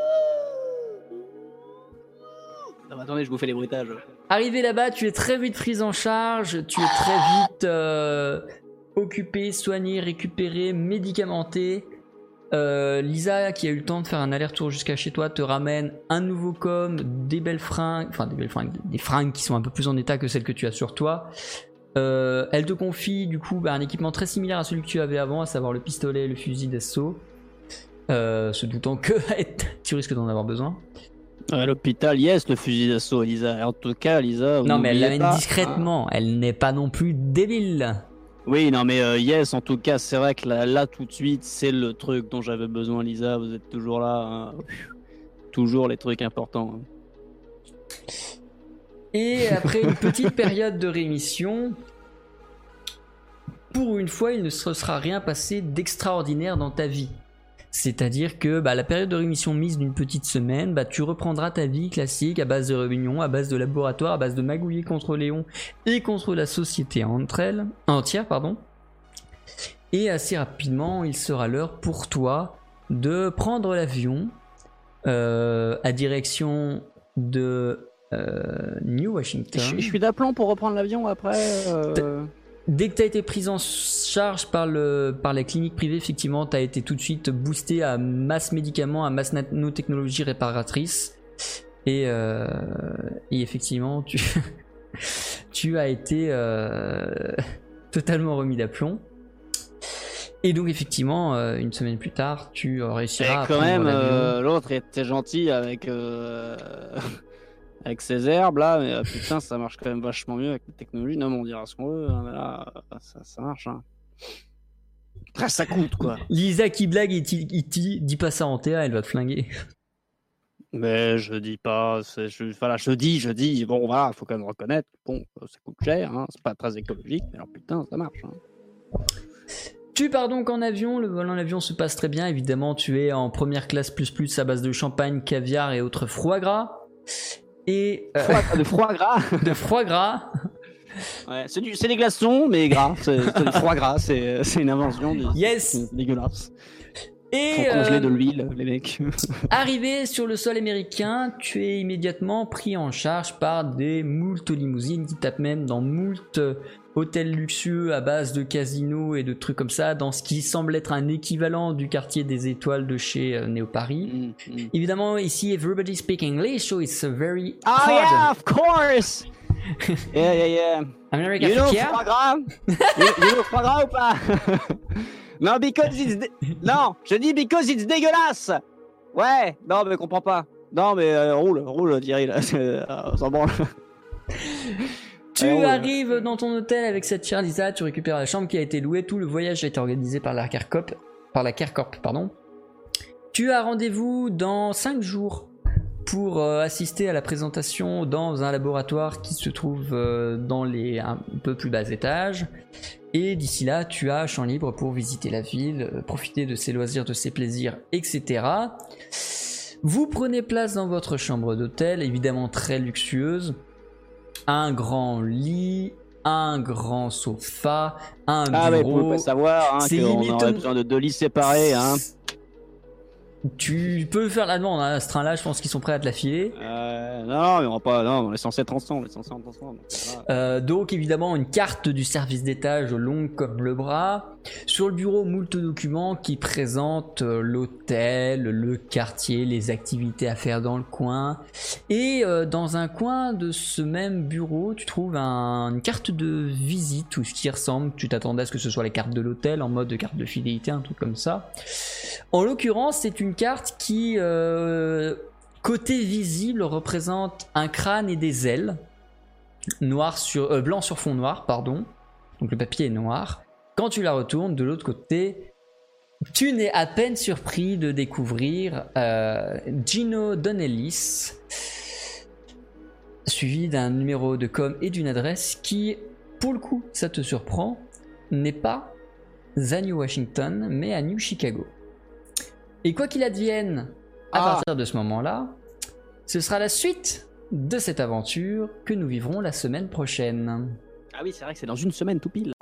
Non, attendez, je vous fais les bruitages. Arrivé là-bas, tu es très vite prise en charge, tu es très vite euh, occupé, soigné, récupéré, médicamenté. Euh, Lisa, qui a eu le temps de faire un aller-retour jusqu'à chez toi, te ramène un nouveau com, des belles fringues, enfin des belles fringues, des fringues qui sont un peu plus en état que celles que tu as sur toi. Euh, elle te confie du coup bah, un équipement très similaire à celui que tu avais avant, à savoir le pistolet et le fusil d'assaut, euh, se doutant que tu risques d'en avoir besoin. À l'hôpital, yes, le fusil d'assaut, Lisa. En tout cas, Lisa. Non, mais elle l'amène discrètement. Hein. Elle n'est pas non plus débile. Oui, non, mais euh, yes, en tout cas, c'est vrai que là, là, tout de suite, c'est le truc dont j'avais besoin, Lisa. Vous êtes toujours là. Hein. Toujours les trucs importants. Hein. Et après une petite période de rémission, pour une fois, il ne se sera rien passé d'extraordinaire dans ta vie. C'est-à-dire que bah, la période de rémission mise d'une petite semaine, bah, tu reprendras ta vie classique à base de réunions, à base de laboratoire, à base de magouiller contre Léon et contre la société entre elles, entière. Pardon. Et assez rapidement, il sera l'heure pour toi de prendre l'avion euh, à direction de euh, New Washington. Je, je suis d'aplomb pour reprendre l'avion après. Euh... Dès que tu as été prise en charge par, le, par la clinique privée, effectivement, tu as été tout de suite boosté à masse médicaments, à masse nanotechnologie réparatrice. Et, euh, et effectivement, tu, tu as été euh, totalement remis d'aplomb. Et donc, effectivement, euh, une semaine plus tard, tu réussiras et à quand prendre même, l'avion. Euh, l'autre était gentil avec... Euh... Avec ces herbes là, mais euh, putain, ça marche quand même vachement mieux avec la technologie. Non, mais on dira ce qu'on veut, hein, mais là, ça, ça marche. Hein. Après, ça coûte quoi. Lisa qui blague et il dit, dis pas ça en Théa, elle va te flinguer. Mais je dis pas, je, voilà, je dis, je dis, bon, voilà, faut quand même reconnaître, bon, ça coûte cher, hein, c'est pas très écologique, mais alors putain, ça marche. Hein. Tu pars donc en avion, le vol en avion se passe très bien, évidemment, tu es en première classe plus plus à base de champagne, caviar et autres foie gras. Et euh, foie, de foie gras. De foie gras. Ouais, c'est, du, c'est des glaçons, mais gras. C'est, c'est du foie gras, c'est, c'est une invention. De, yes. C'est dégueulasse. Et faut congeler euh, de l'huile, les mecs. Arrivé sur le sol américain, tu es immédiatement pris en charge par des moult limousines qui tapent même dans moult hôtels luxueux à base de casinos et de trucs comme ça, dans ce qui semble être un équivalent du quartier des Étoiles de chez euh, Néo Paris. Mm, mm. Évidemment, ici, everybody speak English, so it's a very oh, hard. Yeah, of course. Yeah, yeah, yeah. America you know Africa? foie gras? you, you know foie gras ou pas? Non, because it's dé... non, je dis because it's dégueulasse. Ouais, non, mais comprends pas. Non, mais euh, roule, roule, Thierry, là, euh, on s'en branle. Tu ouais, arrives ouais. dans ton hôtel avec cette chère Lisa, tu récupères la chambre qui a été louée, tout le voyage a été organisé par la CARCOP, par la CARCOP, pardon. Tu as rendez-vous dans cinq jours pour euh, assister à la présentation dans un laboratoire qui se trouve euh, dans les un peu plus bas étages. Et d'ici là, tu as champ libre pour visiter la ville, euh, profiter de ses loisirs, de ses plaisirs, et cetera. Vous prenez place dans votre chambre d'hôtel, évidemment très luxueuse. Un grand lit, un grand sofa, un ah bureau. Ah mais vous pouvez pas savoir hein, c'est qu'on limite aurait besoin de deux lits séparés. Hein. Tu peux faire la demande, hein. Ce train-là, je pense qu'ils sont prêts à te la filer. Euh, non, mais on va pas. Non, on est censé être ensemble. On est censé être ensemble. Donc, voilà. Euh, donc évidemment une carte du service d'étage longue comme le bras. Sur le bureau, moult documents qui présentent euh, l'hôtel, le quartier, les activités à faire dans le coin. Et euh, dans un coin de ce même bureau, tu trouves un- une carte de visite ou ce qui ressemble. Tu t'attendais à ce que ce soit les cartes de l'hôtel en mode de carte de fidélité, un truc comme ça. En l'occurrence, c'est une carte qui, euh, côté visible, représente un crâne et des ailes. Noir sur, euh, blanc sur fond noir, pardon. Donc le papier est noir. Quand tu la retournes de l'autre côté, tu n'es à peine surpris de découvrir euh, Gino Donnellis, suivi d'un numéro de com et d'une adresse qui, pour le coup, ça te surprend, n'est pas à New Washington, mais à New Chicago. Et quoi qu'il advienne, à Ah. partir de ce moment-là, ce sera la suite de cette aventure que nous vivrons la semaine prochaine. Ah oui, c'est vrai que c'est dans une semaine tout pile.